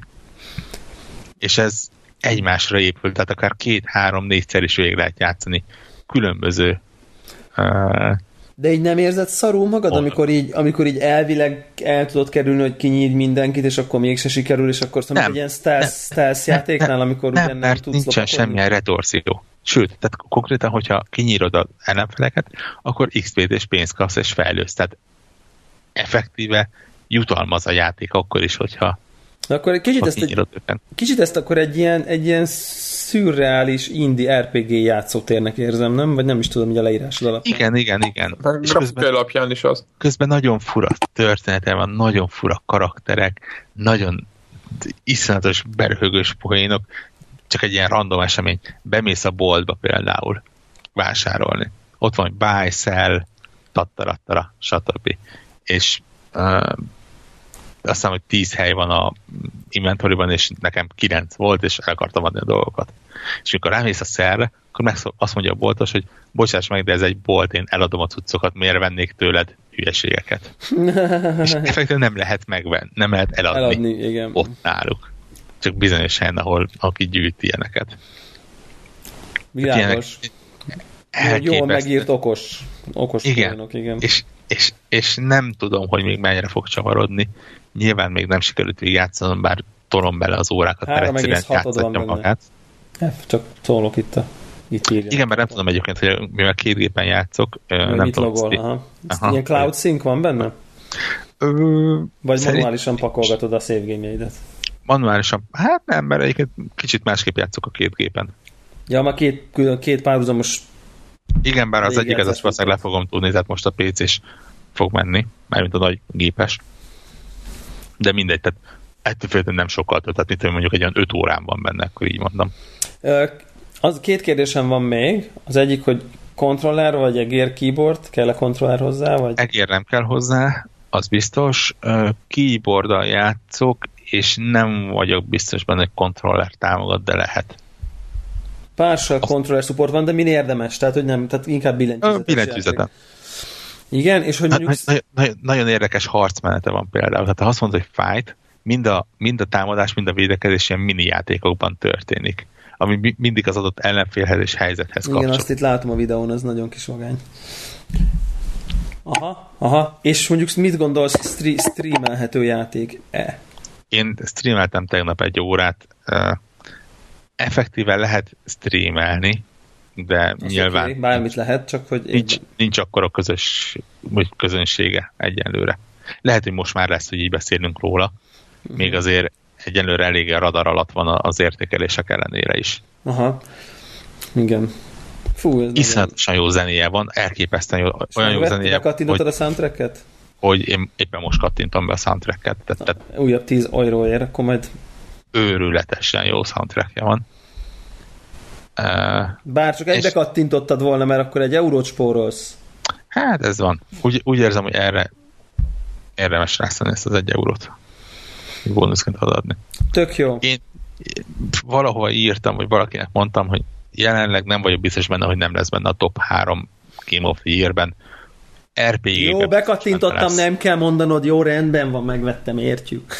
És ez egymásra épül, tehát akár két, három, négyszer is végig lehet játszani különböző uh, De így nem érzed szarul magad, amikor így, amikor így elvileg el tudod kerülni, hogy kinyíd mindenkit, és akkor mégse sikerül, és akkor szóval egy ilyen stealth, stealth játéknál, amikor nem, ugyan nem mert tudsz nincsen lopakodni. semmilyen retorzió. Sőt, tehát konkrétan, hogyha kinyírod az ellenfeleket, akkor iksz pét és pénzt kapsz, és fejlődsz. Tehát effektíve jutalmaz a játék akkor is, hogyha Na akkor kicsit ezt, egy, kicsit ezt akkor egy ilyen, egy ilyen szürreális indie er pé gé játszótérnek érzem, nem? Vagy nem is tudom, hogy a leírásod alapján. Igen, igen, igen. És közben, alapján is az. Közben nagyon fura története van, nagyon fura karakterek, nagyon iszonyatos beröhögős poénok, csak egy ilyen random esemény. Bemész a boltba például vásárolni. Ott van, hogy buy, sell, tattarattara, stb. És uh, azt hiszem, hogy tíz hely van a inventoryban, és nekem kilenc volt, és el akartam adni a dolgokat. És mikor rámész a szerre, akkor meg azt mondja a boltos, hogy bocsáss meg, de ez egy bolt, én eladom a cuccokat, miért vennék tőled hülyeségeket. És effektíven nem lehet megvenni, nem lehet eladni, eladni igen. Ott náluk. Csak bizonyos helyen, ahol aki gyűjt ilyeneket. Világos. Jól megírt okos, okos igen. Poénok, igen. És, és, és nem tudom, hogy még mennyire fog csavarodni. Nyilván még nem sikerült végigjátszanom, bár tolom bele az órákat, mert egyszerűen játszatja magát. F, csak szólok itt a itt írja. Igen, mert nem tudom egyébként, hogy mivel két gépen játszok, Meg nem mit tudom. logol, aha. aha. Ilyen cloud sync van benne? Ö, Vagy szerint... manuálisan pakolgatod a save game-jeidet? Manuálisan? Hát nem, mert egyébként kicsit másképp játszok a két gépen. Ja, már két, két párhuzamos. Igen, bár az egyiket azt valószínűleg le fogom tudni, tehát most a pé cés fog menni, mármint a nagy gépes. De mindegy, tehát ettől féltően nem sokkal több, tehát mit mondjuk egy olyan öt órán van benne, akkor így mondom. Az két kérdésem van még. Az egyik, hogy kontroller vagy egér keyboard, kell-e kontroller hozzá? Vagy? Egér nem kell hozzá, az biztos. Keyboarddal játszok, és nem vagyok biztos benne, hogy kontroller támogat, de lehet. Partial controller support van, de min érdemes? Tehát, hogy nem, tehát inkább billentyűzetes. Billentyűzeten. Igen, és hogy mondjuk... Nagyon, nagyon, nagyon érdekes harcmenete van például. Tehát ha azt mondod, hogy fight, mind a, mind a támadás, mind a védekezés ilyen mini játékokban történik. Ami mindig az adott ellenfélhez és helyzethez kapcsol. Igen, azt itt látom a videón, ez nagyon kis vagány. Aha, aha. És mondjuk mit gondolsz, streamelhető játék-e? én streameltem tegnap egy órát, uh, effektíven lehet streamelni, de azt nyilván okay, bármit lehet, csak hogy nincs, nincs akkora közös, vagy közönsége egyenlőre. Lehet, hogy most már lesz, hogy így beszélünk róla. Még azért egyenlőre elég a radar alatt van az értékelések ellenére is. Aha. Igen. Fú, ez iszonyatosan jó zenéje van, elképesztően jó, olyan jó zenéje, hogy, a soundtracket? Hogy én éppen most kattintom be a soundtracket. Tehát, tehát újabb tíz euróért, akkor majd őrületesen jó soundtrackja van. Bár csak egybe kattintottad volna, mert akkor egy eurót spórolsz. Hát ez van. Úgy, úgy érzem, hogy erre érdemes rászani ezt az egy eurót. Bónuszként adni. Tök jó. Én valahova írtam, vagy valakinek mondtam, hogy jelenleg nem vagyok biztos benne, hogy nem lesz benne a top három Game of the Year-ben. er pé gé-ben. Jó, bekattintottam, nem kell mondanod, jó, rendben van, megvettem, értjük.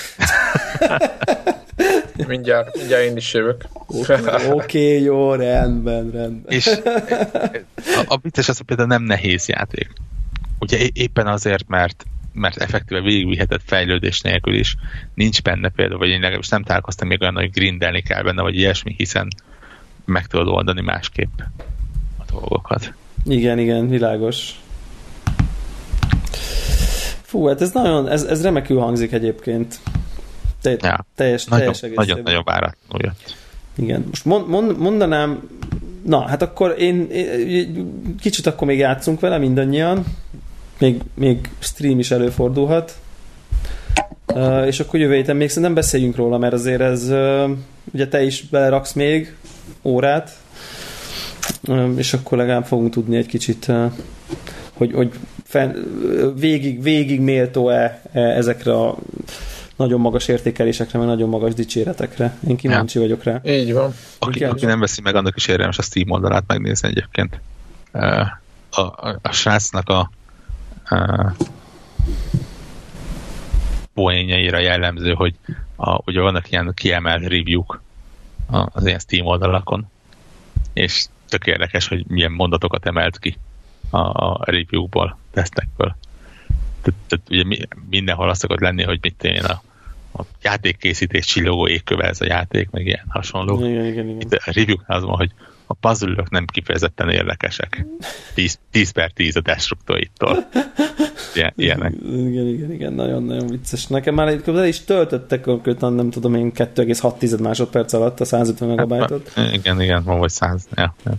mindjárt, mindjárt én is jövök. Oké, okay, jó, rendben, rendben. És a, a vicces az, hogy például nem nehéz játék. Ugye éppen azért, mert mert effektíve végigvihetett fejlődés nélkül is nincs benne például, vagy én legalábbis nem találkoztam még olyan, hogy grindelni kell benne, vagy ilyesmi, hiszen meg tudod oldani másképp a dolgokat. Igen, igen, világos. Fú, hát ez nagyon, ez, ez remekül hangzik egyébként. Te, ja, teljes, nagyon, teljes egészében. Nagyon-nagyon váratlanul jött. Igen. Most mond, mond, mondanám, na, hát akkor én, én kicsit akkor még játszunk vele mindannyian, még, még stream is előfordulhat, uh, és akkor jövő héten még szerintem beszéljünk róla, mert azért ez, uh, ugye te is beleraksz még órát, uh, és akkor legalább fogunk tudni egy kicsit, uh, hogy, hogy fel, végig, végig méltó-e ezekre a nagyon magas értékelésekre, meg nagyon magas dicséretekre. Én kíváncsi ja. vagyok rá. Így van. Aki, aki nem veszi meg, annak is érdemes a Steam oldalát megnézni egyébként. A, a, a srácnak a, a poénjaira jellemző, hogy a, ugye vannak ilyen kiemelt review-k az ilyen Steam oldalakon, és tök érdekes, hogy milyen mondatokat emelt ki a, a review-ból, tesztekből. Tehát, tehát ugye mindenhol azt szokott lenni, hogy mit én a, a játékkészítés csillogó égköve ez a játék, meg ilyen hasonló. Igen, igen, igen. Itt a review-knál az van, hogy a puzzle-ök nem kifejezetten érdekesek. tíz per tíz a destruktoitól. Ilyen, ilyenek. Igen, igen, igen, nagyon-nagyon vicces. Nekem már egy el is töltöttek konkrétan, nem tudom én, kettő egész hat másodperc alatt a százötven megabájtot. Hát, igen, igen, van vagy száz. Ja, ja.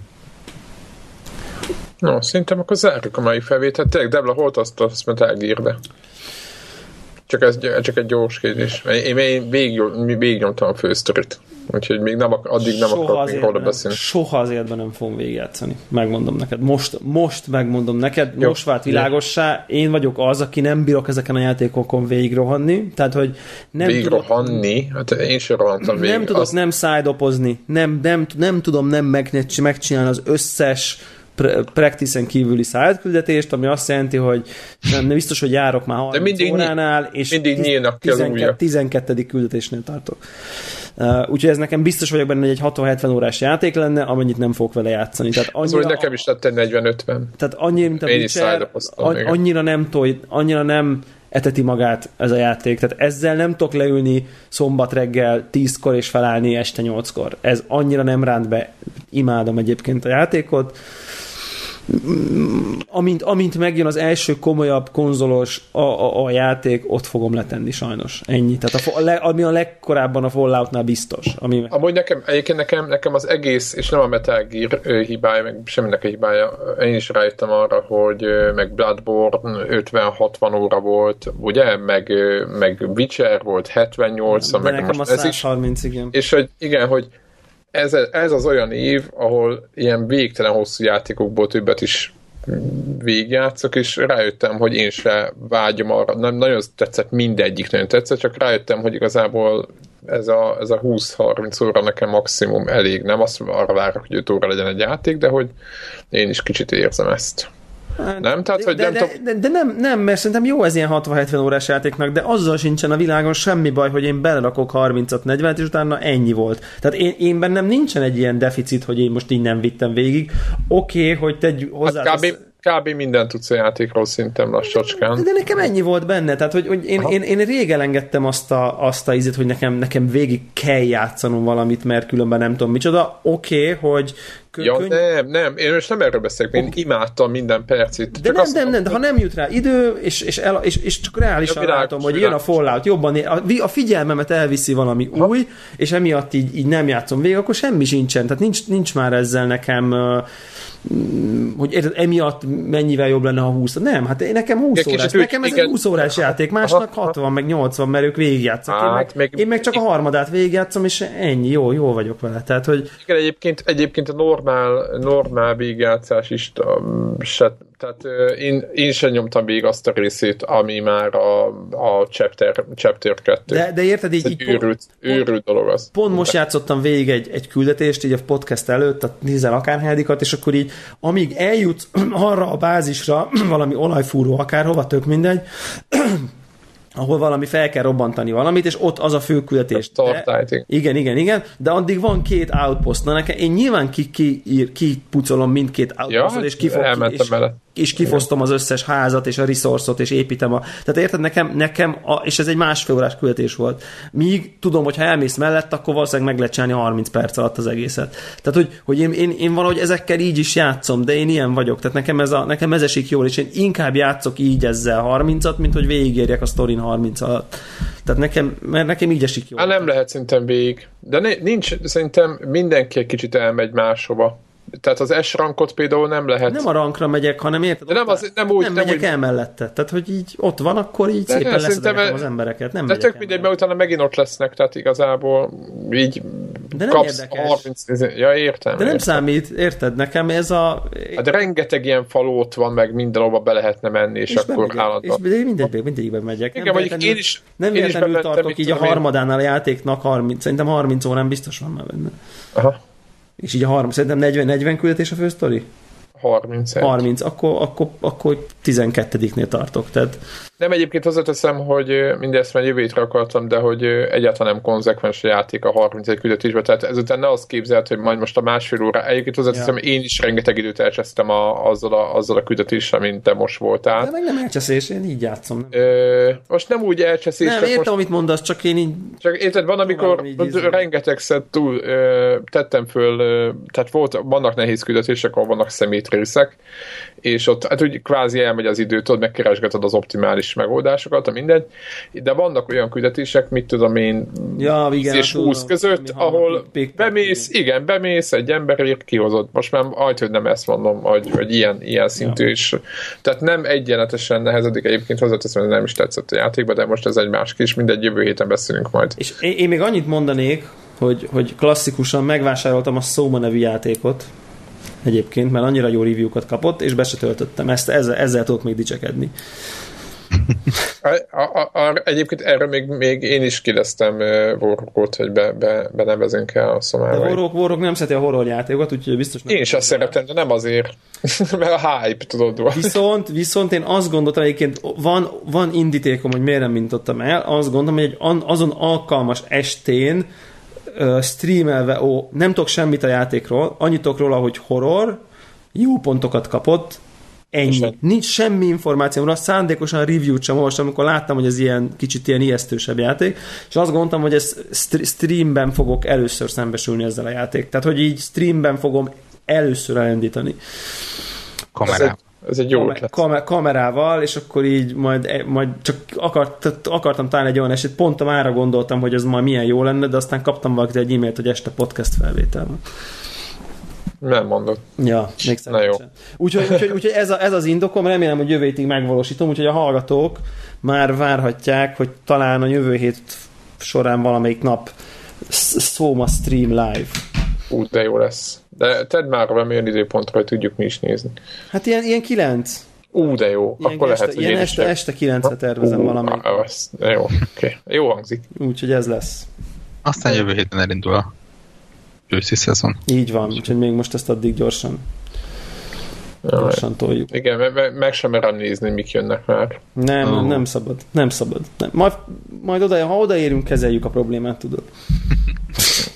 No, szerintem akkor zárjuk a mai felvételt. Tényleg, Debla, hol azt, azt mert elgír be? Csak, ez, csak egy gyors kérdés. Én, én végig, végignyomtam a fősztorit. Úgyhogy még nem, addig nem soha akarok még róla beszélni. Soha az életben nem fogom végigjátszani. Megmondom neked. Most, most megmondom neked. Jó, most vált világossá. Én vagyok az, aki nem bírok ezeken a játékokon végigrohanni. Tehát, hogy nem végigrohanni? Hát én sem rohantam végig. Nem tudok azt... nem szájdopozni. Nem, nem, nem tudom nem megcsinálni az összes practice-en kívüli szállítküldetést, ami azt jelenti, hogy nem, nem biztos, hogy járok már harminc óránál, és mindig nyílnak ki az újra. tizenkettedik küldetésnél tartok. Uh, úgyhogy ez nekem biztos vagyok benne, hogy egy hatvan-hetven órás játék lenne, amennyit nem fogok vele játszani. Tehát annyira, az, hogy nekem is lett egy negyven-ötven. Tehát annyira, mint a Witcher, annyira nem toj, annyira nem eteti magát ez a játék. Tehát ezzel nem tudok leülni szombat reggel tízkor és felállni este nyolckor. Ez annyira nem ránt be. Imádom egyébként a játékot. Amint, amint megjön az első komolyabb konzolos a, a, a játék, ott fogom letenni sajnos. Ennyi. Tehát a, a le, ami a legkorábban a Falloutnál biztos. Ami... Amúgy nekem, egyébként nekem, nekem az egész, és nem a Metal Gear hibája, meg semminek a hibája, én is rájöttem arra, hogy meg Bloodborne ötven-hatvan óra volt, ugye? Meg, meg Witcher volt hetvennyolc, de meg nekem most a ez is. százharminc, igen. És hogy igen, hogy Ez, ez az olyan év, ahol ilyen végtelen hosszú játékokból többet is végigjátszok, és rájöttem, hogy én se vágyom arra. Nem, nagyon tetszett, mindegyik nagyon tetszett, csak rájöttem, hogy igazából ez a, ez a húsz-harminc óra nekem maximum elég. Nem azt arra várok, hogy öt óra legyen egy játék, de hogy én is kicsit érzem ezt. Nem? Tehát, hogy de, nem de, tudom... de, de nem, nem, mert szerintem jó ez ilyen hatvan-hetven órás játéknak, de azzal sincsen a világon semmi baj, hogy én belerakok harmincat-negyvenet, és utána ennyi volt. Tehát én, én bennem nincsen egy ilyen deficit, hogy én most így nem vittem végig. Oké, okay, hogy tegyük hozzá... Hát kb. kb. Mindent tudsz a játékról szintem lassacskán. De nekem ennyi volt benne, tehát hogy, hogy én, én, én rég elengedtem azt a, azt a ízét, hogy nekem, nekem végig kell játszanom valamit, mert különben nem tudom micsoda. Oké, okay, hogy Kö- ja, könny- nem, nem, én most nem erről beszélek, én imádtam minden percit. De csak nem, azt nem, nem, de ha nem jut rá idő, és, és, el, és, és csak reálisan ja, látom, hogy jön a Fallout, jobban a, a figyelmemet elviszi valami ha. új, és emiatt így, így nem játszom végig, akkor semmi sincsen, tehát nincs, nincs már ezzel nekem uh, hogy érted, emiatt mennyivel jobb lenne, ha húsz. Nem, hát nekem húsz órás. Nekem ez igen. Egy húsz órás játék, másnak aha, hatvan, meg nyolcvan, mert ők végigjátszak. Hát, én, meg, még, én meg csak a harmadát végigjátszom, és ennyi, jó, jó vagyok vele. Tehát, hogy... Igen, egyébként, egyébként a normál, normál végigjátszás is se, tehát én, én sem nyomtam végig azt a részét, ami már a, a chapter, chapter kettő. De, de érted, így... így őrült, pont, őrült dolog az. Pont most játszottam végig egy, egy küldetést, így a podcast előtt, a tízen akárhányadikat, és akkor így, amíg eljut arra a bázisra, valami olajfúró akárhova, tök mindegy, ahol valami fel kell robbantani valamit, és ott az a fő küldetés. De, igen, igen, igen, de addig van két outpost. Na nekem, én nyilván kipucolom ki, ki mindkét outpostot, ja, és, kifog, és, és kifosztom az összes házat, és a resource-ot, és építem a... Tehát érted, nekem, nekem a, és ez egy másfél órás küldetés volt. Míg tudom, hogy ha elmész mellett, akkor valószínűleg meg lehet csinálni harminc perc alatt az egészet. Tehát, hogy, hogy én, én, én valahogy ezekkel így is játszom, de én ilyen vagyok. Tehát nekem ez, a, nekem ez esik jól, és én inkább játszok így ezzel harmincat, mint hogy végigérjek a sztorin harminc alatt. Tehát nekem, mert nekem így esik jól. Hát nem lehet szerintem végig. De ne, nincs, szerintem mindenki egy kicsit elmegy máshova. Tehát az S-rankot például nem lehet... Nem a rankra megyek, hanem érted? De nem, az, nem, úgy, nem, nem megyek úgy... el mellette. Tehát, hogy így ott van, akkor így de szépen leszedegetem az embereket. Nem de tök mindegy, mert utána megint ott lesznek, tehát igazából így de nem kapsz érdekes. harminc... Ja, értem. De nem értem. számít, érted? Nekem ez a... Hát rengeteg ilyen falu ott van, meg mindenhova be lehetne menni, és, és akkor állandóan... És mindegy, mindegyikben megyek. Igen, mondjuk én is... Nem véletlenül tartok így a harmadánál a játéknak harminc, szerintem harminc órán biztos van már benne. Aha. És így a harminc, szerintem negyven, negyven küldetés a fősztori? harminc. harminc, akkor, akkor, akkor tizenkettediknél tartok. Tehát... Nem, egyébként hozzáteszem, hogy mindezt már jövő hétre akartam, de hogy egyáltalán nem konzekvens a játék a harmincegy küldetésben, tehát ezután ne azt képzelt, hogy majd most a másfél óra, egyébként hozzáteszem, ja. Én is rengeteg időt elcsesztem a, azzal, a, azzal a küldetéssel, mint te most voltál. De meg nem elcseszés, én így játszom. Nem? Ö, most nem úgy elcseszés. Nem, értem, most... amit mondasz, csak én így... Csak érted, van, amikor rengetegszer túl ö, tettem föl, ö, tehát volt, vannak nehéz küldetések, ahol vannak szemétrészek, és ott hát úgy kvázi elmegy az időt, ott megkeresgeted az optimális megoldásokat, a mindegy, de vannak olyan küldetések, mit tudom én, ja, igen, és húsz között, ahol bemész, igen, bemész, egy emberért kihozod. Most már majd, hogy nem ezt mondom, hogy, hogy ilyen, ilyen szintű ja. is. Tehát nem egyenletesen nehezedik, egyébként hozzáteszem, hogy nem is tetszett a játékba, de most ez egy más kis, mindegy, jövő héten beszélünk majd. És én, én még annyit mondanék, hogy, hogy klasszikusan megvásároltam a Soma nevű játékot, egyébként, mert annyira jó review-kat kapott, és be se töltöttem. Ezt, ezzel, ezzel tudok még dicsekedni. A, a, a, egyébként erre még, még én is kérdeztem uh, Warhawkot, hogy be, be, benevezünk el a Szomára. De Warhawk, Warhawk nem szereti a horror játékokat, úgyhogy biztos nem. Én is azt szeretem, de nem azért, mert a hype, tudod. Viszont, viszont én azt gondoltam, egyébként van, van indítékom, hogy miért nem mintottam el, azt gondolom, hogy egy azon alkalmas estén uh, streamelve, ó, nem tudok semmit a játékról, annyit tudok róla, hogy horror, jó pontokat kapott, ennyi. Sem. Nincs semmi információm, azt szándékosan review-t sem olvastam, amikor láttam, hogy ez ilyen kicsit ilyen ijesztősebb játék, és azt gondoltam, hogy ez streamben fogok először szembesülni ezzel a játék. Tehát, hogy így streamben fogom először elindítani. Kamerával. Ez egy jó ötlet. Kamer- kamerával, és akkor így majd, majd csak akart, akartam talán egy olyan eset, pont a mára gondoltam, hogy ez majd milyen jó lenne, de aztán kaptam valakit egy e-mailt, hogy este podcast felvétel van. Nem mondod. Ja, még szerintem. Úgyhogy, úgyhogy, úgyhogy ez, a, ez az indokom, remélem, hogy jövő hétig megvalósítom, úgyhogy a hallgatók már várhatják, hogy talán a jövő hét során valamelyik nap Soma stream live. Ú, de jó lesz. De tedd már a olyan időpontra, hogy tudjuk mi is nézni. Hát ilyen, ilyen kilenc. Ú, de jó. Ilyen akkor este, lehet, ilyen este, este kilencre tervezem Ú, valamelyik. Az, de jó, oké. Okay. Jó hangzik. Úgyhogy ez lesz. Aztán jövő héten elindul a őszi szezon. Így van, úgyhogy még most ezt addig gyorsan gyorsan toljuk. Igen, meg, meg sem merem nézni, mik jönnek már. Nem, oh. nem szabad. Nem szabad. Nem. Majd, majd oda, ha odaérünk, kezeljük a problémát, tudod.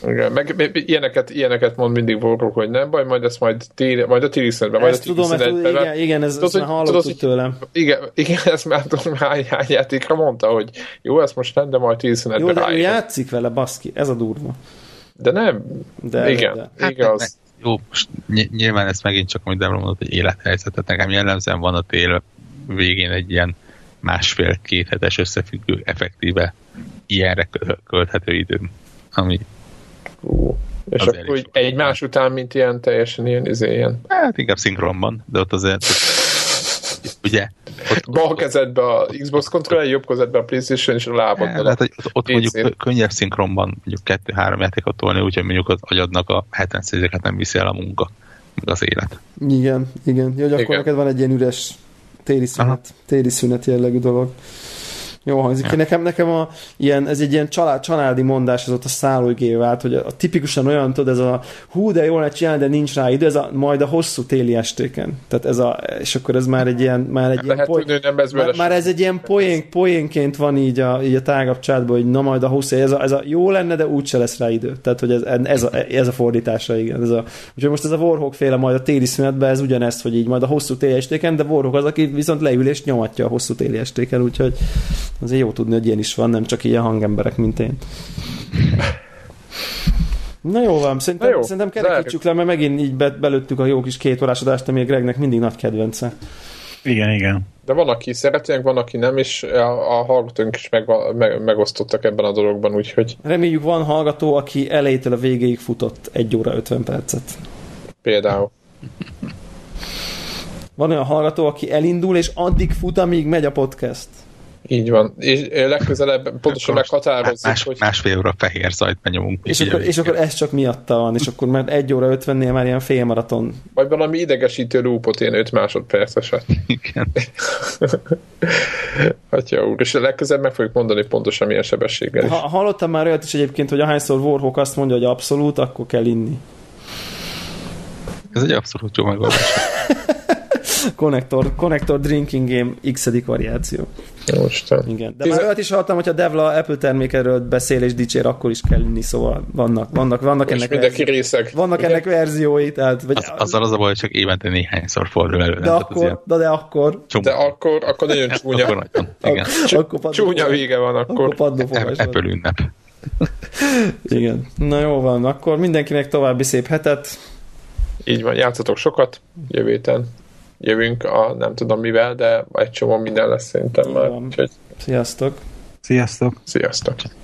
Igen, meg ilyeneket, ilyeneket mond mindig Warhawk, hogy nem baj, majd ezt majd, téli, majd a téli szünetben, majd a téli tudom, szünetben. Igen, igen, ez, tudod, ezt már hallottuk tőlem. Igen, igen, ezt már tudom, hány, hány játékra mondta, hogy jó, ezt most nem, de majd téli szünetben jó, de rájön. ő játszik vele, baszki, ez a durva. De nem, de, igen, de. Hát igaz. Hát, jó, most nyilván ezt megint csak, amit Debra mondott, hogy élethelyzetet. Nekem jellemzően van a tél végén egy ilyen másfél-két hetes összefüggő, effektíve ilyenre költhető időm, ami Uh, és akkor egymás után, mint ilyen teljesen ilyen, izé, ilyen. Hát inkább szinkronban, de ott azért ugye ott, bal kezedbe a Xbox controller, jobb kezedbe a PlayStation és a lábad hát, hát, ott, ott mondjuk könnyebb szinkronban mondjuk kettő-három játékot tolni, úgyhogy mondjuk az agyadnak a hetven százalékát nem viszi el a munka, meg az élet. Igen, igen. Jó, hogy akkor igen. Neked van egy ilyen üres téli szünet, téli szünet jellegű dolog. Jó hangzik. Ja. Nekem, nekem a, ilyen, ez egy ilyen család, családi mondás, ez ott a szállóigé vált, hogy a, a tipikusan olyan, tudod, ez a hú, de jól lehet csinálni, de nincs rá idő, ez a majd a hosszú téli estéken. Tehát ez a, és akkor ez már egy ilyen, már egy ilyen poén, ez már, már ez egy ilyen poén, poénként van így a, így a tágabb csátban, hogy na majd a hosszú, ez a, ez a jó lenne, de úgyse lesz rá idő. Tehát, hogy ez, ez, a, ez a fordítása, igen. Ez a, úgyhogy most ez a Warhawk féle majd a téli szünetben, ez ugyanezt, hogy így majd a hosszú téli estéken, de Warhawk az, aki viszont leül és nyomatja a hosszú téli estéken, úgyhogy azért jó tudni, hogy ilyen is van, nem csak ilyen hangemberek, mint én. Na jó van, szerintem, jó, szerintem kerekítsük le, mert megint így be, belőttük a jó kis két órás adást, ami a Gregnek mindig nagy kedvence. Igen, igen. De van, aki szeretőnek, van, aki nem, és a, a hallgatóink is meg, meg, megosztottak ebben a dologban, úgyhogy... Reméljük van hallgató, aki elejétől a végéig futott egy óra ötven percet. Például. Van olyan hallgató, aki elindul, és addig fut, amíg megy a podcast. Így van. És legközelebb pontosan meghatározzuk, más, hogy... Másfél óra fehér zajt benyomunk. És akkor, és akkor ez csak miatta van, és akkor már egy óra ötvennél már ilyen félmaraton. Vagy valami idegesítő loopot, ilyen öt másodperceset. Igen. Atya úr, és legközelebb meg fogjuk mondani pontosan milyen sebességgel is. Ha, hallottam már olyat is egyébként, hogy ahányszor Warhawk azt mondja, hogy abszolút, akkor kell inni. Ez egy abszolút jó megoldás. Connector, Connector Drinking Game x-edik variáció. Jóisten. Igen. De már olyat is hallottam, hogyha Devla Apple termékerről beszél és dicsér, akkor is kell inni, szóval vannak, vannak, vannak ennek mindenki részeg. Vannak ennek verziói. Tehát, vagy az, azzal az a baj, hogy csak évente néhányszor fordul elő. De akkor, de, de akkor. De akkor, akkor nagyon csúnya. Akkor nagyon, igen. Akkor csúnya vége van akkor. Akkor Apple ünnep. Igen. Na jó van, akkor mindenkinek további szép hetet. Így van, játszatok sokat, jövő héten jövünk a nem tudom mivel, de egy csomó minden lesz szerintem már. Sziasztok! Sziasztok! Sziasztok!